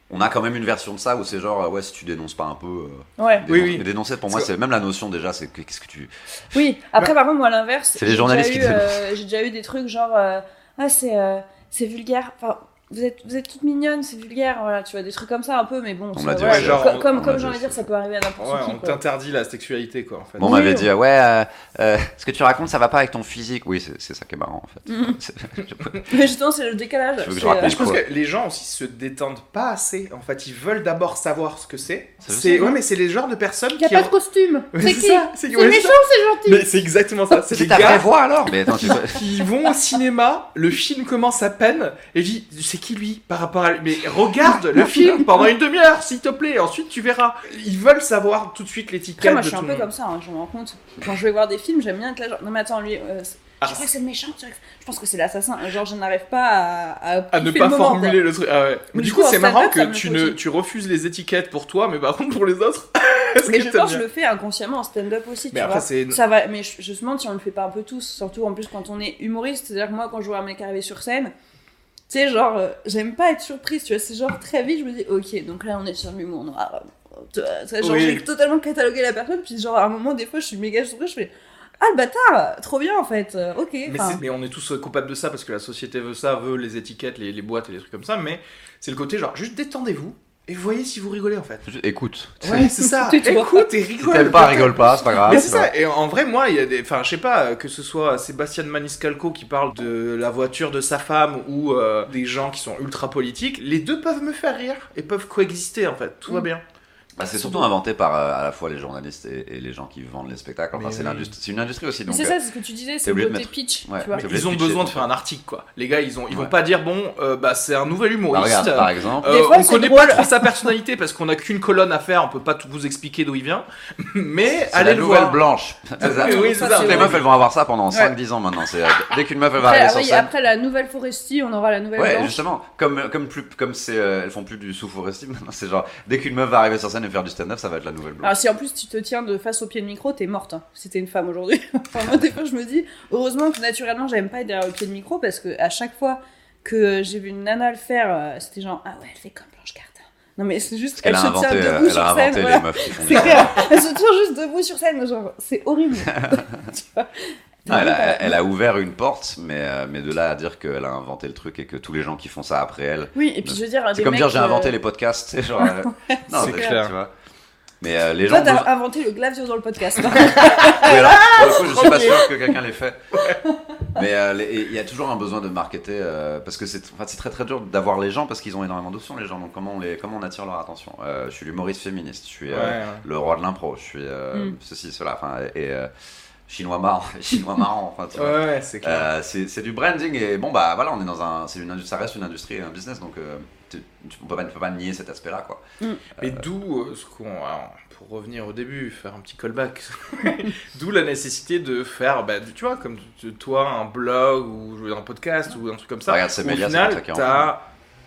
on a quand même une version de ça où c'est genre, ouais, si tu dénonces pas un peu. Euh, ouais. Dénoncer, oui, oui. Mais dénoncer, pour moi, c'est même la notion déjà, c'est que, qu'est-ce que tu. Oui, après, par contre, moi, à l'inverse, c'est les journalistes j'ai, qui eu, euh, j'ai déjà eu des trucs genre, euh, ah, c'est, euh, c'est vulgaire. Enfin, vous êtes, vous êtes toutes mignonnes, c'est vulgaire, voilà, tu vois, des trucs comme ça un peu, mais bon, On ça, m'a dit voilà, aussi. genre, comme, on- comme, on comme m'a j'ai envie dit de dire, aussi. ça peut arriver à n'importe Ouais, qui. on quoi. t'interdit la sexualité, quoi, en fait. Bon, on Oui, m'avait oui. dit, ouais, euh, euh, ce que tu racontes, ça va pas avec ton physique. Oui, c'est, c'est ça qui est marrant, en fait. Mhm. C'est- Mais justement, c'est le décalage. Tu veux que je c'est, raconte euh, Je pense quoi. que les gens aussi se détendent pas assez. En fait, ils veulent d'abord savoir ce que c'est. C'est C'est juste ça. ouais, mais c'est les genres de personnes Il n'y a qui. pas de costume. Ouais, c'est c'est qui ça, c'est- C'est ouais, méchant, c'est c'est gentil. Mais c'est exactement ça. C'est C'est des ta vraie gars voix alors. Mais attends, tu qui vont au cinéma, le film commence à peine, et je dis, c'est qui lui par rapport à lui? Mais regarde le film pendant une demi-heure, s'il te plaît, ensuite tu verras. Ils veulent savoir tout de suite l'étiquette. Après, moi, de je suis un tout peu le comme monde. ça, hein, je me rends compte. Quand je vais voir des films, j'aime bien être là, genre, non mais attends, lui, euh, c'est- Ah, je crois que c'est le méchant, tu vois, je pense que c'est l'assassin. Genre, je n'arrive pas à, à, À ne kiffer pas le moment, formuler quoi. le truc. Ah ouais. Mais du du coup, coup, en c'est marrant stand-up, ça que me tu, fait ne, aussi. tu refuses les étiquettes pour toi, mais par contre pour les autres. est-ce Mais que je t'aimes pense que je bien le fais inconsciemment en stand-up aussi, Mais tu après, vois. c'est. Ça va, mais je, je me demande si on le fait pas un peu tous, surtout en plus quand on est humoriste. C'est-à-dire que moi, quand je vois un mec arriver sur scène, tu sais, genre, euh, j'aime pas être surprise, tu vois. C'est genre très vite, je me dis, ok, donc là, on est sur l'humour noir. Tu vois, c'est genre, Oui. j'ai totalement catalogué la personne, puis genre, à un moment, des fois, je suis méga surprise, je fais, ah le bâtard, trop bien en fait, euh, ok. Mais, enfin, c'est- mais on est tous euh, coupables de ça parce que la société veut ça, veut les étiquettes, les, les boîtes et les trucs comme ça. Mais c'est le côté genre juste détendez-vous et voyez si vous rigolez en fait. Juste écoute. Ouais, c'est ça. Tu te vois. Écoute et Si rigole. t'aimes pas, rigole pas, c'est pas grave. Mais c'est tu vois. ça, et en vrai, moi, il y a des. Enfin, je sais pas, euh, que ce soit Sébastien Maniscalco qui parle de la voiture de sa femme ou euh, des gens qui sont ultra politiques, les deux peuvent me faire rire et peuvent coexister en fait, tout va Mm. bien. Bah, c'est surtout inventé par euh, à la fois les journalistes et, et les gens qui vendent les spectacles. Enfin, Mais c'est, oui. l'industrie, c'est une industrie aussi. mais Donc, c'est euh, ça, c'est ce que tu disais, t'es c'est le obligé de côté mettre- pitch, ouais, tu vois. t'es Mais obligé ils ont de pitcher besoin de ton faire un truc. article quoi. Les gars, ils, ont, ils vont Ouais. pas dire bon, euh, bah c'est un nouvel Bah, humoriste. regarde, par exemple. Euh, Des fois, on c'est connaît drôle. pas trop sa personnalité parce qu'on a qu'une colonne à faire, on peut pas tout vous expliquer d'où il vient. Mais C'est allez la le nouvelle voir. blanche. C'est ça. Oui, oui, Ça, c'est ça. c'est Les vrai. meufs, elles vont avoir ça pendant Ouais. cinq dix ans maintenant. C'est, euh, dès qu'une meuf elle va Après, arriver ah sur oui, scène. après la nouvelle Foresti, on aura la nouvelle Ouais, blanche. justement, comme comme plus comme c'est euh, elles font plus du sous-foresti maintenant, c'est genre dès qu'une meuf va arriver sur scène et faire du stand-up, ça va être la nouvelle blanche. Alors si en plus tu te tiens de face au pied de micro, t'es morte. Hein. Si t'es une femme aujourd'hui. Enfin, moi des fois je me dis, heureusement que naturellement j'aime pas être derrière le pied de micro parce que à chaque fois que j'ai vu une nana le faire, euh, c'était genre ah ouais elle fait comme Blanche Gardin. Non mais c'est juste Parce qu'elle elle a se inventé, tient euh, debout elle sur a scène. inventé Voilà. les meufs qui font C'est ça. clair. Elle se tient juste debout sur scène, genre c'est horrible. Tu vois. Ah, elle, a, elle a ouvert une porte, mais, euh, mais de là à dire qu'elle a inventé le truc et que tous les gens qui font ça après elle. Oui et puis je veux dire C'est des comme mecs, dire j'ai euh, inventé les podcasts, c'est genre. euh, non, c'est mais, clair. Tu vois. Mais euh, les Toi gens. t'as besoin- inventé le glavio dans le podcast. Oui, alors, pour le coup, je suis pas sûr que quelqu'un l'ait fait. Mais euh, les- il y a toujours un besoin de marketer euh, parce que c'est, enfin, c'est très très dur d'avoir les gens parce qu'ils ont énormément d'options les gens. Donc comment on les, comment on attire leur attention. Euh, Je suis l'humoriste féministe, je suis euh, Ouais, ouais. le roi de l'impro, je suis euh, Mm. ceci cela. Enfin et euh, chinois marrant, chinois marrant. Enfin tu vois. Ouais, ouais, c'est clair. Euh, c'est, c'est du branding et bon bah voilà on est dans un, c'est une industrie, ça reste une industrie et un business donc euh, tu, tu- on peut pas, on peut pas nier cet aspect là quoi. Mais d'où euh, ce qu'on. alors, pour revenir au début, faire un petit callback, d'où la nécessité de faire, bah, tu vois, comme t- toi, un blog ou jouer dans un podcast ou un truc comme ça. Regarde, où c'est au Mélia, c'est final, comme ça qu'il y a t'as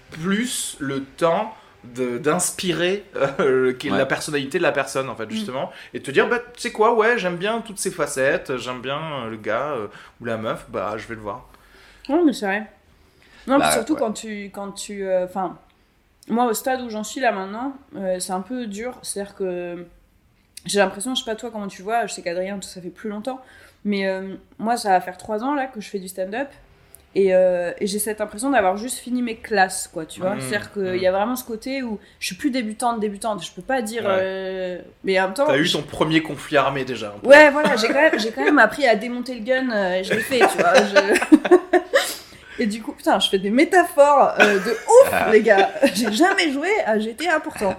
plus le temps de- d'inspirer euh, le- Ouais. la personnalité de la personne, en fait, justement, et te dire, bah, tu sais quoi, ouais, j'aime bien toutes ces facettes, j'aime bien euh, le gars euh, ou la meuf, bah, je vais le voir. Non, mais c'est vrai. Non, Bah, puis surtout ouais. quand tu. Quand tu enfin, moi, au stade où j'en suis là maintenant, euh, c'est un peu dur. C'est-à-dire que j'ai l'impression, je sais pas toi comment tu vois, je sais qu'Adrien, ça fait plus longtemps, mais euh, moi, ça va faire trois ans là que je fais du stand-up. Et, euh, et j'ai cette impression d'avoir juste fini mes classes, quoi, tu vois. Mmh, C'est-à-dire qu'il mmh. y a vraiment ce côté où je suis plus débutante, débutante. Je peux pas dire. Ouais. euh, Mais en même temps. T'as eu je- ton premier conflit armé déjà. un peu. Ouais, voilà, j'ai quand, même, j'ai quand même appris à démonter le gun euh, et je l'ai fait, tu vois. je- et du coup, putain, je fais des métaphores euh, de ouf, les gars. J'ai jamais joué à G T A pourtant.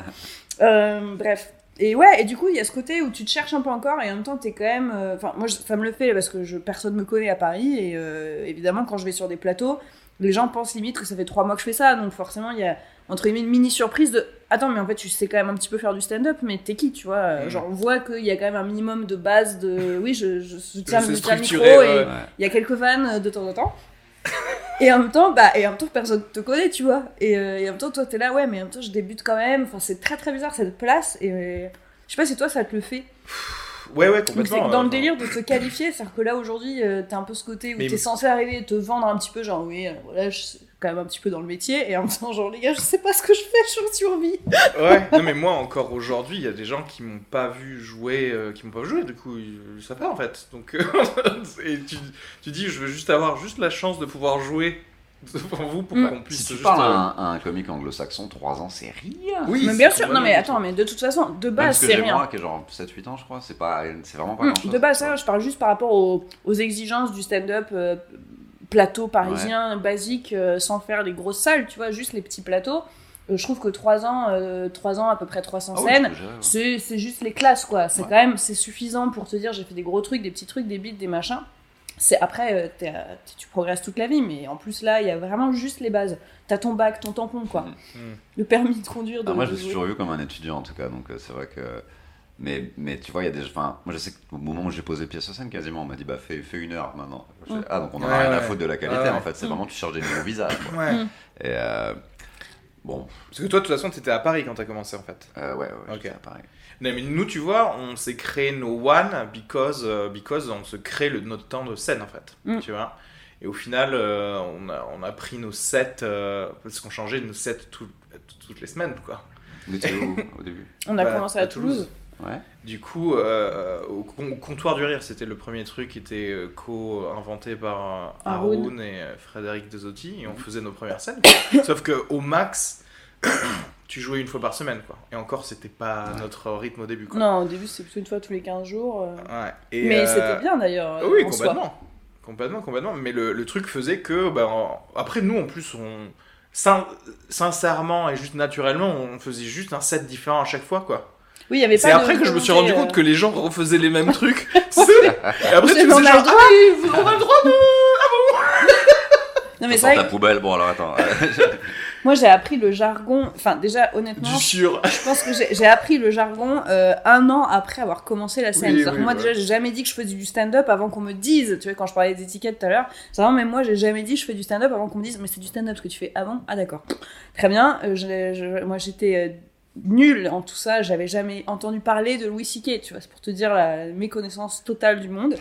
Euh, bref. Et ouais, et du coup, il y a ce côté où tu te cherches un peu encore et en même temps, t'es quand même. Enfin, moi, je- ça me le fait parce que je, personne me connaît à Paris et euh, évidemment, quand je vais sur des plateaux, les gens pensent limite que ça fait trois mois que je fais ça. Donc forcément, il y a entre guillemets une mini surprise de attends, mais en fait, tu sais quand même un petit peu faire du stand-up, mais t'es qui, tu vois Mm. Genre, on voit qu'il y a quand même un minimum de base de oui, je, je, je tiens, Je sais je tiens le micro structurer, et ouais. Ouais. il y a quelques vannes de temps en temps. Et en même temps, bah, et en même temps, personne te connaît, tu vois. Et, euh, et en même temps, toi, t'es là, ouais, mais en même temps, je débute quand même. Enfin, c'est très très bizarre cette place. Et euh, je sais pas si toi, ça te le fait. Ouais, ouais, Donc complètement. c'est dans euh, le délire de te qualifier, c'est-à-dire que là aujourd'hui, euh, t'es un peu ce côté où Mais- t'es censé arriver et te vendre un petit peu, genre oui, euh, voilà, je suis quand même un petit peu dans le métier, et en même temps, genre les gars, je sais pas ce que je fais, je suis en survie. Ouais, non mais moi encore aujourd'hui, il y a des gens qui m'ont pas vu jouer, euh, qui m'ont pas vu jouer, du coup ils, ils savent pas en fait. Donc euh, et tu, tu dis je veux juste avoir juste la chance de pouvoir jouer devant vous pour Mm. qu'on puisse Si tu juste. parles à euh, un, à un comique anglo-saxon, trois ans, c'est rien. Oui, Mais bien c'est sûr, non complètement mais autre attends, chose. mais de toute façon, de Même base, ce que c'est j'ai rien. moi, qui est genre sept huit ans, je crois, c'est pas, c'est vraiment pas Mm, grand chose. De base, ça, je parle juste par rapport aux, aux exigences du stand-up euh, plateau parisien basique, euh, sans faire les grosses salles, tu vois, juste les petits plateaux. Euh, je trouve que trois ans, euh, trois ans, à peu près trois cents Ah oui, scènes, tu peux gérer, ouais. c'est, c'est juste les classes, quoi. C'est Ouais. quand même, c'est suffisant pour te dire, j'ai fait des gros trucs, des petits trucs, des beats, des machins. C'est après, euh, t'es, euh, t'es- tu progresses toute la vie, mais en plus là, il y a vraiment juste les bases. T'as ton bac, ton tampon, quoi. Mhm. Mm. Le permis de conduire. De, Ah, moi, je de me suis jouer. toujours vu comme un étudiant en tout cas, donc euh, c'est vrai que. Mais, mais tu vois, il y a des. Enfin, moi, je sais qu'au moment où j'ai posé pied sur scène, quasiment, on m'a dit bah fais, fais une heure maintenant. Je fais, Mm. ah, donc on en a Ouais, rien à ouais. foutre de la qualité Ouais, en ouais. fait, c'est Mm. vraiment tu cherches des nouveaux visages. Quoi. Ouais. Mm. Et euh, bon, Parce que toi de toute façon t'étais à Paris quand t'as commencé en fait. euh, ouais, ouais, Ok. c'est pareil. Non, mais nous, tu vois, on s'est créé nos one because, euh, because on se crée le, notre temps de scène, en fait. Mm. Tu vois. Et au final, euh, on, a, on a pris nos sets, euh, parce qu'on changeait nos sets tout- tout- toutes les semaines, quoi. Vous étiez où au début? On a Bah, commencé à, Toulouse. Ouais. Du coup, euh, au, con- au comptoir du rire, c'était le premier truc qui était euh, co-inventé par euh, Haroun. Haroun et euh, Frédéric Desotti, et on faisait nos premières scènes. quoi. Sauf qu'au max, tu jouais une fois par semaine, quoi. Et encore, c'était pas Ouais. notre rythme au début, quoi. Non, au début, c'était plutôt une fois tous les quinze jours. euh. Ouais. Et, Mais euh, c'était bien d'ailleurs. Ah oui, en soi. complètement. Complètement, complètement. Mais le, le truc faisait que, bah, en- après, nous, en plus, on. sin- sincèrement et juste naturellement, on faisait juste un set différent à chaque fois, quoi. Oui, il y avait C'est pas après de que je me suis volonté, rendu euh, compte que les gens refaisaient les mêmes trucs. Tu sais. Et après, tu Mais on faisais a genre, le droit. ah oui, on a le droit de. Non, mais Ça c'est sort vrai ta poubelle, bon alors attends. que moi j'ai appris le jargon. Enfin, déjà, honnêtement, Du sûr. je pense que j'ai j'ai appris le jargon euh, un an après avoir commencé la scène. Oui, C'est-à-dire oui, que moi, ouais. déjà, j'ai jamais dit que je faisais du stand-up avant qu'on me dise. Tu vois, quand je parlais des étiquettes tout à l'heure, c'est vraiment, même moi, j'ai jamais dit je fais du stand-up avant qu'on me dise, mais c'est du stand-up ce que tu fais avant. Ah, d'accord. Très bien. Euh, je- je- moi, j'étais. euh, nulle en tout ça, j'avais jamais entendu parler de Louis C K, tu vois, c'est pour te dire la méconnaissance totale du monde.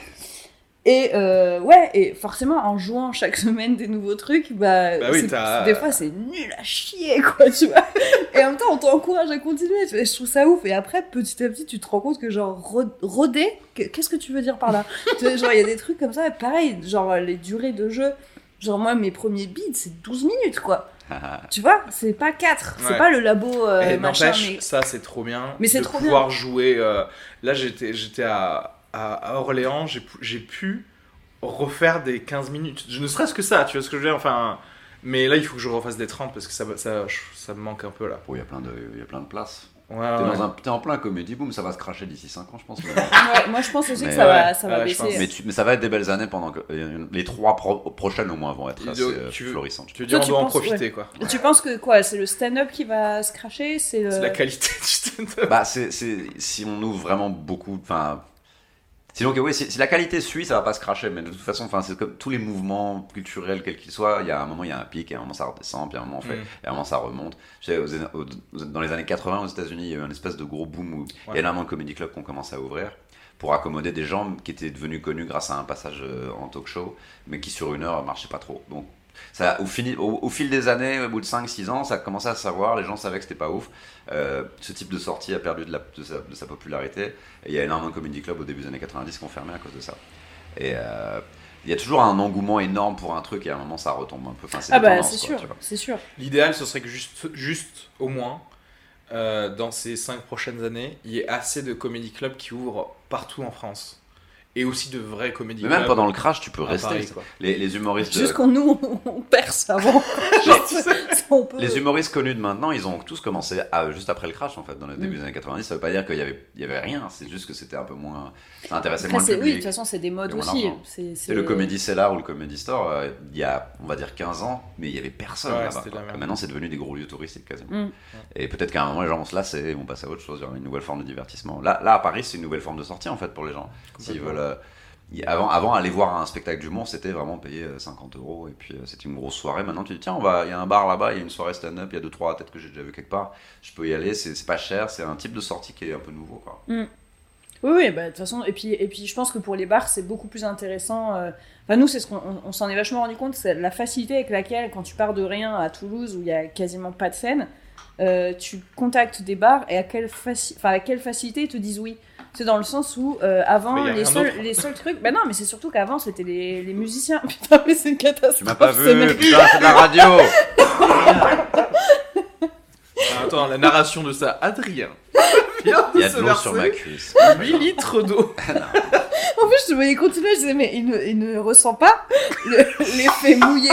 Et euh, ouais, et forcément en jouant chaque semaine des nouveaux trucs, bah, Bah oui, c'est- t'as- des fois c'est nul à chier, quoi, tu vois. Et en même temps, on t'encourage à continuer, tu vois, je trouve ça ouf. Et après, petit à petit, tu te rends compte que genre ro- roder, que- qu'est-ce que tu veux dire par là? Tu vois, genre il y a des trucs comme ça, pareil, genre les durées de jeu. Genre moi, mes premiers beats, c'est douze minutes, quoi. Tu vois, c'est pas quatre, c'est Ouais. pas le labo euh, Eh, machin, n'empêche, mais... ça c'est trop bien. Mais c'est de trop pouvoir jouer. euh, Là, j'étais, j'étais à, à, à Orléans, j'ai, pu- j'ai pu refaire des quinze minutes. Je ne serait-ce que ça, tu vois ce que je veux dire. Enfin, mais là, il faut que je refasse des trente parce que ça, ça, ça me manque un peu là. Oh, il y a plein de, il y a plein de places. Ouais, T'es, ouais. dans un, t'es en plein comédie boom, ça va se cracher d'ici cinq ans, je pense. Mais, Ouais, moi, je pense aussi que Mais ça ouais, va, ça va ouais, je pense. baisser. mais, tu- mais ça va être des belles années pendant que euh, les trois pro- prochaines au moins vont être Et assez donc, euh, tu veux- florissantes. Tu veux dire, Toi, on tu doit en penses, profiter quoi. Et tu penses que quoi, c'est le stand-up qui va se cracher, c'est le... C'est la qualité du stand-up. Bah, c'est, c'est, si on ouvre vraiment beaucoup, enfin, sinon, que oui, si, si la qualité suit, ça va pas se cracher, mais de toute façon, enfin, c'est comme tous les mouvements culturels, quels qu'ils soient, il y a un moment, il y a un pic, et à un moment, ça redescend, puis à un moment, on fait, Mm. et à un moment, ça remonte. Je sais, aux- aux- dans les années quatre-vingts, aux États-Unis, il y a eu un espèce de gros boom où il y a Ouais. énormément de comedy clubs qui ont commencé à ouvrir pour accommoder des gens qui étaient devenus connus grâce à un passage euh, en talk show, mais qui sur une heure marchaient pas trop. Donc, ça, au, fini- au, au fil des années, au bout de cinq six ans, ça a commencé à se savoir, les gens savaient que c'était pas ouf. Euh, ce type de sortie a perdu de, la, de, sa, de sa popularité. Et il y a énormément de comedy clubs au début des années quatre-vingt-dix qui ont fermé à cause de ça. Et euh, il y a toujours un engouement énorme pour un truc et à un moment ça retombe un peu. Enfin, c'est Ah des bah tendances, c'est quoi, sûr, tu vois. c'est sûr. L'idéal, ce serait que juste, juste au moins, euh, dans ces cinq prochaines années, il y ait assez de comédie clubs qui ouvrent partout en France. Et aussi de vrais comédie Mais clubs. même pendant le crash, tu peux à rester. Paris, quoi. Les, les humoristes. Juste qu'on nous, on, on perce avant. Genre, ça, on peut... Les humoristes connus de maintenant, ils ont tous commencé à- juste après le crash en fait, dans le début Mm. des années quatre-vingt-dix. Ça veut pas dire qu'il y avait, il y avait rien, c'est juste que c'était un peu moins. Ça intéressait Après, moins le c'est, oui, de public. toute façon, c'est des modes Et voilà, aussi. non. C'est, C'est le Comedy Cellar ou le Comedy Store, euh, il y a, on va dire, quinze ans, mais il y avait personne Ouais, là-bas. c'était de la quoi. merde. Maintenant, c'est devenu des gros lieux touristiques quasiment. Mm. Et peut-être qu'à un moment, les gens vont se lasser, ils vont passer à autre chose, il y aura une nouvelle forme de divertissement. Là, là à Paris, c'est une nouvelle forme de sortie en fait pour les gens. S'ils Complètement. veulent. euh, y- Avant, avant, aller voir un spectacle d'humour, c'était vraiment payer euh, cinquante euros et puis euh, c'était une grosse soirée. Maintenant, tu dis, tiens, on va, il y a un bar là-bas, il y a une soirée stand-up, il y a deux, trois têtes que j'ai déjà vu quelque part, je peux y aller, c'est c'est pas cher, c'est un type de sortie qui est un peu nouveau. Quoi. Oui, oui, bah de toute façon, et puis, et puis je pense que pour les bars, c'est beaucoup plus intéressant. euh, Enfin, nous, c'est ce qu'on on, on s'en est vachement rendu compte, c'est la facilité avec laquelle, quand tu pars de rien à Toulouse, où il y a quasiment pas de scène, euh, tu contactes des bars et à quelle, faci... enfin, avec quelle facilité ils te disent oui. C'est dans le sens où, euh, avant, Mais y a les rien seuls, d'autre. les seuls trucs. Bah non, mais c'est surtout qu'avant, c'était les, les musiciens. Putain, mais c'est une catastrophe. Tu m'as pas ce mec. vu, putain, c'est de la radio. Ah, attends, la narration de ça, Adrien. Vient Il y a se de l'eau verser sur ma cuisse. huit litres d'eau. En plus, je te voyais continuer, je disais, mais il ne, il ne ressent pas le- l'effet mouillé.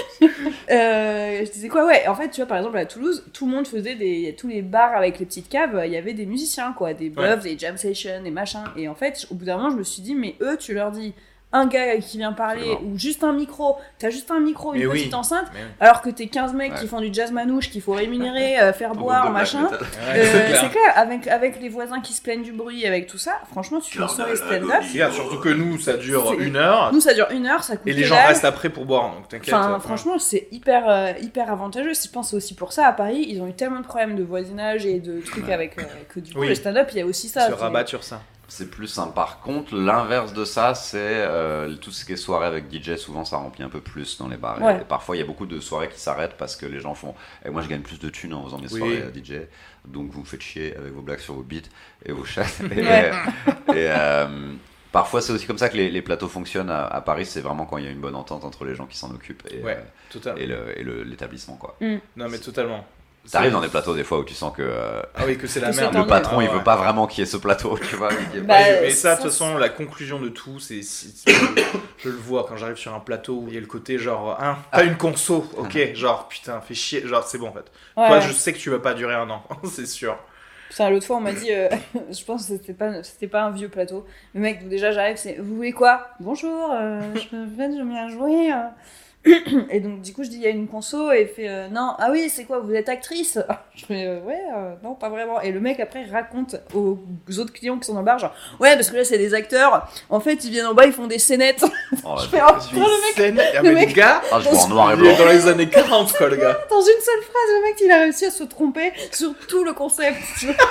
Euh, je disais quoi, ouais, en fait, tu vois, par exemple, à Toulouse, tout le monde faisait des. Tous les bars avec les petites caves, il y avait des musiciens, quoi, des bluffs, des jam sessions, des machins. Et en fait, au bout d'un moment, je me suis dit, mais eux, tu leur dis. Un gars qui vient parler, Absolument. ou juste un micro, t'as juste un micro, une Mais oui. petite enceinte, Mais oui. alors que t'es quinze mecs Ouais. qui font du jazz manouche, qu'il faut rémunérer, euh, faire Ton boire, groupe de machin. black metal. Ouais, Euh, c'est clair. c'est clair, avec, avec les voisins qui se plaignent du bruit, avec tout ça, franchement, tu fais une soirée stand-up. Regarde, surtout que nous, ça dure C'est- une heure. Nous, ça dure une heure, ça coûte Et les que gens dalle. restent après pour boire, donc t'inquiète. Enfin, euh, franchement, c'est hyper, euh, hyper avantageux. Je pense aussi pour ça, à Paris, ils ont eu tellement de problèmes de voisinage et de trucs Ouais. avec. euh, que du coup, Oui. le stand-up, il y a aussi ils ça. se c'est- rabattent sur ça. C'est plus simple. Par contre, l'inverse de ça, c'est euh, tout ce qui est soirée avec D J. Souvent, ça remplit un peu plus dans les bars. Et- Ouais. Et parfois, il y a beaucoup de soirées qui s'arrêtent parce que les gens font et moi, je gagne plus de thunes en faisant mes Oui. soirées à D J. Donc, vous me faites chier avec vos blagues sur vos beats et vos chats. Et, Ouais. et, euh, parfois, c'est aussi comme ça que les, les plateaux fonctionnent à, à Paris. C'est vraiment quand il y a une bonne entente entre les gens qui s'en occupent et, Ouais, euh, totalement. et le- et le- l'établissement. Quoi. Non, mais totalement. T'arrives dans des plateaux des fois où tu sens que euh, Ah oui, que c'est la Que c'est merde. tendu. le patron, Ah il ouais. veut pas vraiment qu'il y ait ce plateau. Tu vois, il y a Bah, pas- Ouais, mais ça, de ça, toute façon, la conclusion de tout, c'est. si- si- je le vois quand j'arrive sur un plateau où il y a le côté genre, hein, pas une conso, ok, genre, putain, fais chier, genre, c'est bon en fait. Ouais, Toi, ouais. je sais que tu vas pas durer un an, c'est sûr. Putain, l'autre fois, on m'a dit, euh, je pense que c'était pas, c'était pas un vieux plateau. Le mec, donc déjà, j'arrive, c'est, vous voulez quoi? Bonjour, euh, je en fait, j'aime bien jouer. euh. Et donc, du coup, je dis, il y a une conso, et il fait, euh, non, ah oui, c'est quoi, vous êtes actrice? Je fais, euh, ouais, euh, non, pas vraiment. Et le mec, après, raconte aux autres clients qui sont dans le bar, genre, ouais, parce que là, c'est des acteurs, en fait, ils viennent en bas, ils font des scénettes. Oh, Je là, fais, je- oh, je- putain, le mec, Scène- ah, le mais mec- les gars, Ah, je vois en noir et il est blanc. dans les années quarante, quoi, le gars. dans une seule phrase, le mec, il a réussi à se tromper sur tout le concept. tu vois.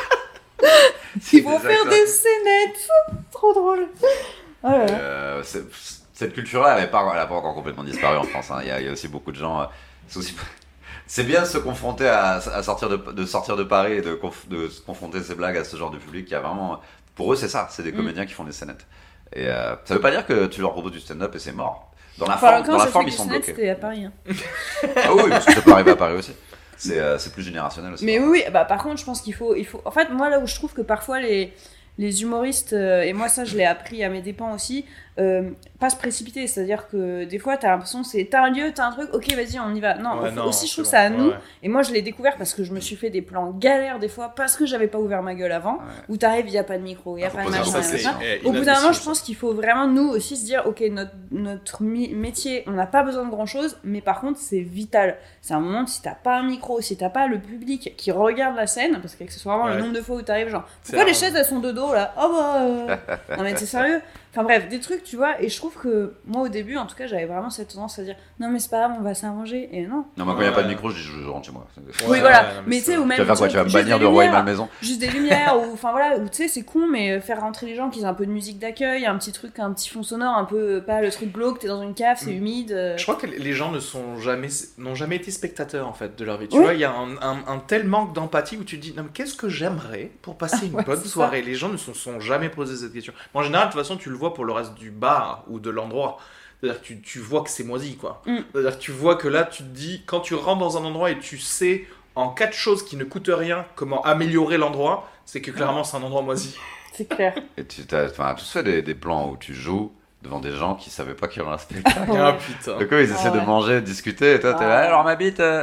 Ils vont faire des scénettes. Trop drôle. Oh là là. Euh, c'est- cette culture-là, elle n'a pas, elle a pas encore complètement disparu en France. hein. Il y, a- il y a aussi beaucoup de gens. euh, c'est, aussi- c'est bien de se confronter à, à sortir de, de sortir de Paris et de, conf- de se confronter ces blagues à ce genre de public qui a vraiment. Pour eux, c'est ça. C'est des Mm. comédiens qui font des scénettes. Et euh, ça veut pas dire que tu leur proposes du stand-up et c'est mort. Dans la Enfin, forme, quand dans la j'ai forme fait ils des sont scénettes, bloqués. c'était à Paris. hein. Ah oui, parce que ça peut arriver à Paris aussi. C'est, euh, c'est plus générationnel aussi. Mais oui, oui, bah par contre, je pense qu'il faut, il faut. En fait, moi, là où je trouve que parfois les, les humoristes, euh, et moi, ça, je l'ai appris à mes dépens aussi, euh, pas se précipiter. C'est-à-dire que des fois, t'as l'impression que c'est t'as un lieu, t'as un truc, ok, vas-y, on y va. Non, Ouais, faut- non, aussi, je trouve c'est que c'est à bon, nous. ouais, ouais. Et moi, je l'ai découvert parce que je me suis fait des plans galères des fois parce que j'avais pas ouvert ma gueule avant. Ouais. où t'arrives, il y a pas de micro, il y a Ah, faut pas de poser machin, ça, il y a c'est- machin. eh, Au bout d'un moment, inadmissible, je pense qu'il faut vraiment nous aussi se dire, ok, notre, notre mi- métier, on n'a pas besoin de grand chose, mais par contre, c'est vital. C'est un moment, si t'as pas un micro, si t'as pas le public qui regarde la scène, parce qu'accessoirement, Ouais. le nombre de fois où t'arrives, genre, C'est pourquoi les rare. chaises elles sont de dos là? Oh bah. euh, Non mais c'est sérieux? Enfin bref, des trucs, tu vois, et je trouve que moi au début, en tout cas, j'avais vraiment cette tendance à dire, non mais c'est pas grave, on va s'arranger, et non. Non, mais quand il n'y a pas de Ouais. micro, je dis je rentre chez moi. Ouais, oui, voilà, ouais, non, mais tu sais, c'est- ou Tu même. vas faire quoi? Tu vas me juste bannir des de roi et lumières. malmaison? Juste des lumières, ou enfin voilà, ou tu sais, c'est con, mais faire rentrer les gens qui ont un peu de musique d'accueil, un petit truc, un petit fond sonore, un peu, pas le truc glauque, t'es dans une cave, c'est Mm. humide. euh. Je crois que les gens ne sont jamais, n'ont jamais été spectateurs en fait de leur vie. Tu Oui. vois, il y a un, un- un tel manque d'empathie où tu te dis, non, mais qu'est-ce que j'aimerais pour passer une Ouais, bonne c'est ça. soirée? Les gens ne se sont jamais posé cette question. Mais en général, de toute façon, tu le vois pour le reste du bar ou de l'endroit. C'est-à-dire que tu, tu vois que c'est moisi, quoi. Mm. C'est-à-dire que tu vois que là, tu te dis, quand tu rentres dans un endroit et tu sais en quatre choses qui ne coûtent rien comment améliorer l'endroit, c'est que clairement c'est un endroit moisi. C'est clair. Et tu as, enfin, tous fait des, des plans où tu joues devant des gens qui savaient pas qu'il y aurait un spectacle. Ah putain. Du coup, ils essaient Ah ouais. de manger, de discuter, et toi, t'es Ah. là, alors ma bite, euh...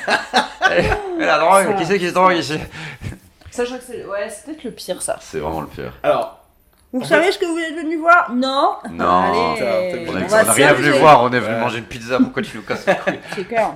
et, et la drogue, Ça. qui c'est qui se drogue ici? Ça, je crois que c'est ouais, c'est peut-être le pire, ça. C'est vraiment le pire. Alors, Vous En savez ce que vous êtes venu voir? Non. Non. Allez, Putain, t'es On On a, va on a rien s'amuser. voulu voir, on est venu Ouais. manger une pizza, pourquoi tu nous casses les couilles? C'est clair.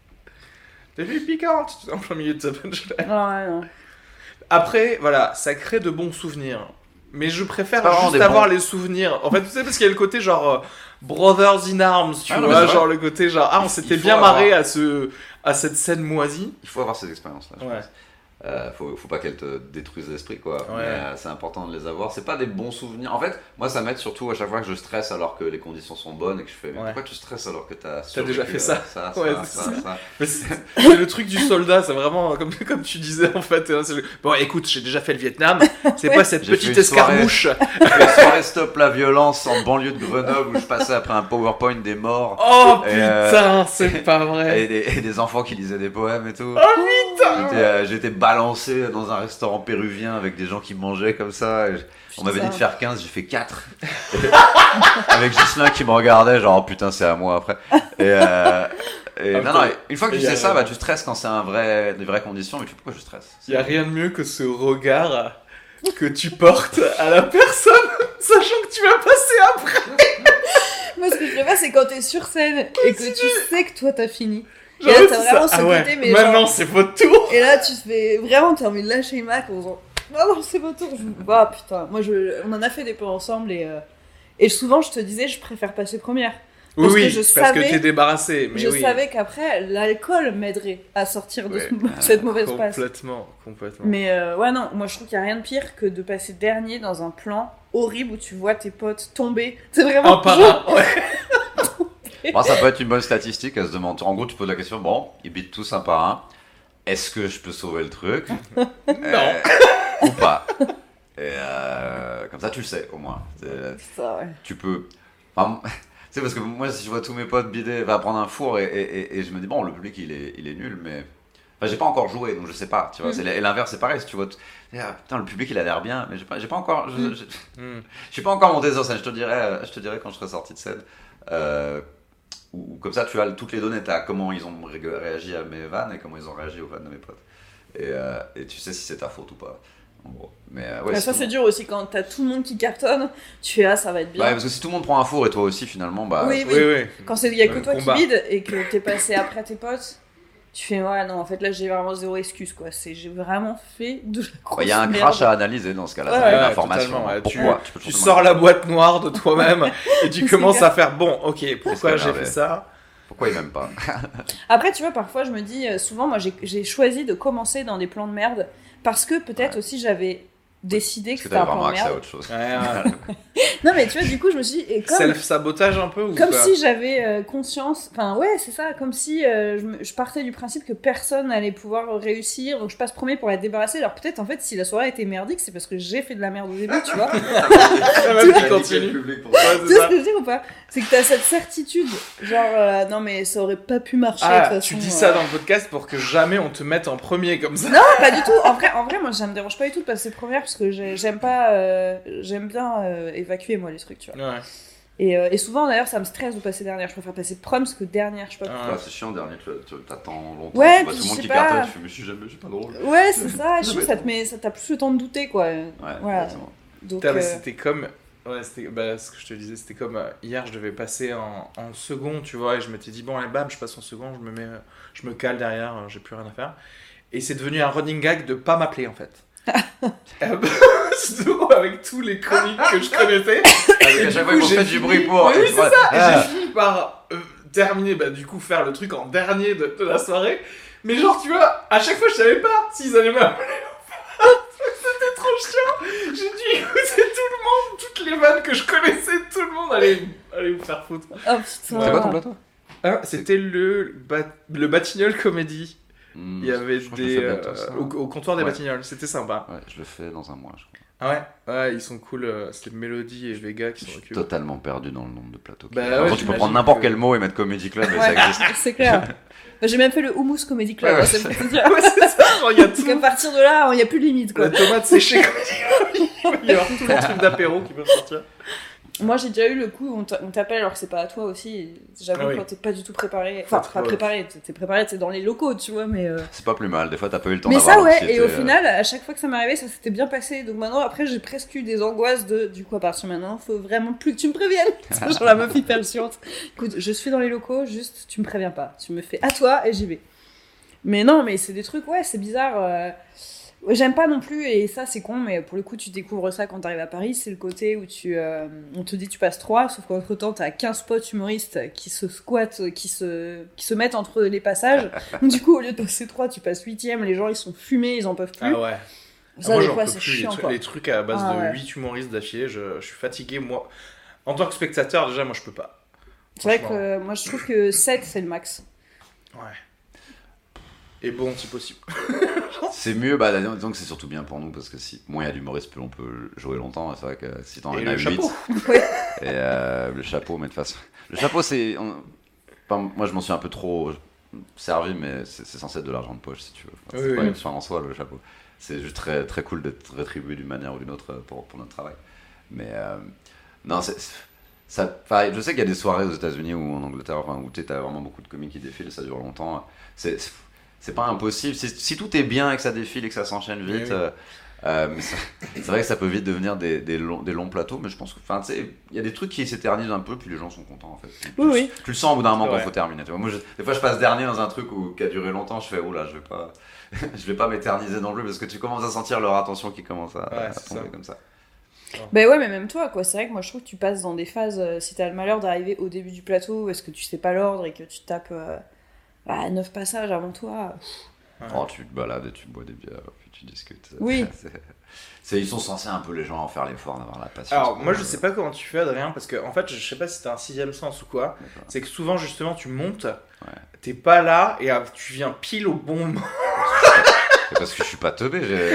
t'es vu piquante en plein milieu de sa punchline. Non, ouais, non. Après, voilà, ça crée de bons souvenirs. Mais je préfère C'est pas vraiment juste des avoir bons. les souvenirs. En fait, tu sais, parce qu'il y a le côté genre euh, Brothers in Arms, tu Ah non, mais vois, c'est vrai. genre le côté genre ah on Il s'était faut bien avoir- marré à ce à cette scène moisie. Il faut avoir ces expériences-là. je Ouais. pense. Euh, faut, faut pas qu'elles te détruisent l'esprit, quoi. Ouais. Mais euh, c'est important de les avoir. C'est pas des bons souvenirs. En fait, moi, ça m'aide surtout à chaque fois que je stresse alors que les conditions sont bonnes et que je fais. Mais Ouais. pourquoi tu stresses alors que t'as. T'as déjà fait ça. Ça, ça, Ouais, ça, c'est ça, ça. ça. Mais c'est, c'est le truc du soldat, c'est vraiment comme, comme tu disais en fait. C'est le... Bon, écoute, j'ai déjà fait le Vietnam. C'est Ouais. pas cette J'ai petite fait une soirée. escarmouche. J'ai fait une soirée Stop la violence en banlieue de Grenoble où je passais après un PowerPoint des morts. Oh Et, putain, euh, c'est pas vrai. Et des, et des enfants qui lisaient des poèmes et tout. Oh putain. J'étais, euh, j'étais balancé dans un restaurant péruvien avec des gens qui mangeaient comme ça. Et je- on m'avait dit de faire quinze, j'ai fait quatre. Avec Ghislain qui me regardait, genre oh, putain, c'est à moi après. Et, euh, et Ah, non, putain. non, une fois que Et tu y a- sais ça, bah, tu stresses quand c'est un vrai, des vraies conditions. Mais tu sais pourquoi je stresse? Il y a rien de mieux que ce regard que tu portes à la personne, sachant que tu vas passer après. Moi, ce que je préfère, c'est quand t'es sur scène et que tu sais que toi t'as fini. Et Genre, là, t'as c'est vraiment ça. ce Ah ouais. côté, mais Maintenant, genre- c'est votre tour. Et là, tu te fais vraiment, t'as envie de lâcher le Mac en disant ah non, c'est votre tour. Je... Ah putain, moi, je... on en a fait des pots ensemble et, euh... et souvent, je te disais, je préfère passer première. Oui, Parce oui, que je parce savais- que t'es débarrassé. Mais je oui. savais qu'après, l'alcool m'aiderait à sortir de Ouais. ce- cette mauvaise passe. Complètement, complètement. Mais euh, ouais, non, moi je trouve qu'il n'y a rien de pire que de passer dernier dans un plan horrible où tu vois tes potes tomber. C'est vraiment. Un par un, ouais. Moi, ça peut être une bonne statistique à se demander. En gros, tu poses la question bon, ils bitent tous un par un. Est-ce que je peux sauver le truc? Non. Ou pas. Et euh, comme ça, tu le sais au moins. C'est- Ça, ouais. tu peux. Enfin, tu sais, parce que moi, si je vois tous mes potes bider, va prendre un four et, et, et, et je me dis, bon, le public il est, il est nul, mais. Enfin, j'ai pas encore joué, donc je sais pas, tu vois. Mm. C'est, et l'inverse, c'est pareil, si tu vois. t- Ah, putain, le public il a l'air bien, mais j'ai pas, j'ai pas encore. Je, Mm. je, Hmm. je suis pas encore monté sur scène, je te dirai, euh, je te dirai quand je serai sorti de scène. Euh, ou, ou comme ça, tu as toutes les données, tu as comment ils ont ré- réagi à mes vannes et comment ils ont réagi aux vannes de mes potes. Et, euh, et tu sais si c'est ta faute ou pas, en gros. Mais euh, ouais, Mais si ça, tout- c'est dur aussi quand t'as tout le monde qui cartonne. Tu fais ah, ça va être bien. Ouais, parce que si tout le monde prend un four et toi aussi, finalement, bah. Oui, Oui, oui. Quand il y a que Le toi combat. qui bide et que t'es passé après tes potes, tu fais ouais, non, en fait là j'ai vraiment zéro excuse quoi. C'est, j'ai vraiment fait de la grosse Il y a un merde. crash à analyser dans ce cas-là, Ouais, t'as ouais, une ouais, information. totalement, ouais. Tu- Pourquoi Tu, peux Tu toujours sors demander la boîte noire de toi-même et tu C'est commences clair. à faire bon, ok, pourquoi Qu'est-ce j'ai qu'elle fait avait ça? pourquoi ils m'aiment pas. Après, tu vois, parfois je me dis, euh, souvent moi j'ai, j'ai choisi de commencer dans des plans de merde parce que peut-être Ouais. aussi j'avais décidé Parce que que c'était t'as un plan vraiment de accès à merde. autre chose. Ouais, ouais. Non mais tu vois, du coup je me suis dit, et comme, Self-sabotage un peu ou comme pas? si j'avais euh, conscience, enfin ouais c'est ça, comme si euh, je, me- je partais du principe que personne allait pouvoir réussir, donc je passe premier pour la débarrasser. Alors peut-être en fait si la soirée était merdique, c'est parce que j'ai fait de la merde au début, tu vois. Ah, même qui continue. public pour Ouais, Tu c'est vois ce ça. que je veux dire ou pas? C'est que t'as cette certitude, genre euh, non mais ça aurait pas pu marcher de Ah, toute façon. tu dis euh. ça dans le podcast pour que jamais on te mette en premier comme ça. Non, pas du tout. En vrai, en vrai, moi, ça me dérange pas du tout de passer première parce que j'ai- j'aime pas, euh, j'aime bien euh, évacuer moi les trucs, tu vois. Ouais. Et, euh, et souvent d'ailleurs, ça me stresse de passer dernière. Je préfère passer première que dernière, je sais pas. Ah. Ouais, c'est chiant, dernier, tu, tu t'attends longtemps. Ouais, tu vois puis tout le monde je qui sais pas. cartonne, tu fais, mais je suis jamais, je suis pas drôle. Ouais, c'est ça. Je trouve mais que ça te bon. met, ça t'as plus le temps de douter, quoi. Ouais, Voilà. exactement. Donc, Putain, mais euh, c'était comme. Ouais, c'était bah, ce que je te disais, c'était comme euh, hier, je devais passer en, en second, tu vois, et je m'étais dit, bon, allez, bam, je passe en second, je me, mets, euh, je me cale derrière, euh, j'ai plus rien à faire. Et c'est devenu un running gag de pas m'appeler en fait. Euh, surtout avec tous les comiques que je connaissais. Avec Et à du chaque coup, fois qu'on j'ai fait du fini- bruit pour. Oui, et c'est tu vois, ça. Et ah. j'ai fini par euh, terminer, bah, du coup, faire le truc en dernier de, de la soirée. Mais genre, tu vois, à chaque fois, je savais pas s'ils allaient m'appeler. C'était trop chiant. J'ai dû écouter tout le monde, toutes les vannes que je connaissais, tout le monde allait, allait vous faire foutre. oh putain. C'est quoi ton plateau Hein, c'était le, bat- le Batignolles Comédie. Hmm, Il y avait je crois que je des. le fais bientôt, euh, ça. au, au comptoir des Ouais. Batignolles, c'était sympa. Ouais, je le fais dans un mois, je crois. Ah ouais, ouais, ils sont cool. euh, C'était Mélodie et Vega qui Je s'en suis occupent. totalement perdu dans le nombre de plateaux. qu'il Bah y a. ouais, Par contre, tu peux j'imagine prendre n'importe que- quel mot et mettre Comedy Club et Ouais. ça existe. C'est clair. Bah, j'ai même fait le Hummus Comedy Club. Ouais, ouais, hein, ça c'est- me fait dire. Ouais, c'est ça, genre, il y a Parce tout. qu'à partir de là, il n'y a plus de limite, quoi. La tomate séchée Comedy Club. Il va y avoir tous les trucs d'apéro qui peuvent sortir. Moi, j'ai déjà eu le coup où on t'a- on t'appelle alors que c'est pas à toi aussi. et J'avoue, Ah oui. quand t'es pas du tout préparé. Enfin, Faut pas être- préparé, t'es- t'es préparé, t'es dans les locaux, tu vois, mais. euh, C'est pas plus mal, des fois t'as pas eu le temps Mais d'avoir ça, ouais, l'anxiété, et au euh, final, à chaque fois que ça m'arrivait, ça s'était bien passé. Donc maintenant, après, j'ai presque eu des angoisses de. Du coup, à partir de maintenant, faut vraiment plus que tu me préviennes. C'est genre la meuf hyper chiante. Écoute, je suis dans les locaux, juste, tu me préviens pas. Tu me fais à toi et j'y vais. Mais non, mais c'est des trucs, ouais, c'est bizarre. euh, J'aime pas non plus, et ça c'est con, mais pour le coup tu découvres ça quand t'arrives à Paris, c'est le côté où tu, euh, on te dit tu passes trois, sauf qu'entre temps t'as quinze potes humoristes qui se squattent, qui se, qui se mettent entre les passages. Du coup au lieu de passer trois, tu passes huitième, les gens ils sont fumés, ils en peuvent plus. Ah ouais. Ça, ah, moi des j'en fois, peux c'est plus, chiant, les, quoi. les trucs à base Ah, de ouais. huit humoristes d'affilée, je, je suis fatigué, moi. En tant que spectateur, déjà, moi je peux pas. C'est vrai que euh, moi je trouve que sept c'est le max. Ouais. Et bon, si possible. C'est mieux, bah disons que c'est surtout bien pour nous parce que si moins il y a d'humoristes, plus on peut jouer longtemps. C'est vrai que si t'en Et as le huit, chapeau. Oui. et euh, le chapeau, mais de toute façon, le chapeau c'est, on... enfin, moi je m'en suis un peu trop servi, mais c'est, c'est censé être de l'argent de poche si tu veux. Enfin, c'est Oui, pas oui. une fin en soi le chapeau. C'est juste très très cool d'être rétribué d'une manière ou d'une autre pour pour notre travail. Mais euh, non, c'est ça. Enfin, je sais qu'il y a des soirées aux États-Unis ou en Angleterre, enfin, où tu as vraiment beaucoup de comiques qui défilent, ça dure longtemps. C'est c'est pas impossible. Si, si tout est bien et que ça défile et que ça s'enchaîne vite, Oui, oui. euh, euh, mais ça- c'est vrai que ça peut vite devenir des, des, longs, des longs plateaux. Mais je pense que, enfin, tu sais, il y a des trucs qui s'éternisent un peu, puis les gens sont contents en fait. Tu, Oui, oui. tu le sens au bout d'un moment C'est quand vrai. faut terminer. Tu vois. Moi, je- des fois, je passe dernier dans un truc où, qui a duré longtemps. Je fais, oh là, je vais pas, je vais pas m'éterniser non plus parce que tu commences à sentir leur attention qui commence à, Ouais, à c'est tomber ça. comme ça. Bah ouais, mais même toi, quoi. C'est vrai que moi je trouve que tu passes dans des phases, euh, si t'as le malheur d'arriver au début du plateau, est-ce que tu sais pas l'ordre et que tu tapes euh, bah, neuf passages avant toi. Ouais. Oh, tu te balades et tu bois des bières, puis tu discutes. Oui. C'est- c'est- ils sont censés un peu les gens en faire l'effort d'avoir la patience. Alors, pour- moi je sais pas comment tu fais, Adrien, parce que en fait, je sais pas si t'as un sixième sens ou quoi. D'accord. C'est que souvent, justement, tu montes, t'es pas là et ah, tu viens pile au bon moment. C'est parce que je suis pas teubé, j'ai...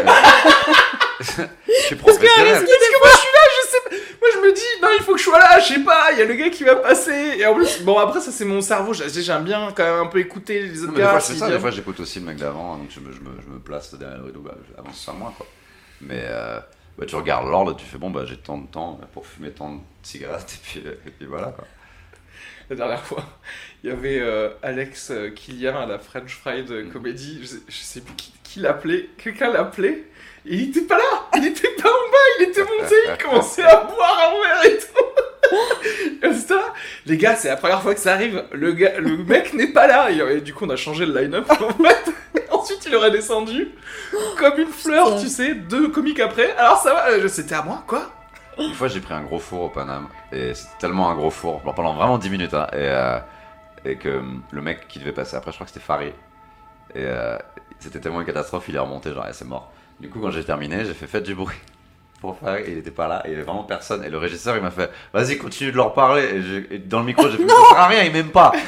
je suis professionnel. Parce que moi je suis là, je sais pas. Moi je me dis, non, il faut que je sois là, je sais pas, il y a le gars qui va passer. Et en plus, bon, après, ça c'est mon cerveau, j'ai- j'aime bien quand même un peu écouter les Non, autres mais des gars. fois je fais s'ils ça, des viennent. fois j'écoute aussi le mec d'avant, donc je me, je me, je me place derrière le rideau, bah, j'avance sans moi quoi. Mais euh, bah, tu regardes l'ordre, tu fais bon, bah j'ai tant de temps pour fumer tant de cigarettes, et puis, et puis voilà quoi. La dernière fois, il y avait euh, Alex euh, Killian à la French Fried euh, Comedy, je sais, je sais plus qui, qui l'appelait, quelqu'un l'appelait, et il était pas là, il était pas en bas, il était monté, il commençait à boire un verre et tout. Et ça, les gars, c'est la première fois que ça arrive, le, gars, le mec n'est pas là, et, et du coup on a changé le line-up en fait. Ensuite il aurait descendu comme une fleur, Putain. tu sais, deux comiques après, alors ça va, euh, c'était à moi, quoi. Une fois j'ai pris un gros four au Paname, et c'était tellement un gros four, genre, pendant vraiment dix minutes, hein, et, euh, et que hum, le mec qui devait passer après, je crois que c'était Farid, et euh, c'était tellement une catastrophe, il est remonté, genre, eh, c'est mort. Du coup, quand j'ai terminé, j'ai fait faites du bruit pour Farid, et il était pas là, et il y avait vraiment personne, et le régisseur il m'a fait vas-y, continue de leur parler, et, j'ai- et dans le micro j'ai fait ça sert à rien, il m'aime pas.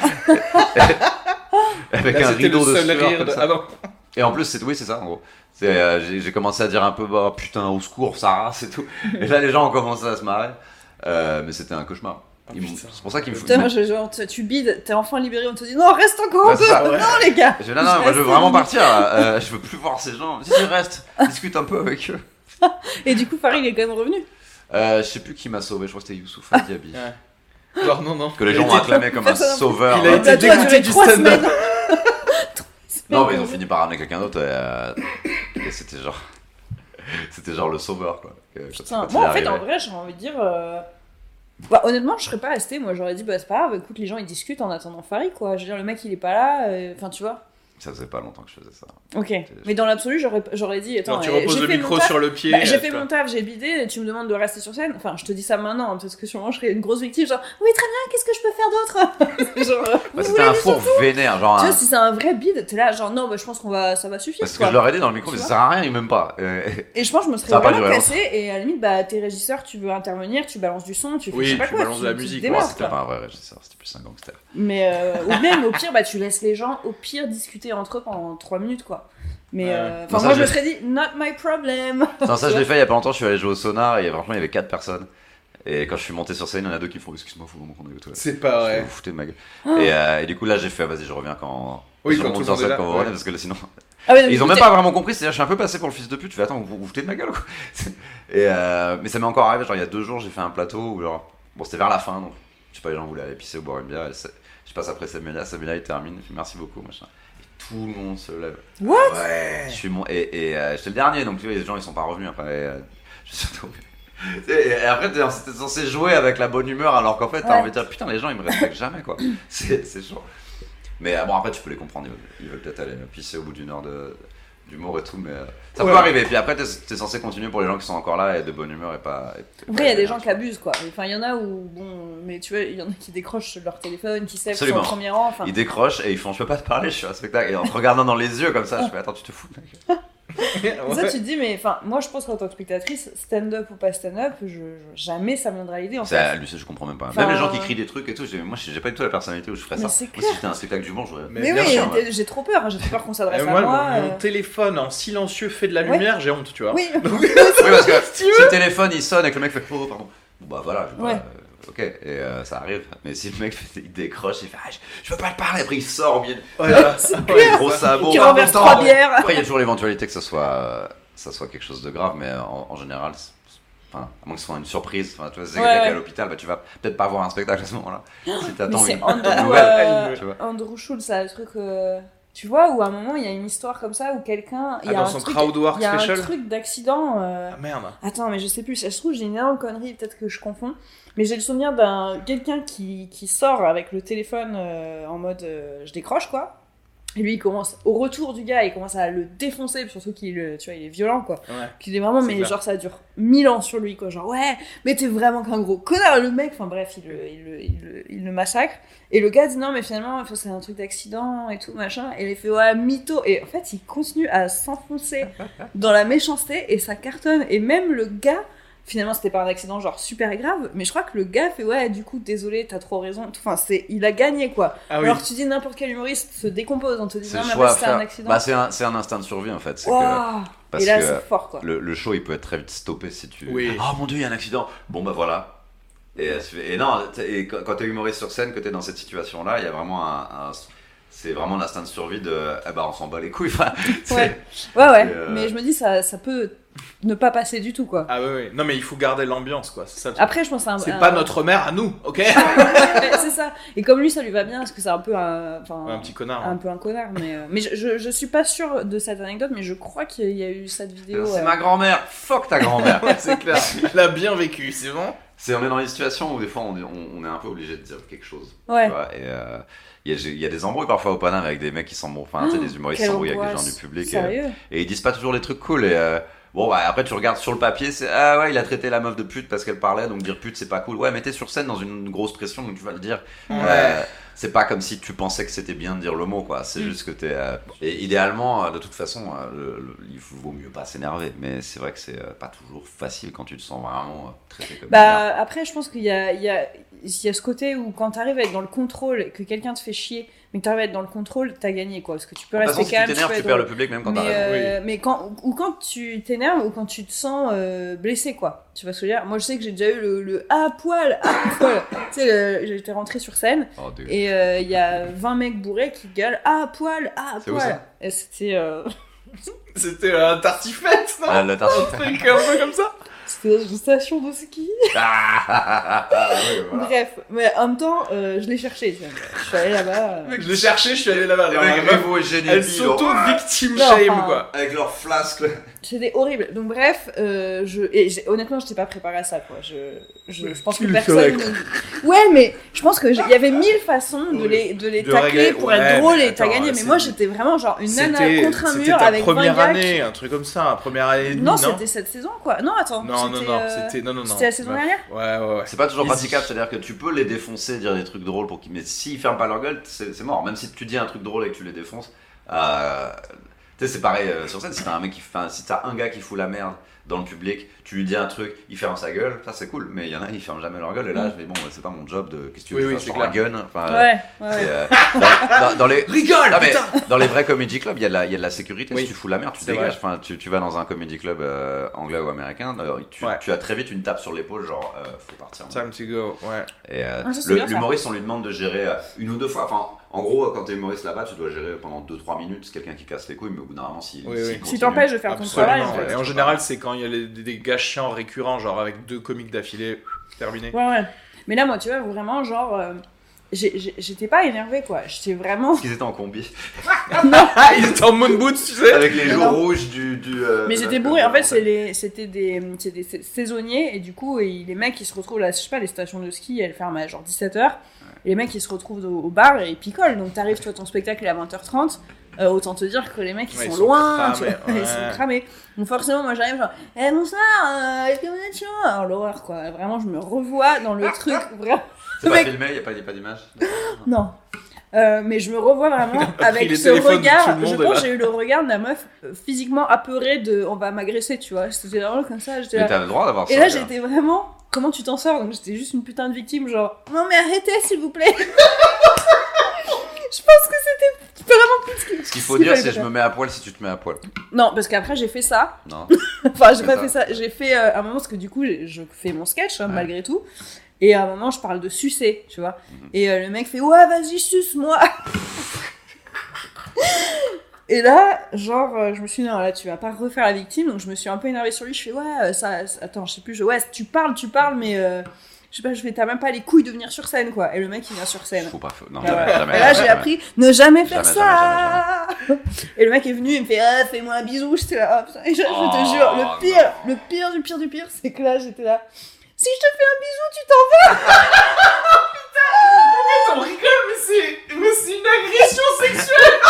Avec Là un c'était rideau le de seul sueur rire comme de... ça. Ah non. Et en plus, c'est oui, c'est ça en gros. C'est, euh, j'ai, j'ai commencé à dire un peu bah putain au secours, Sarah, c'est tout. Et là, les gens ont commencé à se marrer. Euh, mais c'était un cauchemar. Oh, Ils m'ont- putain. c'est pour ça qu'ils me foutent. Putain, moi je, genre, tu, tu bides, t'es enfin libéré, on te dit non, reste encore un Ouais, peu. c'est ça, ouais. Non, les gars. Je dis, non, non, moi je veux vraiment partir. Là. Euh, je veux plus voir ces gens. Si, si, reste, discute un peu avec eux. Et du coup, Farid il est quand même revenu. Euh, je sais plus qui m'a sauvé. Je crois que c'était Youssouf Diaby. Ouais. Genre non, non. Que les Il gens a ont été- acclamé comme un Personne- sauveur. Il a hein. été Ça doit dégoûté durer du trois stand-up. semaines. Non, mais ils ont fini par ramener quelqu'un d'autre. Et, euh, et c'était genre. C'était genre le sauveur quoi. Que- quand- Putain, quand il moi est en fait, en arrivé. vrai, j'ai envie de dire. euh, Bah, honnêtement, je serais pas restée. Moi, j'aurais dit, bah, c'est pas grave, écoute, les gens ils discutent en attendant Farid, quoi. Je veux dire, le mec il est pas là. euh, Enfin, tu vois. Ça faisait pas longtemps que je faisais ça. Ok. Mais dans l'absolu, j'aurais, j'aurais dit, attends, Genre, tu euh, reposes j'ai le fait micro mon taf. sur le pied. Bah, j'ai euh, fait tu vois. mon taf, j'ai bidé, et tu me demandes de rester sur scène. Enfin, je te dis ça maintenant, hein, parce que sûrement je serais une grosse victime, genre, oui, très bien, qu'est-ce que je peux faire d'autre? C'est genre, euh, Bah, vous c'était voulez un du four surtout vénère. Genre Tu un- vois, si c'est un vrai bide, t'es là, genre, non, bah, je pense qu'on va, ça va suffire. Parce que quoi. je leur ai dit dans le micro, Tu mais ça vois sert à rien, ils m'aiment pas. Euh, Et je pense que je me serais Ça a pas vraiment duré cassée, et à la limite, bah, t'es régisseur, tu veux intervenir, tu balances du son, tu fais Oui, je sais pas tu quoi. balances de la tu te musique, démerdes, Moi, c'était quoi. pas un vrai régisseur, c'était plus un gangster. Mais euh, ou même au pire, bah tu laisses les gens au pire discuter entre eux pendant trois minutes quoi. Mais Ouais. euh, Non, enfin ça, moi je je me l'ai- serais dit not my problem. Non, ça je l'ai fait il y a pas longtemps, je suis allé jouer au sonar et franchement il y avait quatre personnes. Et quand je suis monté sur scène, il y en a deux qui me font excuse-moi, faut vraiment qu'on aille aux toilettes. C'est pas Vous vrai. vous foutez de ma gueule. Et, euh, et du coup là j'ai fait vas-y je reviens quand. Oui, je quand remonte tout le sur monde est scène là, quand vous ouais. revenez parce que là, sinon. Ah ouais, Ils ont même pas vraiment compris, c'est-à-dire je suis un peu passé pour le fils de pute, tu fais attends vous vous foutez de ma gueule ou quoi. Et euh, mais ça m'est encore arrivé, genre il y a deux jours j'ai fait un plateau où genre. Bon c'était vers la fin donc je sais pas les gens voulaient aller pisser ou boire une bière. Et c'est- je passe après Samuela, Samuela il termine, il fait merci beaucoup machin. Et tout le monde se lève. What? Ouais. Je suis mon... Et, et euh, j'étais le dernier, donc tu vois, les gens ils sont pas revenus après. Et, euh, je suis tombé. Tu sais, et après, t'es t'es censé jouer avec la bonne humeur, alors qu'en fait, t'as Ouais. envie de dire putain, les gens ils me respectent jamais quoi. C'est c'est chaud. Mais euh, bon, après, tu peux les comprendre, ils veulent, ils veulent peut-être aller pisser au bout d'une heure de, d'humour et tout, mais euh, ça Ouais. peut arriver. Puis après, t'es, t'es censé continuer pour les gens qui sont encore là et de bonne humeur et pas. Et, Après, il y a des gens qui abusent, quoi. Enfin, il y en a où, bon, mais tu vois, il y en a qui décrochent leur téléphone, qui savent qu'ils sont au Absolument. premier rang. Enfin, Ils décrochent et ils font je peux pas te parler, je suis un spectacle. Et en te regardant dans les yeux comme ça, je fais attends, tu te fous, mec. ça, tu te dis, mais enfin, moi, je pense qu'en tant que spectatrice, stand-up ou pas stand-up, je, je- jamais ça me viendra à l'idée, en C'est fait. à lui, je comprends même pas. Enfin, Même les gens qui crient des trucs et tout, j'ai- moi j'ai j'ai pas du tout la personnalité où je ferais Mais ça. c'est Moi, clair. si c'était un spectacle d'humour, j'aurais. Mais Mais bien oui, sûr, ouais. j'ai trop peur. hein, J'ai trop peur qu'on s'adresse Et à moi, moi. mon, mon euh, téléphone en silencieux fait de la Ouais. lumière, j'ai honte, tu vois. Oui, Oui, parce que si le téléphone il sonne et que le mec fait oh pardon. Bon bah voilà, je vais Ouais. pas, euh, ok, et euh, ça arrive. Mais si le mec fait- il décroche, il fait ah, je, je peux pas te parler, après il sort au milieu de Voilà. des gros sabots. qui en même renverse temps. trois bières. Après il y a toujours l'éventualité que ça soit, euh, ça soit quelque chose de grave, mais euh, en, en général, c'est- enfin, à moins que ce soit une surprise, enfin, tu vois, c'est Ouais, quelqu'un qui est ouais. à l'hôpital, bah tu vas peut-être pas voir un spectacle à ce moment-là. Si Mais t'attends c'est une, Andrew, une nouvelle, euh, tu vois. Andrew Schultz, ça, le truc. euh, Tu vois, où à un moment, il y a une histoire comme ça où quelqu'un. Il y Ah, a dans un son truc, crowdwork il y a special. un truc d'accident. euh, Ah merde. Attends, mais je sais plus, ça se trouve, j'ai une énorme connerie, peut-être que je confonds. Mais j'ai le souvenir d'un quelqu'un qui, qui sort avec le téléphone euh, en mode euh, je décroche, quoi. Et lui, il commence, au retour du gars, il commence à le défoncer, surtout qu'il euh, tu vois, il est violent, quoi. Ouais. Qu'il est vraiment, C'est mais clair. genre, ça dure mille ans sur lui, quoi. Genre, ouais, mais t'es vraiment qu'un gros connard, le mec. Enfin bref, il le, il le, il le, il le massacre. Et le gars dit non, mais finalement, c'est un truc d'accident et tout, machin. Et il fait ouais, mytho. Et en fait, il continue à s'enfoncer dans la méchanceté et ça cartonne. Et même le gars, finalement, c'était pas un accident genre super grave, mais je crois que le gars fait ouais, du coup, désolé, t'as trop raison. Enfin, c'est, il a gagné, quoi. Ah oui. Alors tu dis n'importe quel humoriste se décompose, on te dit C'est non, le mais choix après, à c'était faire. un accident. Bah, c'est un, c'est un instinct de survie en fait. C'est que, Waouh. parce Et là, que c'est fort, quoi. le, le show il peut être très vite stoppé si tu. Oui. Oh mon dieu, il y a un accident. Bon bah voilà. Et, euh, tu fais- et non, t'es- et quand quand t'es humoriste sur scène, que t'es dans cette situation-là, il y a vraiment un. un- c'est vraiment l'instinct de survie de. Eh bah on s'en bat les couilles. Enfin, c'est- Ouais. Ouais, ouais, Et, euh, mais je me dis, ça, ça peut ne pas passer du tout, quoi. Ah ouais, ouais. Non mais il faut garder l'ambiance, quoi. C'est ça. tu- Après, je pense que c'est un. C'est un- pas notre mère à nous, ok? Ouais, c'est ça. Et comme lui, ça lui va bien, parce que c'est un peu un. Enfin, Ouais, un petit connard. un hein. peu un connard, mais, euh, mais je, je, je suis pas sûre de cette anecdote, mais je crois qu'il y a eu cette vidéo. C'est euh, ma grand-mère. Fuck ta grand-mère. Ouais, c'est clair. Il a bien vécu, c'est bon. C'est on est dans des situations où des fois on, est- on- on est un peu obligé de dire quelque chose. Ouais. Tu vois, et euh, il y, a- il y a des embrouilles parfois au Paname avec des mecs qui s'embrouillent, enfin tu sais, des humoristes qui Quelle s'embrouillent avec des gens angoisse. du public. Et, Sérieux. et ils disent pas toujours des trucs cool. Et euh, bon, bah, après tu regardes sur le papier, c'est ah ouais, il a traité la meuf de pute parce qu'elle parlait, donc dire pute c'est pas cool. Ouais, mais t'es sur scène dans une grosse pression, donc tu vas le dire. Ouais. Euh, c'est pas comme si tu pensais que c'était bien de dire le mot, quoi. C'est Mm. juste que t'es. euh, Et idéalement, euh, de toute façon, euh, le- le- il vaut mieux pas s'énerver. Mais c'est vrai que c'est euh, pas toujours facile quand tu te sens vraiment euh, traité comme une merde. Bah, après, je pense qu'il y a, il y, a, il y a ce côté où quand t'arrives à être dans le contrôle et que quelqu'un te fait chier, mais que t'arrives à être dans le contrôle, t'as gagné, quoi. Parce que tu peux De toute rester façon, si calme, tu tu t'énerves, peux tu être perds le drôle. public même quand mais, t'as raison. euh, mais quand, ou quand tu t'énerves ou quand tu te sens euh, blessé, quoi. Tu vois ce que je veux dire? Moi, je sais que j'ai déjà eu le, le à poil, à poil. Tu sais, le- j'étais rentrée sur scène Oh, dégueu. et euh, il y a vingt mecs bourrés qui gueulent à poil, à C'est où, poil. ça Et c'était. euh, C'était un tartiflette, non? Ah, la Un tartiflette. truc un peu comme ça. C'était dans une station de ski. Ah, oui, voilà. Bref, mais en même temps, euh, je l'ai cherché. tu vois. Je suis allée là-bas. euh, Je l'ai cherché, je suis allé là-bas. Les Alors, mecs la meuf, rivaux et gênés, elle bidons. s'auto-victime Non, shame, enfin, quoi. Avec leurs flasques. C'était horrible. Donc bref, euh, je et j'ai- honnêtement, j'étais pas préparée à ça, quoi. Je, je, je pense que Tu le personne. ferais, ne- Ouais, mais je pense que j'ai- il y avait mille façons de les de les De tacler régler, pour ouais, être drôle mais et t'as attends, gagné. Mais c'est- moi, j'étais vraiment genre une nana C'était contre un c'était mur ta avec vingt première gars qui- année, un truc comme ça, un première année et demie, Non, non? c'était cette saison, quoi. Non, attends. Non, non, c'était, non, euh, c'était non, non, non. c'était la saison Meuf. dernière. Ouais, ouais, ouais. C'est pas toujours Easy. praticable, c'est-à-dire que tu peux les défoncer, dire des trucs drôles pour qu'ils. Mais s'ils ferment pas leur gueule, c'est c'est mort. Même si tu dis un truc drôle et que tu les défonces. Euh... Tu sais, c'est pareil euh, sur scène, si t'as un mec qui. Enfin, si t'as un gars qui fout la merde dans le public, tu lui dis un truc, il ferme sa gueule, ça c'est cool. Mais il y en a, ils ferment jamais leur gueule. Et là, Mm. je fais bon, c'est pas mon job de. Qu'est-ce que tu Oui, veux oui, que je c'est fasse sur la clair. gun enfin, euh, Ouais, ouais. c'est, ouais. euh, dans, dans- dans les. Rigole, Non, mais putain. dans les vrais comedy clubs, il y, a de la- il y a de la sécurité. Oui. Si tu fous la merde, tu C'est dégages. vrai. Enfin, tu, tu vas dans un comedy club euh, anglais ou américain, d'ailleurs, tu, Ouais. tu as très vite une tape sur l'épaule, genre, euh, faut partir. Time to go, ouais. Et euh, Ah, ça, c'est le- bien, ça. l'humoriste, on lui demande de gérer euh, une ou deux fois. Enfin, en gros, quand t'es humoriste là-bas, tu dois gérer pendant deux trois minutes. C'est quelqu'un qui casse les couilles, mais au bout d'un moment, s'il Oui, s'il oui. continue- Si t'empêches de faire ton Absolument. travail, en fait. Et en général, c'est quand il y a les- des, des gars chiants récurrents, genre avec deux comiques d'affilée, terminé. Ouais, ouais. Mais là, moi, tu vois, vraiment, genre, euh, j'ai- j'ai- j'étais pas énervée, quoi. J'étais vraiment. Parce qu'ils étaient en combi. Ah, ils étaient en moon boots, tu sais. Avec les Mais jours non. rouges du. du euh, Mais de j'étais la- bourré. de En fait, la c'est les, c'était des, c'est des sais- saisonniers, et du coup, et les mecs, ils se retrouvent là, je sais pas, les stations de ski, elles ferment à genre dixsept heures. Et les mecs, ils se retrouvent au, au bar et ils picolent. Donc, t'arrives, toi, ton spectacle est à vingt heures trente. Euh, autant te dire que les mecs ils, Ouais, sont, ils sont loin, tu cramés, vois, ouais. ils sont cramés. Donc forcément, moi j'arrive genre, eh bonsoir, euh, est-ce que vous êtes chaud? Alors l'horreur quoi, vraiment je me revois dans le truc, vraiment. C'est Le pas mec- filmé, il n'y a pas, y a pas d'image. Non. Euh, mais je me revois vraiment pris avec les ce téléphones de tout regard. le monde, Je et pense là. que j'ai eu le regard de la meuf euh, physiquement apeurée de on va m'agresser, tu vois. C'était vraiment comme ça. J'étais Mais là. t'as le droit d'avoir ça. Et là, gars. j'étais vraiment. Comment tu t'en sors? Donc j'étais juste une putain de victime, genre non mais arrêtez s'il vous plaît. Je pense que c'était vraiment plus ce qu'il Ce qu'il faut ce qu'il dire, fallait c'est je faire. me mets à poil si tu te mets à poil. Non, parce qu'après j'ai fait ça. Non. Enfin, j'ai C'est pas ça. fait ça. J'ai fait euh, un moment parce que du coup, j'ai- je fais mon sketch hein, Ouais. malgré tout. Et à un moment, je parle de sucer, tu vois. Mhm. Et euh, le mec fait ouais, vas-y, suce-moi. Et là, genre, euh, je me suis dit non, là, tu vas pas refaire la victime. Donc, je me suis un peu énervée sur lui. Je fais ouais, euh, ça, ça- attends, je sais plus. Je, ouais, tu parles, tu parles, mais euh, je sais pas, je fais, t'as même pas les couilles de venir sur scène, quoi. Et le mec, il vient sur scène. Faut pas. faut- Non, Ah jamais, ouais. jamais, Et là, j'ai jamais. appris ne jamais faire Jamais, ça. Et le mec est venu, il me fait ah, fais-moi un bisou. J'étais là, ah, putain. Et je, je Oh, te jure, le non. pire, le pire du pire du pire, c'est que là, j'étais là. Si je te fais un bisou, tu t'en On rigole, mais c'est, mais c'est une agression sexuelle.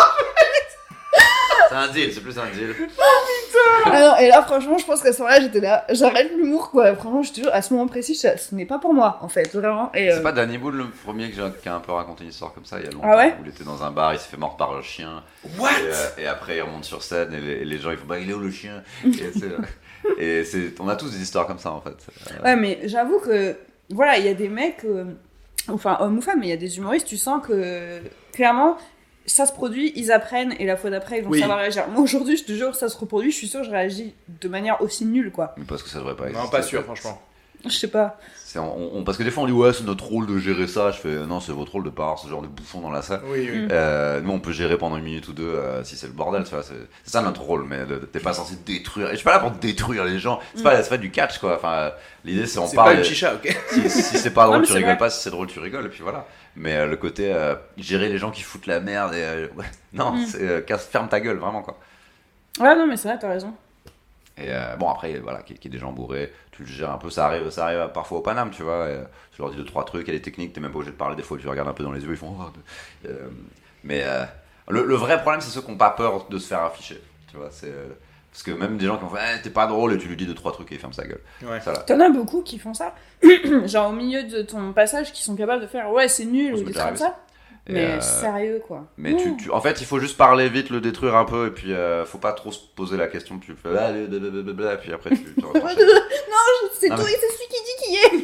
C'est un deal, c'est plus un deal. vas. Ah non, et là, franchement, je pense qu'à ce moment-là, j'étais là, j'arrête l'humour, quoi. Franchement, je te jure, à ce moment précis, je- ce n'est pas pour moi, en fait, vraiment. Et, C'est euh, pas Danny Boone le premier que j'ai- qui a un peu raconté une histoire comme ça il y a longtemps. Ah ouais où il était dans un bar, il s'est fait mordre par un chien. What? Et, euh, et après il remonte sur scène et les, et les gens ils font bah il est où le chien? Et, c'est, et c'est, on a tous des histoires comme ça en fait. Euh, Ouais, mais j'avoue que, voilà, il y a des mecs, euh, enfin, hommes ou femmes, mais il y a des humoristes, tu sens que, clairement, ça se produit, ils apprennent, et la fois d'après, ils vont Oui. savoir réagir. Moi, aujourd'hui, je te jure, ça se reproduit, je suis sûre que je réagis de manière aussi nulle, quoi. mais parce que ça devrait pas Non, exister. pas sûr, en fait. franchement. Je sais pas. C'est, on, on- parce que des fois on dit ouais c'est notre rôle de gérer ça. Je fais non c'est votre rôle de pas avoir ce genre de bouffon dans la salle. Oui, oui. Mm. Euh, nous on peut gérer pendant une minute ou deux euh, si c'est le bordel, tu vois, c'est, c'est ça notre rôle, mais le- t'es pas censé détruire. Et je suis pas là pour détruire les gens, c'est, Mm. pas, c'est pas du catch quoi. Enfin, euh, l'idée c'est on C'est parle. pas une chicha, ok. Si, si c'est pas Non, drôle, mais tu c'est rigoles vrai. pas, si c'est drôle, tu rigoles, et puis voilà. Mais euh, le côté euh, gérer les gens qui foutent la merde, et, euh, ouais, non, Mm. c'est euh, casse, ferme ta gueule, vraiment quoi. Ouais, non, mais c'est vrai, t'as raison. Et euh, bon, après, voilà, qu'il y ait des gens bourrés, tu le gères un peu, ça arrive, ça arrive parfois au Paname, tu vois. Et, euh, tu leur dis deux, trois trucs, il y a des techniques, t'es même pas obligé de parler, des fois tu regardes un peu dans les yeux, ils font. Oh, euh, mais euh, le, le vrai problème, c'est ceux qui n'ont pas peur de se faire afficher, tu vois. C'est, euh, parce que même des gens qui ont fait, eh, t'es pas drôle, et tu lui dis deux, trois trucs et il ferme sa gueule. Ouais. Ça, là. T'en as beaucoup qui font ça. Genre au milieu de ton passage, qui sont capables de faire ouais, c'est nul, On se ou des met trucs comme derrière, ça. Et, Mais euh, sérieux, quoi. Mais tu, tu, en fait, il faut juste parler vite, le détruire un peu, et puis euh, faut pas trop se poser la question. Tu fais ah, blablabla, et puis après tu. tu t'enchaînes. C'est Non, tout, mais- c'est celui qui dit qui est.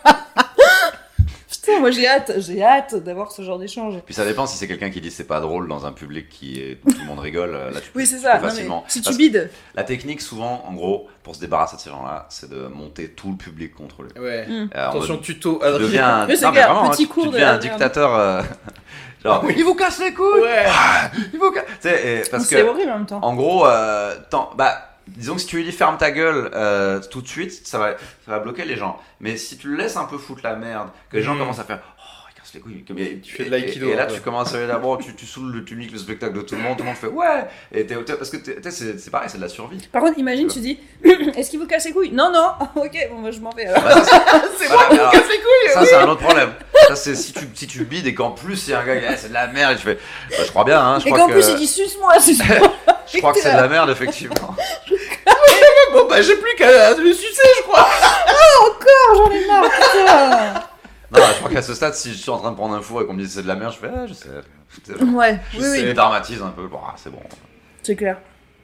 Putain, moi j'ai hâte, j'ai hâte d'avoir ce genre d'échange. Puis ça dépend si c'est quelqu'un qui dit c'est pas drôle dans un public qui est où tout le monde rigole. Là, tu peux, Oui, c'est tu ça. peux Non, facilement. mais si tu Parce que bides. la technique, souvent, en gros, pour se débarrasser de ces gens-là, c'est de monter tout le public contre lui. Ouais. Mm. Euh, en Attention, mode, tuto, tu deviens Adrien. un, Oui, c'est non, mais clair, vraiment, hein, petit tu, cours tu de deviens un la merde. dictateur. euh, genre, Oui. il vous casse les couilles. Ouais. Il vous casse. Tu sais, et parce C'est que horrible en même temps. en gros, euh, tant- bah, disons que si tu lui dis ferme ta gueule euh, tout de suite, ça va, ça va bloquer les gens. Mais si tu le laisses un peu foutre la merde, que les gens Mm. commencent à faire oh, il casse les couilles, comme- et, Tu fais de et- l'aïkido, et, et là un peu. tu commences à aller d'abord, tu, tu saoules le, tu niques le spectacle de tout le monde, tout le monde fait ouais, et t'es, t'es- parce que t'es- t'es- c'est, c'est pareil, c'est de la survie. Par contre, imagine, tu dis est-ce qu'il vous casse les couilles? Non, non. Ok, bon, bah, je m'en vais alors. Bah, ça, c'est, C'est voilà, moi qui alors, me casse les couilles. ça, c'est un autre problème. Ça, c'est si tu, si tu bides et qu'en plus il y a un gars qui dit ah, c'est de la merde, et tu fais bah, je crois bien, hein, je Et crois qu'en que, plus, il dit suce-moi, suce-moi. je crois que c'est de la merde, effectivement. Bon, bah, j'ai plus qu'à le sucer, je crois. Oh, j'en ai marre, putain. Non, je crois qu'à ce stade, si je suis en train de prendre un four et qu'on me dit c'est de la merde, je fais ah, je sais. Ouais, Je oui, sais, oui. je dramatise un peu, bon, ah, c'est bon. C'est clair.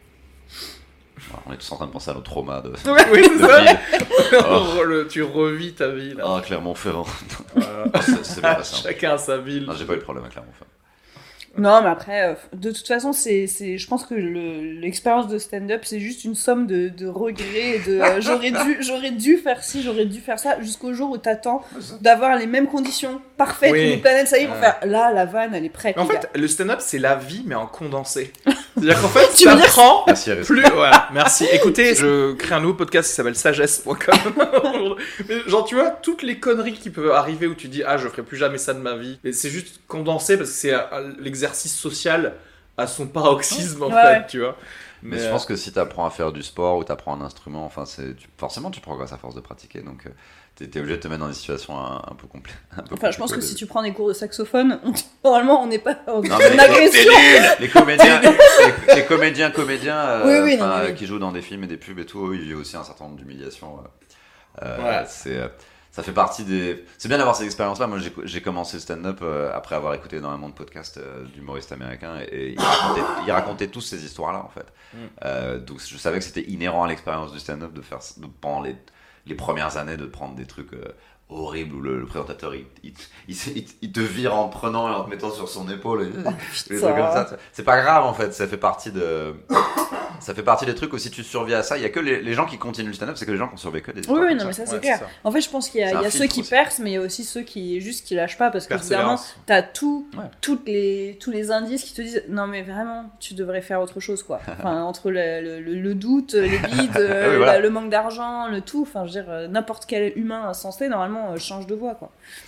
Voilà, on est tous en train de penser à nos traumas de, Oui, c'est de ça. vie. Oh, le- tu revis ta vie, là. Ah, Clermont-Ferrand. Voilà. Ah, c'est, c'est bien passé. hein. Chacun a sa ville. Non, j'ai pas eu de problème avec Clermont-Ferrand. Non, mais après, euh, de toute façon, c'est, c'est, je pense que le, l'expérience de stand-up, c'est juste une somme de, de regrets et de euh, j'aurais dû, j'aurais dû faire ci, j'aurais dû faire ça, jusqu'au jour où t'attends d'avoir les mêmes conditions parfaites, Oui. une planète, ça y est, pour Ouais. faire là, la vanne, elle est prête. Mais en les fait, le stand-up, c'est la vie, mais en condensé. C'est-à-dire qu'en fait, Tu veux dire- t'apprends Merci, Iris. plus. Voilà, merci. Écoutez, je crée un nouveau podcast qui s'appelle sagesse point com. Mais genre, tu vois, toutes les conneries qui peuvent arriver où tu dis, ah, je ferai plus jamais ça de ma vie. Et c'est juste condensé parce que c'est euh, l'exercice social à son paroxysme, en Ouais, fait, ouais. tu vois. Mais, mais je pense que si tu apprends à faire du sport ou tu apprends un instrument, enfin, c'est, tu, forcément tu progresses à force de pratiquer. Donc, euh, tu es obligé de te mettre dans des situations un, un peu complexes. Enfin, je pense que de... si tu prends des cours de saxophone, on, normalement, on n'est pas en, non, en agression. Les comédiens, les, les comédiens, comédiens euh, oui, oui, non, oui. qui jouent dans des films et des pubs et tout, il y a aussi un certain nombre d'humiliations. Euh, ouais. C'est. Euh, Ça fait partie des. C'est bien d'avoir ces expériences-là. Moi, j'ai, j'ai commencé le stand-up euh, après avoir écouté énormément de podcasts euh, d'humoristes américains et, et ils, racontaient, ils racontaient tous ces histoires-là, en fait. Mm. Euh, donc, je savais que c'était inhérent à l'expérience du stand-up de faire de, pendant les, les premières années de prendre des trucs euh, horribles où le, le présentateur il, il, il, il, il te vire en te prenant et en te mettant sur son épaule. Et, oh, des trucs comme ça. C'est pas grave, en fait. Ça fait partie de. Ça fait partie des trucs où si tu survis à ça, il y a que les, les gens qui continuent le stand-up, c'est que les gens qui ont survécu des histoires. Oui, oui, non, ça. mais ça, c'est ouais, clair. C'est ça. En fait, je pense qu'il y a, il y a ceux qui aussi. percent, mais il y a aussi ceux qui, juste, qui lâchent pas parce que, évidemment, t'as tout, ouais. toutes les, tous les indices qui te disent non, mais vraiment, tu devrais faire autre chose, quoi. Enfin, entre le, le, le, le doute, les bides, ah oui, voilà. le manque d'argent, le tout, enfin, je veux dire, n'importe quel humain sensé, normalement, change de voie, quoi.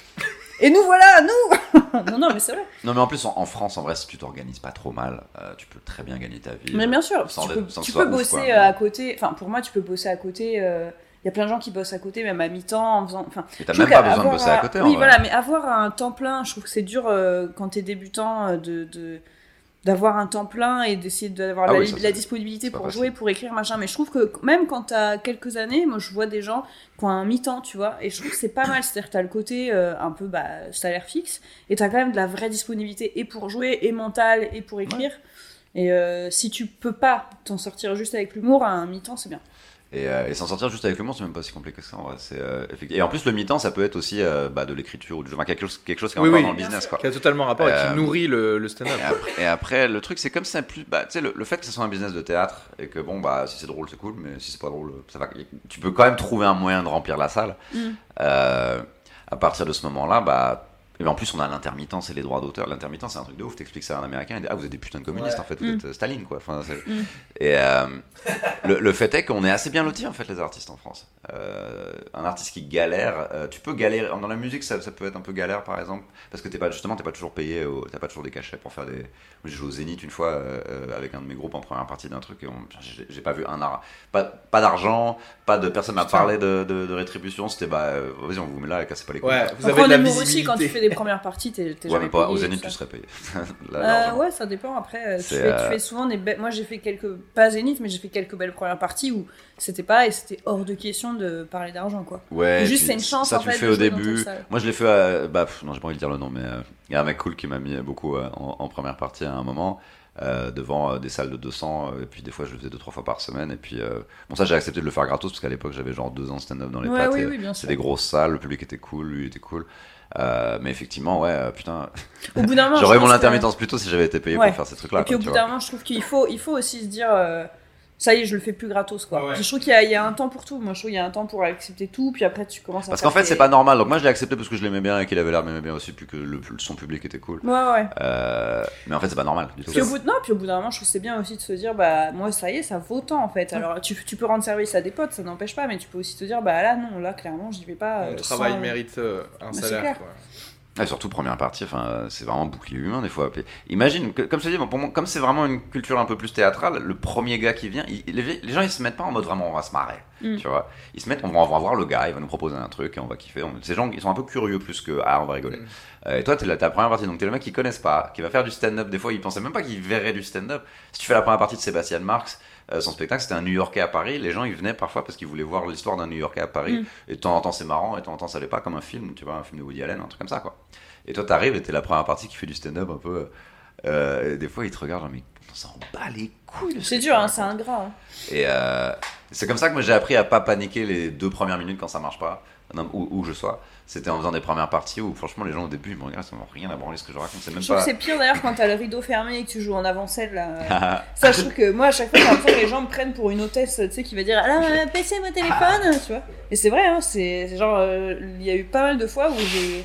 Et nous voilà, nous. Non, non, mais c'est vrai. Non, mais en plus, en, en France, en vrai, si tu t'organises pas trop mal, euh, tu peux très bien gagner ta vie. Mais bien sûr, sans tu les, peux, sans tu peux bosser ouf, quoi, à côté. Enfin, pour moi, tu peux bosser à côté. Il euh, y a plein de gens qui bossent à côté, même à mi-temps, en faisant. Enfin, et t'as même pas besoin de bosser un... à côté. Oui, en voilà, vrai. mais avoir un temps plein, je trouve que c'est dur euh, quand t'es débutant euh, de. de... d'avoir un temps plein et d'essayer d'avoir ah la, oui, ça, la disponibilité pour jouer, pour écrire, machin. Mais je trouve que même quand t'as quelques années, moi je vois des gens qui ont un mi-temps, tu vois, et je trouve que c'est pas mal. C'est-à-dire que t'as le côté euh, un peu bah, salaire fixe, et t'as quand même de la vraie disponibilité et pour jouer, et mental, et pour écrire. Ouais. Et euh, si tu peux pas t'en sortir juste avec l'humour, à un mi-temps, c'est bien. Et, euh, et s'en sortir juste avec l'humour, c'est même pas si compliqué que ça. En vrai. C'est, euh, et en plus, le mi-temps, ça peut être aussi euh, bah, de l'écriture ou du jeu, enfin, quelque chose, quelque chose qui est oui, encore oui, dans le business, quoi. Qui a totalement rapport euh, et qui nourrit le, le stand-up. Et après, et après, le truc, c'est comme c'est plus, bah, tu sais, le, le fait que ce soit un business de théâtre et que bon, bah, si c'est drôle, c'est cool, mais si c'est pas drôle, ça va. Tu peux quand même trouver un moyen de remplir la salle. Mm. Euh, à partir de ce moment-là, bah. Et en plus, on a l'intermittence et les droits d'auteur. L'intermittence, c'est un truc de ouf. T'expliques ça à un américain, il dit ah, vous êtes des putains de communistes, ouais. en fait, vous mm. êtes Staline, quoi. Enfin, c'est... Mm. Et euh, le, le fait est qu'on est assez bien lotis, en fait, les artistes en France. Euh, un artiste qui galère, euh, tu peux galérer. Dans la musique, ça, ça peut être un peu galère, par exemple, parce que t'es pas, justement, t'es pas toujours payé, au, t'as pas toujours des cachets pour faire des. J'ai joué au Zénith une fois euh, avec un de mes groupes en première partie d'un truc et on... j'ai, j'ai pas vu un ar... pas, pas d'argent, pas de personne m'a parlé de, de, de rétribution. C'était bah, euh, vas-y, on vous met là et cassez pas les couilles. Ouais, vous avez de la visibilité. Aussi, quand tu fais des premières parties, t'es, t'es ouais, jamais mais pas, payé. Au Zénith, tu serais payé. Là, euh, ouais, ça dépend. Après, tu fais, euh... tu fais souvent des. Be... Moi, j'ai fait quelques. Pas Zénith, mais j'ai fait quelques belles premières parties où c'était pas et c'était hors de question de parler d'argent, quoi. Ouais. Et juste, c'est une chance. Ça, en tu fait, le fais au début. Moi, je l'ai fait. À... Bah, pff, non, j'ai pas envie de dire le nom, mais il euh, y a un mec cool qui m'a mis beaucoup euh, en, en première partie à un moment. Euh, devant euh, des salles de deux cents euh, et puis des fois je le faisais deux trois fois par semaine et puis euh... bon ça j'ai accepté de le faire gratos parce qu'à l'époque j'avais genre deux ans de stand-up dans les ouais, pattes oui, et, oui, bien c'est sûr. des grosses salles, le public était cool, lui était cool euh, mais effectivement ouais euh, putain au bout d'un moment j'aurais eu mon que... intermittence plus tôt si j'avais été payé ouais. pour faire ces trucs là et puis quoi, au bout d'un moment je trouve qu'il faut, il faut aussi se dire euh... ça y est, je le fais plus gratos, quoi. Ah ouais. Je trouve qu'il y a, il y a un temps pour tout. Moi, je trouve qu'il y a un temps pour accepter tout, puis après, tu commences à. Parce qu'en fait, tes... c'est pas normal. Donc, moi, je l'ai accepté parce que je l'aimais bien et qu'il avait l'air de m'aimer bien aussi, puis que le, son public était cool. Ouais, ouais. Euh, mais en fait, c'est pas normal du tout. Puis au bout de... Non, puis au bout d'un moment, je trouve que c'est bien aussi de se dire, bah, moi, ça y est, ça vaut tant, en fait. Alors, tu, tu peux rendre service à des potes, ça n'empêche pas, mais tu peux aussi te dire, bah là, non, là, clairement, j'y vais pas. Mon euh, travail sans... mérite euh, un bah, salaire, quoi. Et surtout première partie, enfin c'est vraiment bouclier humain des fois. Imagine, que, comme je te dis, pour moi, comme c'est vraiment une culture un peu plus théâtrale, le premier gars qui vient, il, les, les gens ils se mettent pas en mode vraiment on va se marrer, mm. tu vois. Ils se mettent, on va, on va voir le gars, il va nous proposer un truc et on va kiffer. On, ces gens ils sont un peu curieux plus que ah on va rigoler. Mm. Euh, et toi t'es la, ta première partie, donc t'es le mec qui connaissent pas, qui va faire du stand-up. Des fois ils pensaient même pas qu'ils verraient du stand-up. Si tu fais la première partie de Sébastien Marx. Euh, son spectacle c'était un New-Yorkais à Paris, les gens ils venaient parfois parce qu'ils voulaient voir l'histoire d'un New-Yorkais à Paris, mm. et de temps en temps c'est marrant, et de temps en temps ça l'est pas, comme un film, tu vois, un film de Woody Allen, un truc comme ça quoi. Et toi t'arrives et t'es la première partie qui fait du stand-up un peu, euh, et des fois ils te regardent genre mais on s'en bat les couilles de c'est dur, hein, c'est ingrat. Hein. Et euh, c'est comme ça que moi j'ai appris à pas paniquer les deux premières minutes quand ça marche pas, où, où je sois. C'était en faisant des premières parties où franchement les gens au début ils me regardent, ça n'a rien à branler ce que je raconte, c'est même je pas. Je trouve que c'est pire d'ailleurs quand t'as le rideau fermé et que tu joues en avant-scène là. Ça je trouve que moi à chaque fois j'ai l'impression que les gens me prennent pour une hôtesse, tu sais, qui va dire alors euh, baissez votre téléphone, tu vois. Et c'est vrai, hein, c'est, c'est genre il euh, y a eu pas mal de fois où j'ai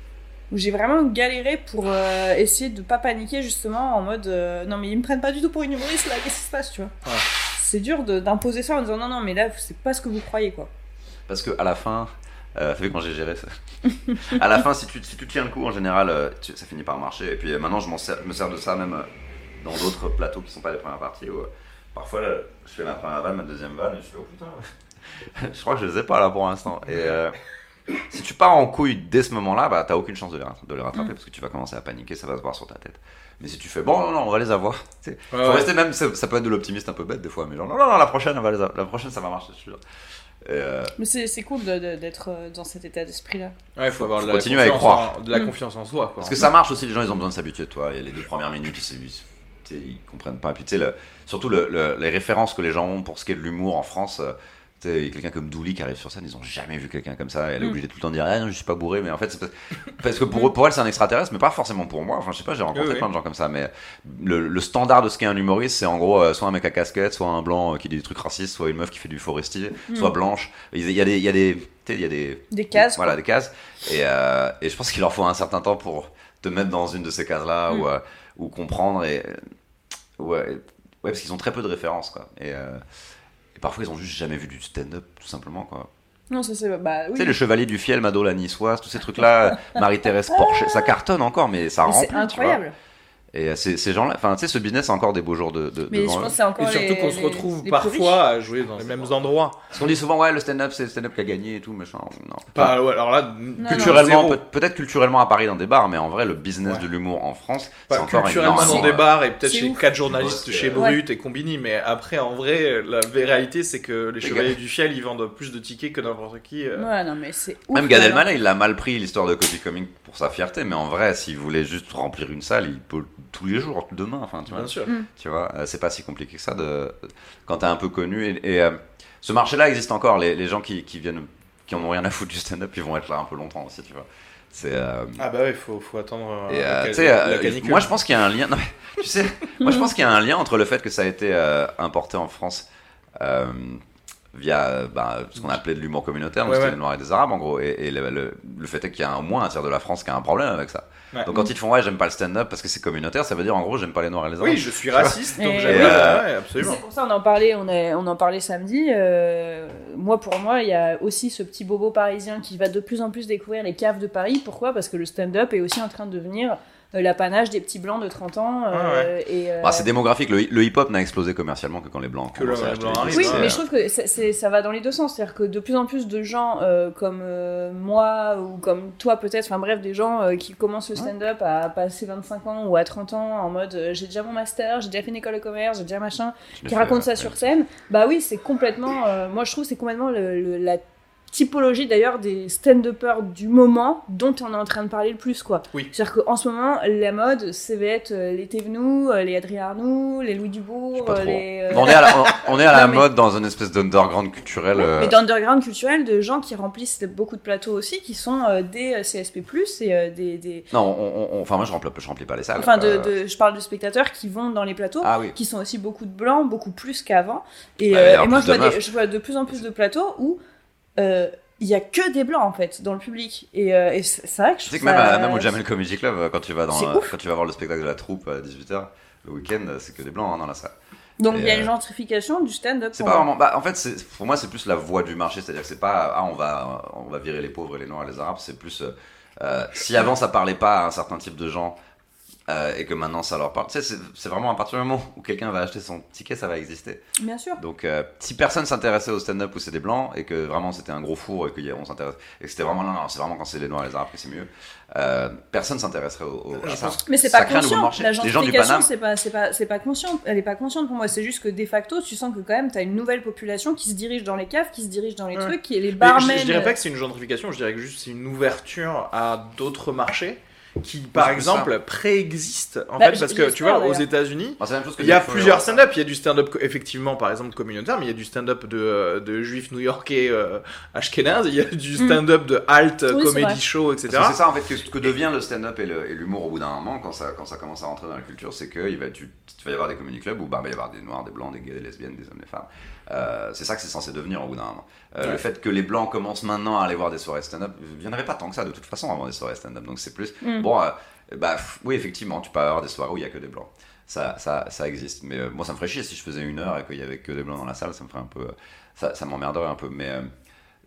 où j'ai vraiment galéré pour euh, essayer de pas paniquer justement en mode euh, non mais ils me prennent pas du tout pour une humoriste là, qu'est-ce qui se passe, tu vois. Ouais. C'est dur de, d'imposer ça en disant non non mais là c'est pas ce que vous croyez quoi. Parce que à la fin Euh, ça fait quand j'ai géré ça. À la fin, si tu, si tu tiens le coup, en général, euh, tu, ça finit par marcher. Et puis euh, maintenant, je, m'en sers, je me sers de ça même euh, dans d'autres plateaux qui sont pas les premières parties. Où, euh, Parfois, là, je fais ma première vanne, ma deuxième vanne, et je fais oh putain. Je crois que je les ai pas là pour l'instant. Et euh, si tu pars en couille dès ce moment-là, bah t'as aucune chance de les, de les rattraper mm. parce que tu vas commencer à paniquer, ça va se voir sur ta tête. Mais si tu fais bon, non, non, on va les avoir. Tu sais, ouais, faut ouais. rester même, ça, ça peut être de l'optimiste un peu bête des fois, mais genre non, non, non, la prochaine, on va les avoir. La prochaine, ça va marcher, je suis sûr. Et euh... Mais c'est, c'est cool de, de, d'être dans cet état d'esprit-là. Ouais, il faut avoir faut de, la continuer à y croire. En, de la mm. confiance en soi. Quoi. Parce que ça marche aussi, les gens ils ont besoin de s'habituer, toi. Il y a les deux premières minutes, ils, ils, ils comprennent pas. Et puis tu sais, le, surtout le, le, les références que les gens ont pour ce qui est de l'humour en France. Il y a quelqu'un comme Douli qui arrive sur scène, ils ont jamais vu quelqu'un comme ça. Elle est mm. obligée tout le temps de dire ah non, je suis pas bourré, mais en fait, c'est parce, parce que pour, pour elle, c'est un extraterrestre, mais pas forcément pour moi. Enfin, je sais pas, j'ai rencontré oui, plein oui. de gens comme ça, mais le, le standard de ce qu'est un humoriste, c'est en gros euh, soit un mec à casquette, soit un blanc euh, qui dit des trucs racistes, soit une meuf qui fait du forestier, mm. soit blanche. Il y a des, il y a des, il y a des, des cases. Voilà, des cases. Et, euh, et je pense qu'il leur faut un certain temps pour te mettre dans une de ces cases-là mm. ou, euh, ou comprendre. Et, ouais, ouais, parce qu'ils ont très peu de références, quoi. Et euh, Et parfois, ils ont juste jamais vu du stand-up, tout simplement, quoi. Non, ça c'est... Bah, oui. Tu sais, le Chevalier du Fiel, Mado la Niçoise, tous ces trucs-là, Marie-Thérèse Porcher, ça cartonne encore, mais ça rend plus, incroyable. Et ces, ces gens-là, enfin, tu sais, ce business a encore des beaux jours de, de, mais devant je pense eux. que c'est encore et surtout les, qu'on se retrouve les, parfois les à jouer dans les mêmes endroits. Parce qu'on dit souvent, ouais, le stand-up, c'est le stand-up qui a gagné et tout, machin. Non. Pas, ouais, alors là, non, culturellement, non, peut, peut-être culturellement à Paris dans des bars, mais en vrai, le business ouais. de l'humour en France, pas c'est encore culturellement énorme. dans des bars et peut-être c'est chez ouf. quatre journalistes ouais, chez ouais. Brut et Combini, mais après, en vrai, la réalité, c'est que les Chevaliers du Fiel, ils vendent plus de tickets que n'importe qui. Euh... Ouais, non, mais c'est ouf. Même Gad Elmaleh, il l'a mal pris l'histoire de Copy Coming pour sa fierté, mais en vrai, s'il voulait juste remplir une salle, il peut tous les jours, demain, enfin, tu vois. Bien sûr. Mm. Tu vois, euh, c'est pas si compliqué que ça de, quand t'es un peu connu. Et, et euh, ce marché-là existe encore. Les, les gens qui, qui viennent, qui en ont rien à foutre du stand-up, ils vont être là un peu longtemps aussi, tu vois. C'est, euh... Ah bah ouais, faut, faut attendre. Et, euh, euh, la, sais, la, euh, la canicule. Moi, je pense qu'il y a un lien. Non, mais, tu sais, moi, je pense qu'il y a un lien entre le fait que ça a été euh, importé en France. Euh, via bah, ce qu'on appelait de l'humour communautaire, donc ouais, c'était ouais. les Noirs et des Arabes en gros, et, et le, le, le fait est qu'il y a au moins un tiers de la France qui a un problème avec ça. Ouais. Donc quand mmh. ils te font ouais j'aime pas le stand-up parce que c'est communautaire, ça veut dire en gros j'aime pas les Noirs et les Arabes. Oui, je suis raciste, donc et j'aime euh, ouais, absolument. C'est pour ça on en parlait, on, est, on en parlait samedi. Euh, moi pour moi il y a aussi ce petit bobo parisien qui va de plus en plus découvrir les caves de Paris. Pourquoi ? Parce que le stand-up est aussi en train de devenir Euh, l'apanage des petits blancs de trente ans. Euh, ah ouais. et, euh... bah, c'est démographique. Le, le hip-hop n'a explosé commercialement que quand les blancs que le, à les blancs arrivent. Oui, c'est, mais euh... je trouve que c'est, c'est, ça va dans les deux sens. C'est-à-dire que de plus en plus de gens euh, comme euh, moi ou comme toi peut-être, enfin bref, des gens euh, qui commencent le stand-up à passer vingt-cinq ans ou à trente ans en mode euh, j'ai déjà mon master, j'ai déjà fait une école de commerce, j'ai déjà machin, qui racontent ça sur scène. Bah oui, c'est complètement... Euh, moi je trouve que c'est complètement le, le, la typologie d'ailleurs des stand-uppers du moment dont on est en train de parler le plus quoi. Oui. C'est-à-dire qu'en ce moment la mode ça va être les Thévenoud, les Adrien Arnoux, les Louis Dubourg, les... Euh... on est à la, on, on est à la non, mode mais... dans une espèce d'underground culturel. Euh... Mais d'underground culturel de gens qui remplissent beaucoup de plateaux aussi, qui sont euh, des C S P plus, et euh, des, des... Non, on, on, enfin moi je remplis, je remplis pas les salles. Enfin, de, euh... de, je parle de spectateurs qui vont dans les plateaux, ah, oui. qui sont aussi beaucoup de blancs, beaucoup plus qu'avant. Et, bah, euh, et moi je vois, de des, je vois de plus en plus de plateaux où... Euh, il y a que des blancs en fait dans le public et, euh, et c'est, c'est vrai que je tu sais trouve que même, ça... à, même au Jamel Comedy Club quand tu vas dans euh, quand tu vas voir le spectacle de la troupe à dix-huit heures le week-end c'est que des blancs hein, dans la salle. Donc il y a euh, une gentrification du stand-up. C'est pas vraiment bah, en fait c'est, pour moi c'est plus la voie du marché, c'est-à-dire que c'est pas ah on va on va virer les pauvres et les noirs et les arabes, c'est plus euh, si avant ça parlait pas à un certain type de gens Euh, et que maintenant ça leur parle. Tu sais, c'est, c'est vraiment à partir du moment où quelqu'un va acheter son ticket, ça va exister. Bien sûr. Donc, euh, si personne s'intéressait au stand-up où c'est des blancs et que vraiment c'était un gros four et qu'on s'intéresse et que c'était vraiment non, non, c'est vraiment quand c'est les noirs et les arabes que c'est mieux. Euh, personne s'intéresserait au, au à ça. Mais c'est ça pas conscient. La gentrification, c'est pas, c'est pas, c'est pas conscient. Elle est pas consciente pour moi. C'est juste que de facto, tu sens que quand même, t'as une nouvelle population qui se dirige dans les caves, qui se dirige dans les ouais. trucs, qui est les barmen. Je, je dirais pas que c'est une gentrification. Je dirais que juste c'est une ouverture à d'autres marchés. Qui par c'est exemple ça. préexiste en bah, fait parce que tu vois d'ailleurs. Aux États-Unis bah, il y a plusieurs stand-up, il y a du stand-up effectivement par exemple communautaire, mais il y a du stand-up de, de juifs new-yorkais euh, ashkénazes, il y a du stand-up de alt oui, comedy show et cetera. C'est ça en fait que ce que devient le stand-up et, le, et l'humour au bout d'un moment quand ça quand ça commence à rentrer dans la culture, c'est que il va tu, tu vas y avoir des comedy clubs où bah, il va y avoir des noirs, des blancs, des gays, des lesbiennes, des hommes, des femmes. Euh, c'est ça que c'est censé devenir au bout d'un moment. Euh, ouais. Le fait que les blancs commencent maintenant à aller voir des soirées stand-up, il n'y en avait pas tant que ça de toute façon avant des soirées stand-up, donc c'est plus mm. bon. Euh, bah oui effectivement, tu peux avoir des soirées où il y a que des blancs. Ça, ça, ça existe. Mais euh, moi ça me ferait chier si je faisais une heure et qu'il y avait que des blancs dans la salle, ça me ferait un peu, ça, ça m'emmerderait un peu. Mais euh,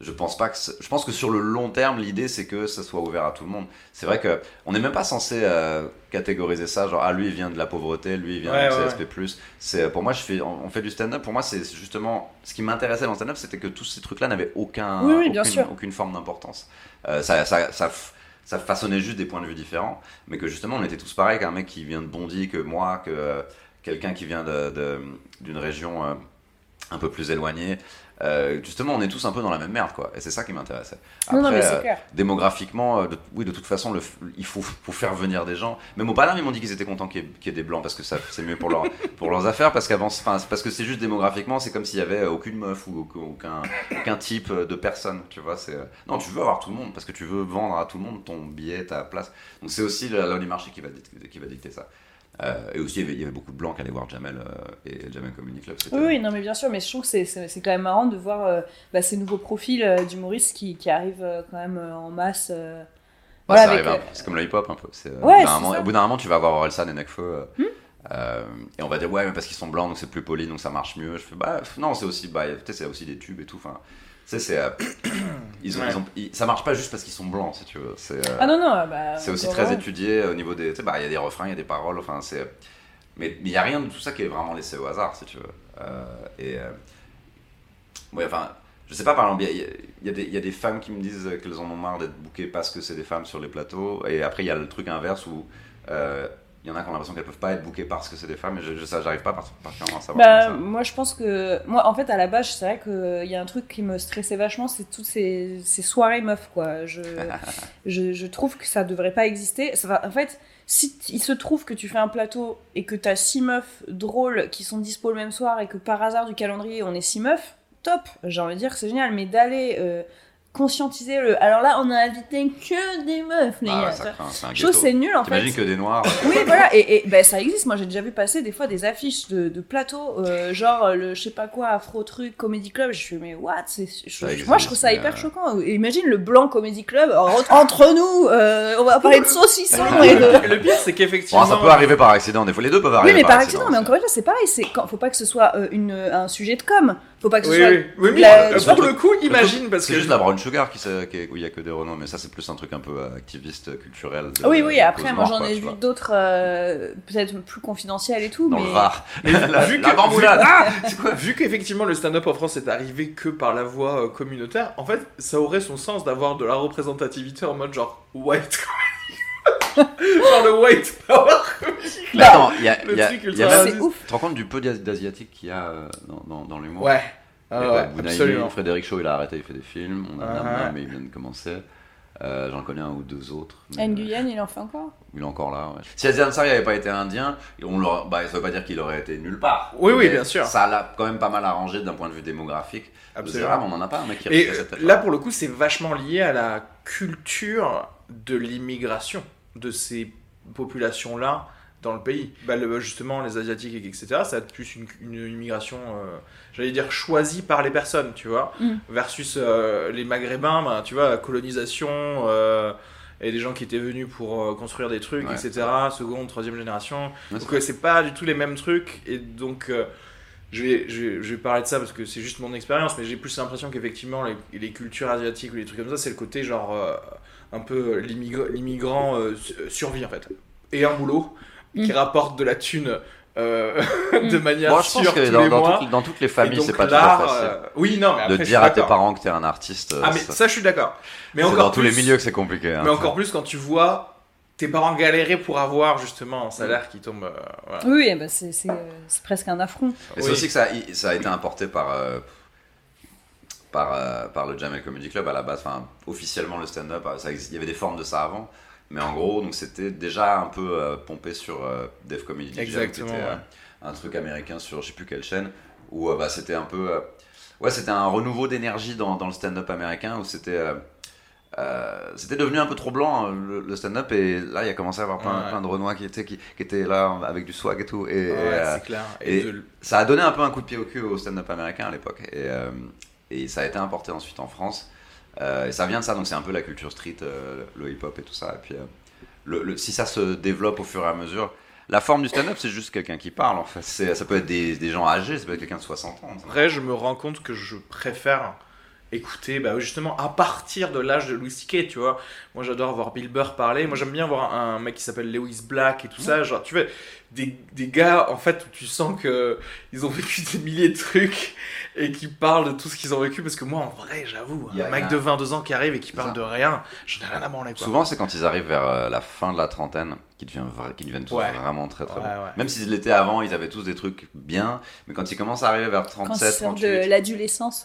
je pense pas que je pense que sur le long terme l'idée c'est que ça soit ouvert à tout le monde. C'est vrai que on n'est même pas censé euh, catégoriser ça genre ah lui il vient de la pauvreté, lui il vient ouais, du ouais. C S P plus. C'est pour moi je fais on fait du stand-up, pour moi c'est justement ce qui m'intéressait dans le stand-up, c'était que tous ces trucs là n'avaient aucun oui, oui, bien aucune, sûr. aucune forme d'importance. Euh, ça ça ça ça façonnait juste des points de vue différents, mais que justement on était tous pareils, qu'un mec qui vient de Bondy, que moi, que euh, quelqu'un qui vient de, de, d'une région euh, un peu plus éloignée. Euh, justement, on est tous un peu dans la même merde, quoi. Et c'est ça qui m'intéressait. Après, non, non, mais c'est euh, clair. démographiquement, euh, de, oui, de toute façon, le, il faut, faut faire venir des gens. Même au Paname, ils m'ont dit qu'ils étaient contents qu'il y ait, qu'il y ait des blancs parce que ça, c'est mieux pour, leur, pour leurs affaires. Parce qu'avant, parce que c'est juste démographiquement, c'est comme s'il y avait aucune meuf ou aucun, aucun type de personne. Tu vois, c'est non, tu veux avoir tout le monde parce que tu veux vendre à tout le monde ton billet, ta place. Donc c'est aussi la loi du marché qui va, qui va dicter ça. Euh, et aussi, il y, avait, il y avait beaucoup de blancs qui allaient voir Jamel euh, et Jamel Comedy Club. Oui, oui, non, mais bien sûr, mais je trouve que c'est, c'est, c'est quand même marrant de voir euh, bah, ces nouveaux profils euh, d'humoristes qui, qui arrivent euh, quand même euh, en masse. Euh, ouais, voilà, ça avec, arrive, euh... c'est comme le hip-hop un peu. C'est, ouais, au, bout moment, au bout d'un moment, tu vas avoir Orelsan et Nekfeu. Euh, hmm euh, et on va dire, ouais, mais parce qu'ils sont blancs, donc c'est plus poli, donc ça marche mieux. Je fais, bah, non, c'est aussi, bah, peut-être c'est aussi des tubes et tout. Enfin, tu sais, c'est. Euh, ils ont, ouais. ils ont, ils, ça marche pas juste parce qu'ils sont blancs, si tu veux. C'est, euh, ah non, non, bah. C'est aussi très étudié au niveau des. Tu sais, bah, il y a des refrains, il y a des paroles, enfin, c'est. Mais il n'y a rien de tout ça qui est vraiment laissé au hasard, si tu veux. Euh, et. Euh, ouais, enfin. Je sais pas, par exemple, il y, y, y a des femmes qui me disent qu'elles en ont marre d'être bookées parce que c'est des femmes sur les plateaux. Et après, il y a le truc inverse où il euh, y en a qui ont l'impression qu'elles peuvent pas être bookées parce que c'est des femmes. Et je, je, ça, j'arrive pas particulièrement à savoir. Bah, ça. Moi, je pense que. Moi, en fait, à la base, c'est vrai qu'il y a un truc qui me stressait vachement, c'est toutes ces, ces soirées meufs, quoi. Je, je, je trouve que ça devrait pas exister. Ça va, en fait. Si t- il se trouve que tu fais un plateau et que t'as six meufs drôles qui sont dispo le même soir et que par hasard du calendrier on est six meufs, top, j'ai envie de dire que c'est génial, mais d'aller euh, conscientiser le. Alors là, on a invité que des meufs, les ah, gars. Ouais, ça craint, c'est un je trouve c'est nul en T'imagines fait. que des noirs. Oui, voilà, et, et ben, ça existe. Moi j'ai déjà vu passer des fois des affiches de, de plateaux, euh, genre le je sais pas quoi, Afro Truc, Comedy Club. Je suis mais what c'est, je, existe, moi je trouve ça hyper euh... choquant. Et imagine le blanc Comedy Club, alors, entre nous, euh, on va parler de saucisson et de. Le pire c'est qu'effectivement. Bon, ça peut arriver par accident, des fois les deux peuvent arriver. Oui, mais par par accident, accident mais encore une fois, c'est pareil. C'est quand, faut pas que ce soit euh, une, un sujet de com. Faut pas que ce oui, soit. oui, oui, mais la, euh, pour le coup, imagine parce c'est que juste la brown sugar qui, qui est, où il y a que des renoms, mais ça c'est plus un truc un peu activiste, culturel. De, oui, oui. de Après, moi noire, j'en quoi, ai vu d'autres, euh, peut-être plus confidentiels et tout, dans mais. le Var. Mais la, vu la que- bamboulade. vu- Ah, c'est quoi vu qu'effectivement le stand-up en France est arrivé que par la voie euh, communautaire, en fait, ça aurait son sens d'avoir de la représentativité en mode genre white comedy. Genre le white power comedy. Mais attends, il y a, Le il y a, truc il y a ultra même- C'est ouf. Tu te rends compte du peu d'As- d'asiatiques qu'il y a euh, dans, dans, dans l'humour? Ouais. Il y a Ah quoi, ouais, Bounaï, absolument. Frédéric Shaw, il a arrêté, il fait des films. On a Ah Nam ouais. Nam, mais il vient de commencer. Euh, J'en connais un ou deux autres. mais, Nguyen, il en fait encore. euh, il est encore là. Ouais. Si Aziz Ansari n'avait pas été indien, on l'aurait- bah, ça veut pas dire qu'il aurait été nulle part. Oui, oui, Mais bien sûr. Ça l'a quand même pas mal arrangé d'un point de vue démographique. Absolument. Ah, mais on en a pas un mec qui Et refait cette euh, là, pour le coup, c'est vachement lié à la culture de l'immigration de ces populations-là dans le pays. Bah, le- justement, les Asiatiques, et cetera, ça va être plus une, une immigration, euh, j'allais dire, choisie par les personnes, tu vois, Mm. versus euh, les Maghrébins, bah, tu vois, la colonisation, euh, et des gens qui étaient venus pour euh, construire des trucs, Ouais. et cetera, seconde, troisième génération. Ouais, Donc c'est euh, c'est pas du tout les mêmes trucs, et donc... euh, je vais, je, vais, je vais parler de ça parce que c'est juste mon expérience, mais j'ai plus l'impression qu'effectivement les, les cultures asiatiques ou les trucs comme ça, c'est le côté genre euh, un peu l'immigrant, l'immigrant euh, su- survit en fait. Et un boulot qui Mm. rapporte de la thune euh, de manière Bon, je pense sûre que tous dans, les dans mois. toutes, dans toutes les Et familles, donc c'est pas l'art, toujours facile. euh, oui, non, mais après, De je suis dire à tes d'accord. parents que t'es un artiste. Ah, mais ça- ça, je suis d'accord. Mais c'est encore dans tous plus, les milieux que c'est compliqué. hein. mais encore plus quand tu vois tes parents galérer pour avoir justement un salaire qui tombe. euh, voilà. Oui, oui, bah c'est, c'est, euh, c'est presque un affront. Et c'est Oui. aussi que ça, a- ça a été importé par, euh, par, euh, par le Jamel Comedy Club à la base. Enfin, officiellement, le stand-up, euh, ça existe- il y avait des formes de ça avant. Mais en gros, donc c'était déjà un peu euh, pompé sur euh, Def Comedy Jam, Exactement, qui était euh, ouais. un truc américain sur je sais plus quelle chaîne, où euh, bah, c'était un peu. euh, ouais, c'était un renouveau d'énergie dans, dans le stand-up américain, où c'était. euh, euh, c'était devenu un peu trop blanc hein, le, le stand-up, et là il y a commencé à avoir plein, Ouais. plein de Renois qui étaient, qui, qui étaient là avec du swag et tout. Et, et, Ouais, euh, c'est clair. Et, et- de- ça a donné un peu un coup de pied au cul au stand-up américain à l'époque. Et, euh, et ça a été importé ensuite en France. Euh, et ça vient de ça, donc c'est un peu la culture street, euh, le hip-hop et tout ça. Et puis, euh, le, le- si ça se développe au fur et à mesure, la forme du stand-up, c'est juste quelqu'un qui parle en fait. C'est, ça peut être des, des gens âgés, ça peut être quelqu'un de soixante ans. Après, je me rends compte que je préfère écouter, bah, justement, à partir de l'âge de Louis C K, tu vois. Moi, j'adore voir Bill Burr parler. Moi, j'aime bien voir un, un mec qui s'appelle Lewis Black et tout ça. Genre, tu vois, des, des gars, en fait, où tu sens qu'ils ont vécu des milliers de trucs et qui parlent de tout ce qu'ils ont vécu. Parce que moi, en vrai, j'avoue, Il y a un mec rien. de vingt-deux ans qui arrive et qui parle Ça. de rien, j'en ai rien à branler, quoi. Souvent, c'est quand ils arrivent vers euh, la fin de la trentaine qu'ils deviennent, vra- qu'ils deviennent tous Ouais. vraiment très très Ouais, bons. ouais. Même s'ils l'étaient avant, ils avaient tous des trucs bien, mais quand ils commencent à arriver vers Quand trente-sept, c'est de trente-huit, l'adolescence.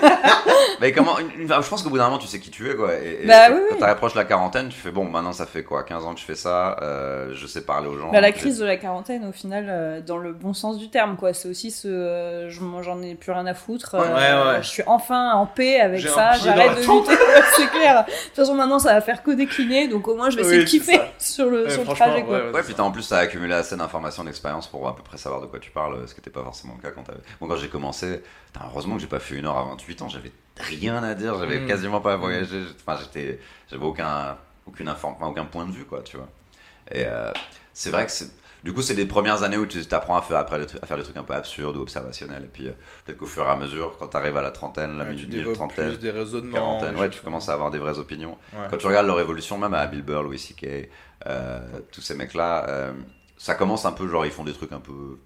mais comment, une- une- je pense qu'au bout d'un moment, tu sais qui tu es, quoi. Et, et Bah et oui, quand oui. t'approches la quarantaine, tu fais bon, maintenant ça fait quoi, quinze ans que je fais ça, euh, je sais parler aux gens. Bah, la j'ai- crise de la quarantaine, au final, euh, dans le bon sens du terme, quoi. C'est aussi ce. euh, je- moi, j'en ai plus rien à foutre. Ouais, euh, ouais. Je suis enfin en paix avec J'ai ça. un pied dans J'arrête la de tombe. lutter. Ouais, c'est clair. De toute façon, maintenant, ça va faire que décliner. Donc, au moins, je vais essayer Oui, de c'est kiffer ça. sur le, Ouais, sur le franchement, trajet, quoi. ouais, ouais. Ouais, puis t'as en plus t'as accumulé assez d'informations, d'expérience pour à peu près savoir de quoi tu parles, ce qui n'était pas forcément le cas quand t'avais. Bon, quand j'ai commencé, putain, heureusement que j'ai pas fait une heure à vingt-huit ans, j'avais rien à dire, j'avais Mm. quasiment pas voyagé, enfin j'étais, j'avais aucun, aucune inform... enfin, aucun point de vue, quoi, tu vois. Et euh, c'est vrai que c'est. Du coup, c'est les premières années où tu apprends à faire, après, à faire des trucs un peu absurdes ou observationnels, et puis euh, peut-être qu'au fur et à mesure, quand t'arrives à la trentaine, la Ouais, tu milieu développes trentaine, plus des raisonnements. quarantaine, des ouais, choses tu comme commences ça. à avoir des vraies opinions. Ouais. Quand tu regardes leur évolution, même à Bill Burr, Louis C K, euh, tous ces mecs-là, euh, ça commence un peu genre ils font des trucs un peu,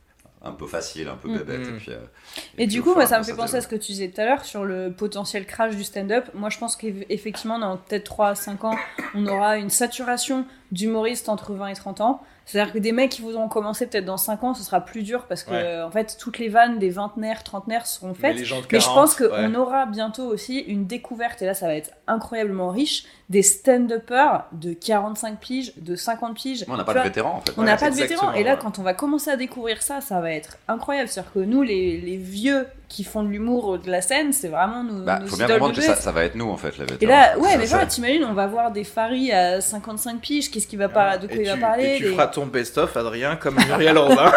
un peu faciles, un peu Mm. bébêtes. Mm. Et, puis, euh, Et puis du au coup, fur et moi, à ça me mesure, fait penser à ce que tu disais tout à l'heure sur le potentiel crash du stand-up. Moi, je pense qu'effectivement, dans peut-être trois à cinq ans, on aura une saturation d'humoristes entre vingt et trente ans. C'est-à-dire que des mecs qui voudront commencer peut-être dans cinq ans, ce sera plus dur parce que, Ouais. euh, en fait, toutes les vannes des vingtenaires, trentenaires seront Mais faites. les gens de Mais je quarante, pense qu'on ouais. aura bientôt aussi une découverte, et là ça va être incroyablement riche, des stand-uppers de quarante-cinq piges, de cinquante piges. on n'a Tu pas de vois, vétérans en fait. on Ouais, n'a pas de exactement, vétérans. Et là, ouais. quand on va commencer à découvrir ça, ça va être incroyable. C'est-à-dire que nous, les, les vieux qui font de l'humour de la scène, c'est vraiment nos, Bah, nos faut bien idoles comprendre de que ça, jeunesse. ça va être nous en fait, les vétérans. Et là, ouais, Ça, mais ça- voilà, t'imagines, on va voir des Faris à cinquante-cinq piges, qu'est-ce qu'il va par... de quoi et il va tu, parler et tu des- feras ton best-of, Adrien, comme Muriel Robin.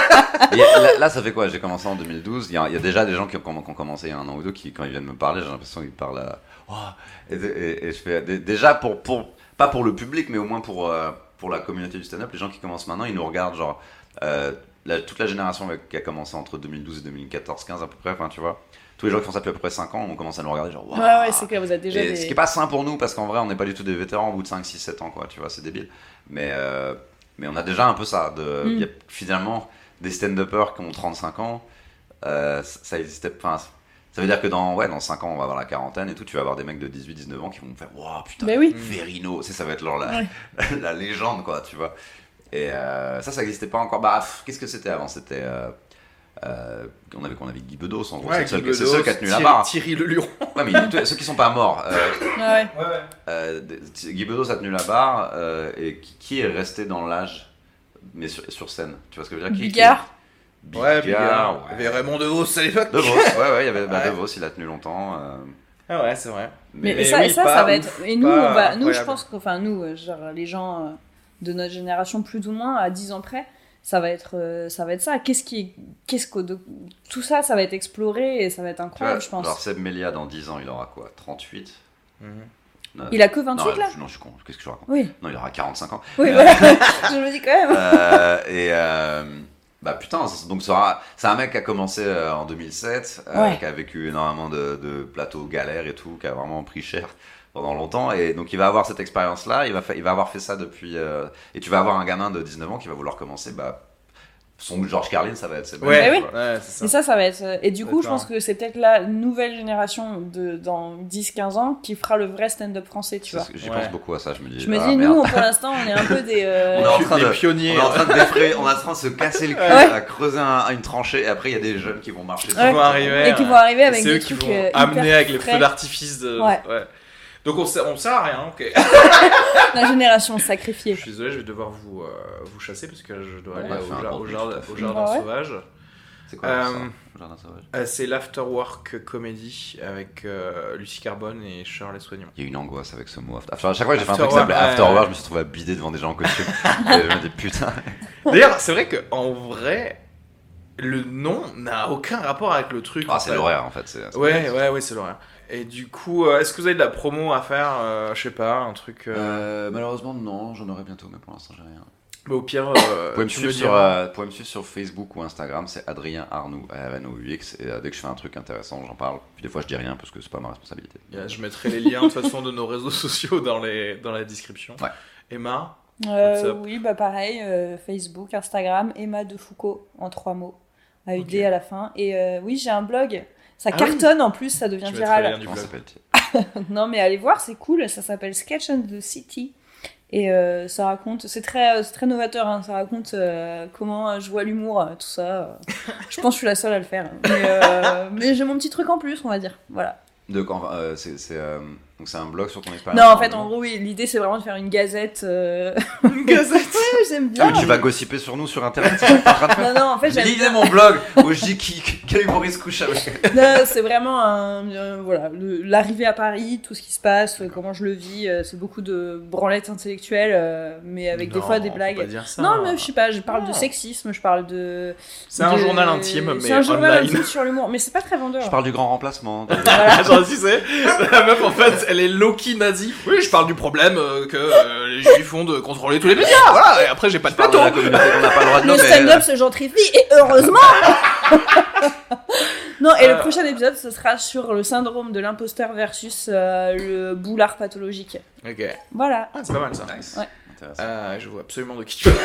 Et là, là, ça fait quoi? J'ai commencé en deux mille douze. Il y, a, il y a déjà des gens qui ont, qui ont commencé il y a un an ou deux qui, quand ils viennent me parler, j'ai l'impression qu'ils parlent à. Oh, et, et- et je fais dé- déjà pour, pour pas pour le public, mais au moins pour euh, pour la communauté du stand-up. Les gens qui commencent maintenant, ils nous regardent genre euh, la- toute la génération avec- qui a commencé entre deux mille douze et deux mille quatorze quinze à peu près. Enfin, tu vois, tous les gens qui font ça depuis à peu près cinq ans, on commence à nous regarder genre. Waouh. Ouais, ouais, c'est clair, vous êtes déjà Et des... ce qui est pas sain pour nous parce qu'en vrai on n'est pas du tout des vétérans au bout de cinq, six, sept ans quoi, tu vois, c'est débile. Mais, euh, mais on a déjà un peu ça. De, Mm. il y a finalement des stand-uppers qui ont trente-cinq ans, euh, ça, ça existait pas. Ça veut dire que dans, ouais, dans cinq ans on va avoir la quarantaine et tout, tu vas avoir des mecs de dix-huit, dix-neuf ans qui vont me faire waouh putain, Bah oui. Verino, tu sais, ça va être genre la, Ouais. la légende quoi, tu vois. Et euh, ça, ça n'existait pas encore. Bah, pff, qu'est-ce que c'était avant? C'était. Euh, euh, on avait qu'on avait Guy Bedos en gros, c'est le seul- c'est le seul qui a tenu la Thierry- barre. Thierry Le Luron. Ouais, mais tous- ceux qui sont pas morts. euh, Ouais, ouais. euh, Guy Bedos a tenu la barre euh, et qui, qui est resté dans l'âge mais sur, sur scène, tu vois ce que je veux dire? Qui- Bigard. qui- Ouais, Bigard, Bigard. ouais. Il y avait Raymond DeVos à l'époque. De Vos, ouais, ouais, il y avait bah, Ouais. De Vos, il a tenu longtemps. euh, Ah ouais, c'est vrai. Mais, Mais ça, oui, ça, pas ça va ouf, être. Et nous, pas on va, nous, je incroyable. pense que, enfin, nous, euh, genre les gens euh, de notre génération, plus ou moins, à dix ans près, ça va être, euh, ça va être ça. Qu'est-ce qui, qu'est-ce que de- tout ça, ça va être exploré et ça va être tu vois, incroyable, je pense. alors Seb Melia dans dix ans, il aura quoi? trente-huit? Mhm. Euh, Il a que vingt-huit non, là. je- non, je suis con, qu'est-ce que je raconte? Oui. Non, il aura quarante-cinq ans. Oui, Euh, voilà. Je me dis quand même. Euh, et euh, bah putain, ça- donc ça aura- c'est un mec qui a commencé euh, en deux mille sept, euh, Ouais. qui a vécu énormément de, de plateaux galères et tout, qui a vraiment pris cher pendant longtemps, et donc il va avoir cette expérience-là, il va, fa- il va avoir fait ça depuis, euh, et tu vas avoir un gamin de dix-neuf ans qui va vouloir commencer, bah son George Carlin, ça va être. Ouais, oui. ouais, c'est ça. Et ça, ça va être. euh, Et du coup, je D'accord. pense que c'est peut-être la nouvelle génération de dans dix quinze ans qui fera le vrai stand-up français, tu C'est vois. ce que- J'y Ouais. pense beaucoup à ça, je me dis. Je me ah, dis, merde. nous, pour l'instant, on est un peu des. euh, On est en train Les de- pionniers. On est en train de défrayer, on est en train de se casser le cul, Ouais. à creuser un- une tranchée, et après il y a des jeunes qui vont marcher. Ouais. vont arriver. Et qui vont arriver avec C'est eux des qui trucs vont euh, amener hyper avec les frais. feux d'artifice de. Ouais. Donc on sert, on sert à rien, ok. La génération sacrifiée. Je suis désolé, je vais devoir vous, euh, vous chasser parce que je dois Ouais, aller on va au, faire jar- un au, contenu, jardin- tout à fait. au jardin Bah ouais. sauvage. C'est quoi Euh, ça? Jardin sauvage. Euh, c'est l'Afterwork Comedy avec euh, Lucie Carbone et Shirley Soignon. Il y a une angoisse avec ce mot. After. Enfin, à chaque fois que j'ai fait un After truc qui s'appelait Hour, After ouais. Hour, je me suis trouvé à bider devant des gens en costume. Et je me dis putain. D'ailleurs, c'est vrai qu'en vrai, le nom n'a aucun rapport avec le truc. Ah, en c'est fait. l'horaire en fait. c'est- c'est- Ouais, ouais, ouais, c'est l'horaire. Et du coup, euh, est-ce que vous avez de la promo à faire euh, Je sais pas, un truc. euh, Euh, malheureusement, non, j'en aurai bientôt, mais pour l'instant, j'ai rien. Mais au pire, Vous euh, pouvez me, tu suivre me sur, diras. euh, vous pouvez me suivre sur Facebook ou Instagram, c'est Adrien Arnoux, A R N O U X, et euh, dès que je fais un truc intéressant, j'en parle. Puis des fois, je dis rien parce que c'est pas ma responsabilité. Yeah, je mettrai les liens de toute façon de nos réseaux sociaux dans, les, dans la description. Ouais. Emma, Euh, What's up oui, bah pareil, euh, Facebook, Instagram, Emma de Foucault, en trois mots, A U D Ok. à la fin. Et euh, oui, j'ai un blog, ça Ah cartonne en plus, ça devient je mettrai le lien viral. du Comment blog. s'appelle-t-il? Non mais allez voir, c'est cool, ça s'appelle Sketch and the City. Et euh, ça raconte, c'est très, c'est très novateur, hein, ça raconte euh, comment euh, je vois l'humour, euh, tout ça. euh. Je pense que je suis la seule à le faire. Mais, euh, mais j'ai mon petit truc en plus, on va dire. Voilà. De quand euh, c'est c'est euh, donc c'est un blog sur ton expérience. Non, en fait, humour. en gros, oui, l'idée c'est vraiment de faire une gazette. euh, Une gazette. Ouais, j'aime Ah, bien. mais tu vas gossiper sur nous sur internet, c'est ce que t'es en train de faire. Non, non, en fait, j'aime Lisez bien. mon blog où je dis qui, quel humoriste couche avec. Non, c'est vraiment un, euh, voilà, le- l'arrivée à Paris, tout ce qui se passe, euh, comment je le vis. euh, c'est beaucoup de branlettes intellectuelles, euh, mais avec des Non, fois des faut blagues. pas dire ça. Non, mais je sais pas, je parle Non. de sexisme, je parle de. C'est un de- journal intime, mais C'est un journal online. intime sur l'humour, mais c'est pas très vendeur. Je parle du grand remplacement. Genre, tu sais, la meuf en fait, elle est low-key nazie. Oui, je parle du problème euh, que euh, les juifs ont de contrôler tous les médias. Voilà, et après, j'ai pas de Je parle de plateau. la communauté qu'on n'a pas le droit de Le nommer. stand-up se gentrifie, et heureusement. Non, et Euh. le prochain épisode, ce sera sur le syndrome de l'imposteur versus euh, le boulard pathologique. Ok. Voilà. Ah, c'est pas mal ça. Nice. Ouais. Intéressant. Euh, je vois absolument de qui tu parles.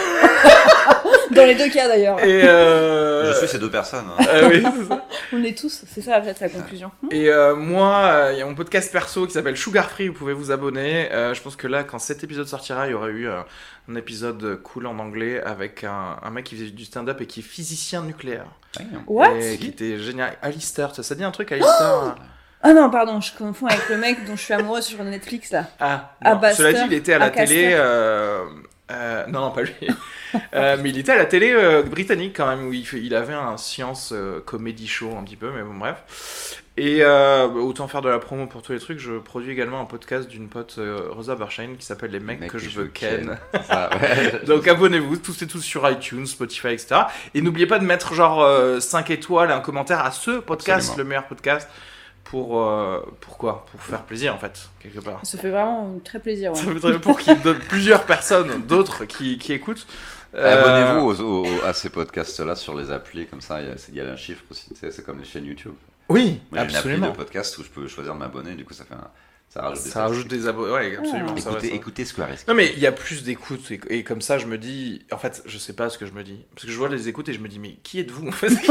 Dans les deux cas d'ailleurs. Et euh... Je suis ces deux personnes. hein. euh, oui, c'est ça. On est tous, c'est ça en fait la conclusion. Et euh, moi, il y a mon podcast perso qui s'appelle Sugar Free, vous pouvez vous abonner. Euh, je pense que là, quand cet épisode sortira, il y aura eu euh, un épisode cool en anglais avec un, un mec qui faisait du stand-up et qui est physicien nucléaire. What? Et qui était génial. Alistair, ça, ça dit un truc, Alistair? Ah non, pardon, je confonds avec le mec dont je suis amoureuse sur Netflix là. Ah, Ah, non. Baster, Cela dit, il était à la Acaster. télé. Euh, euh, non, non, pas lui. Euh, mais il était à la télé euh, britannique quand même, où il, fait- il avait un science euh, comedy show un petit peu, mais bon, bref. Et euh, bah, autant faire de la promo pour tous les trucs. Je produis également un podcast d'une pote euh, Rosa Bershine qui s'appelle Les mecs Mec que je veux ken. C'est ça, ouais. Donc abonnez-vous, tous et tous sur iTunes, Spotify, et cetera. Et n'oubliez pas de mettre genre euh, cinq étoiles et un commentaire à ce podcast, Absolument. le meilleur podcast. Pour, euh, pour quoi? Pour faire plaisir en fait, quelque part. Ça fait vraiment très plaisir. Ça Ouais. veut dire pour qu'il y ait plusieurs personnes, d'autres qui, qui écoutent. Euh, Abonnez-vous aux- aux- à ces podcasts-là sur les applis, comme ça, il y a- il y, a un chiffre aussi, tu sais, c'est comme les chaînes YouTube. Oui, Moi, j'ai une appli absolument. de podcast où je peux choisir de m'abonner, du coup, ça fait un... Ça rajoute des Ça rajoute des abonnés. Ouais, absolument. Ah. ça va, Écoutez, ça va. écoutez ce que Aris. Non, mais il y a plus d'écoute. Et, et comme ça, je me dis. En fait, je sais pas ce que je me dis. Parce que je vois les écoutes et je me dis, mais qui êtes-vous en fait?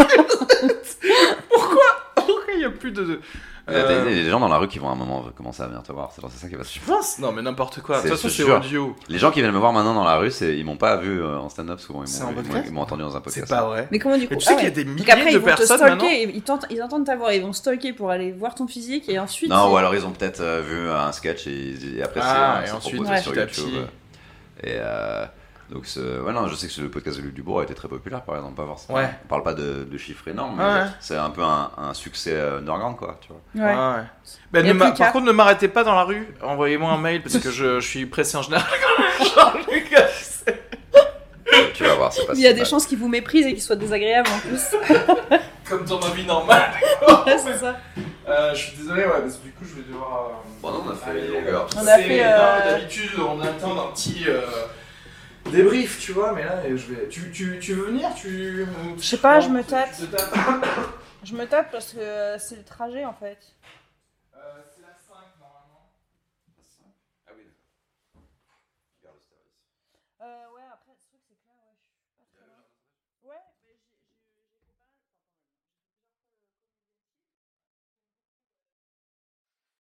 Pourquoi Pourquoi il y a plus de. de- Il y a Euh, des, des gens dans la rue qui vont à un moment commencer à venir te voir, c'est genre, c'est ça qui va se Tu passer. penses? Non, mais n'importe quoi. De C'est- toute façon, je c'est jure. audio. Les gens qui viennent me voir maintenant dans la rue, c'est, ils m'ont pas vu euh, en stand-up souvent, ils C'est m'ont, un ils m'ont- podcast ils m'ont entendu dans un C'est podcast. pas vrai. Mais comment du coup Mais tu sais Ah qu'il y a ouais. des Donc milliers après, de ils vont te personnes stalker, maintenant. et ils, tentent- ils entendent ta voix, ils vont stalker pour aller voir ton physique et ensuite. Non, ils- ou alors ils ont peut-être euh, vu un sketch et, ils- et après Ah, c'est, et c'est ensuite, proposé ouais. sur petit à YouTube. petit. Et euh, donc, c'est- ouais, non, je sais que le podcast de Luc Dubourg a été très populaire par exemple, pas forcément. Ouais. On parle pas de, de chiffres énormes, mais Ouais. c'est un peu un, un succès euh, underground quoi, tu vois. Ouais. Ah ouais. Ben, Il y a ne m'a- plus qu'à- par contre, ne m'arrêtez pas dans la rue. Envoyez-moi un mail parce que je, je suis pressé en général. Jean-Luc, Tu vas voir, c'est pas Il y a si des mal. chances qu'ils vous méprisent et qu'ils soient désagréables en plus. comme dans ma vie normale. Ouais, c'est ça. Euh, je suis désolé, ouais, parce que du coup, je vais devoir. euh, Bon, non, on a fait aller- les longueurs. On a C'est- fait, non, euh, mais d'habitude, on attend un petit euh, débrief, tu vois, mais là, je vais. Tu, tu, tu veux venir tu... Je sais pas, Non, je me tu- tâte. tu te tapes. Je me tape parce que euh, c'est le trajet en fait. Euh, c'est la cinq normalement. Ah oui, d'accord. Garde le service. Euh, ouais, après, le truc c'est que là, ouais, je suis pas très loin. Ouais, mais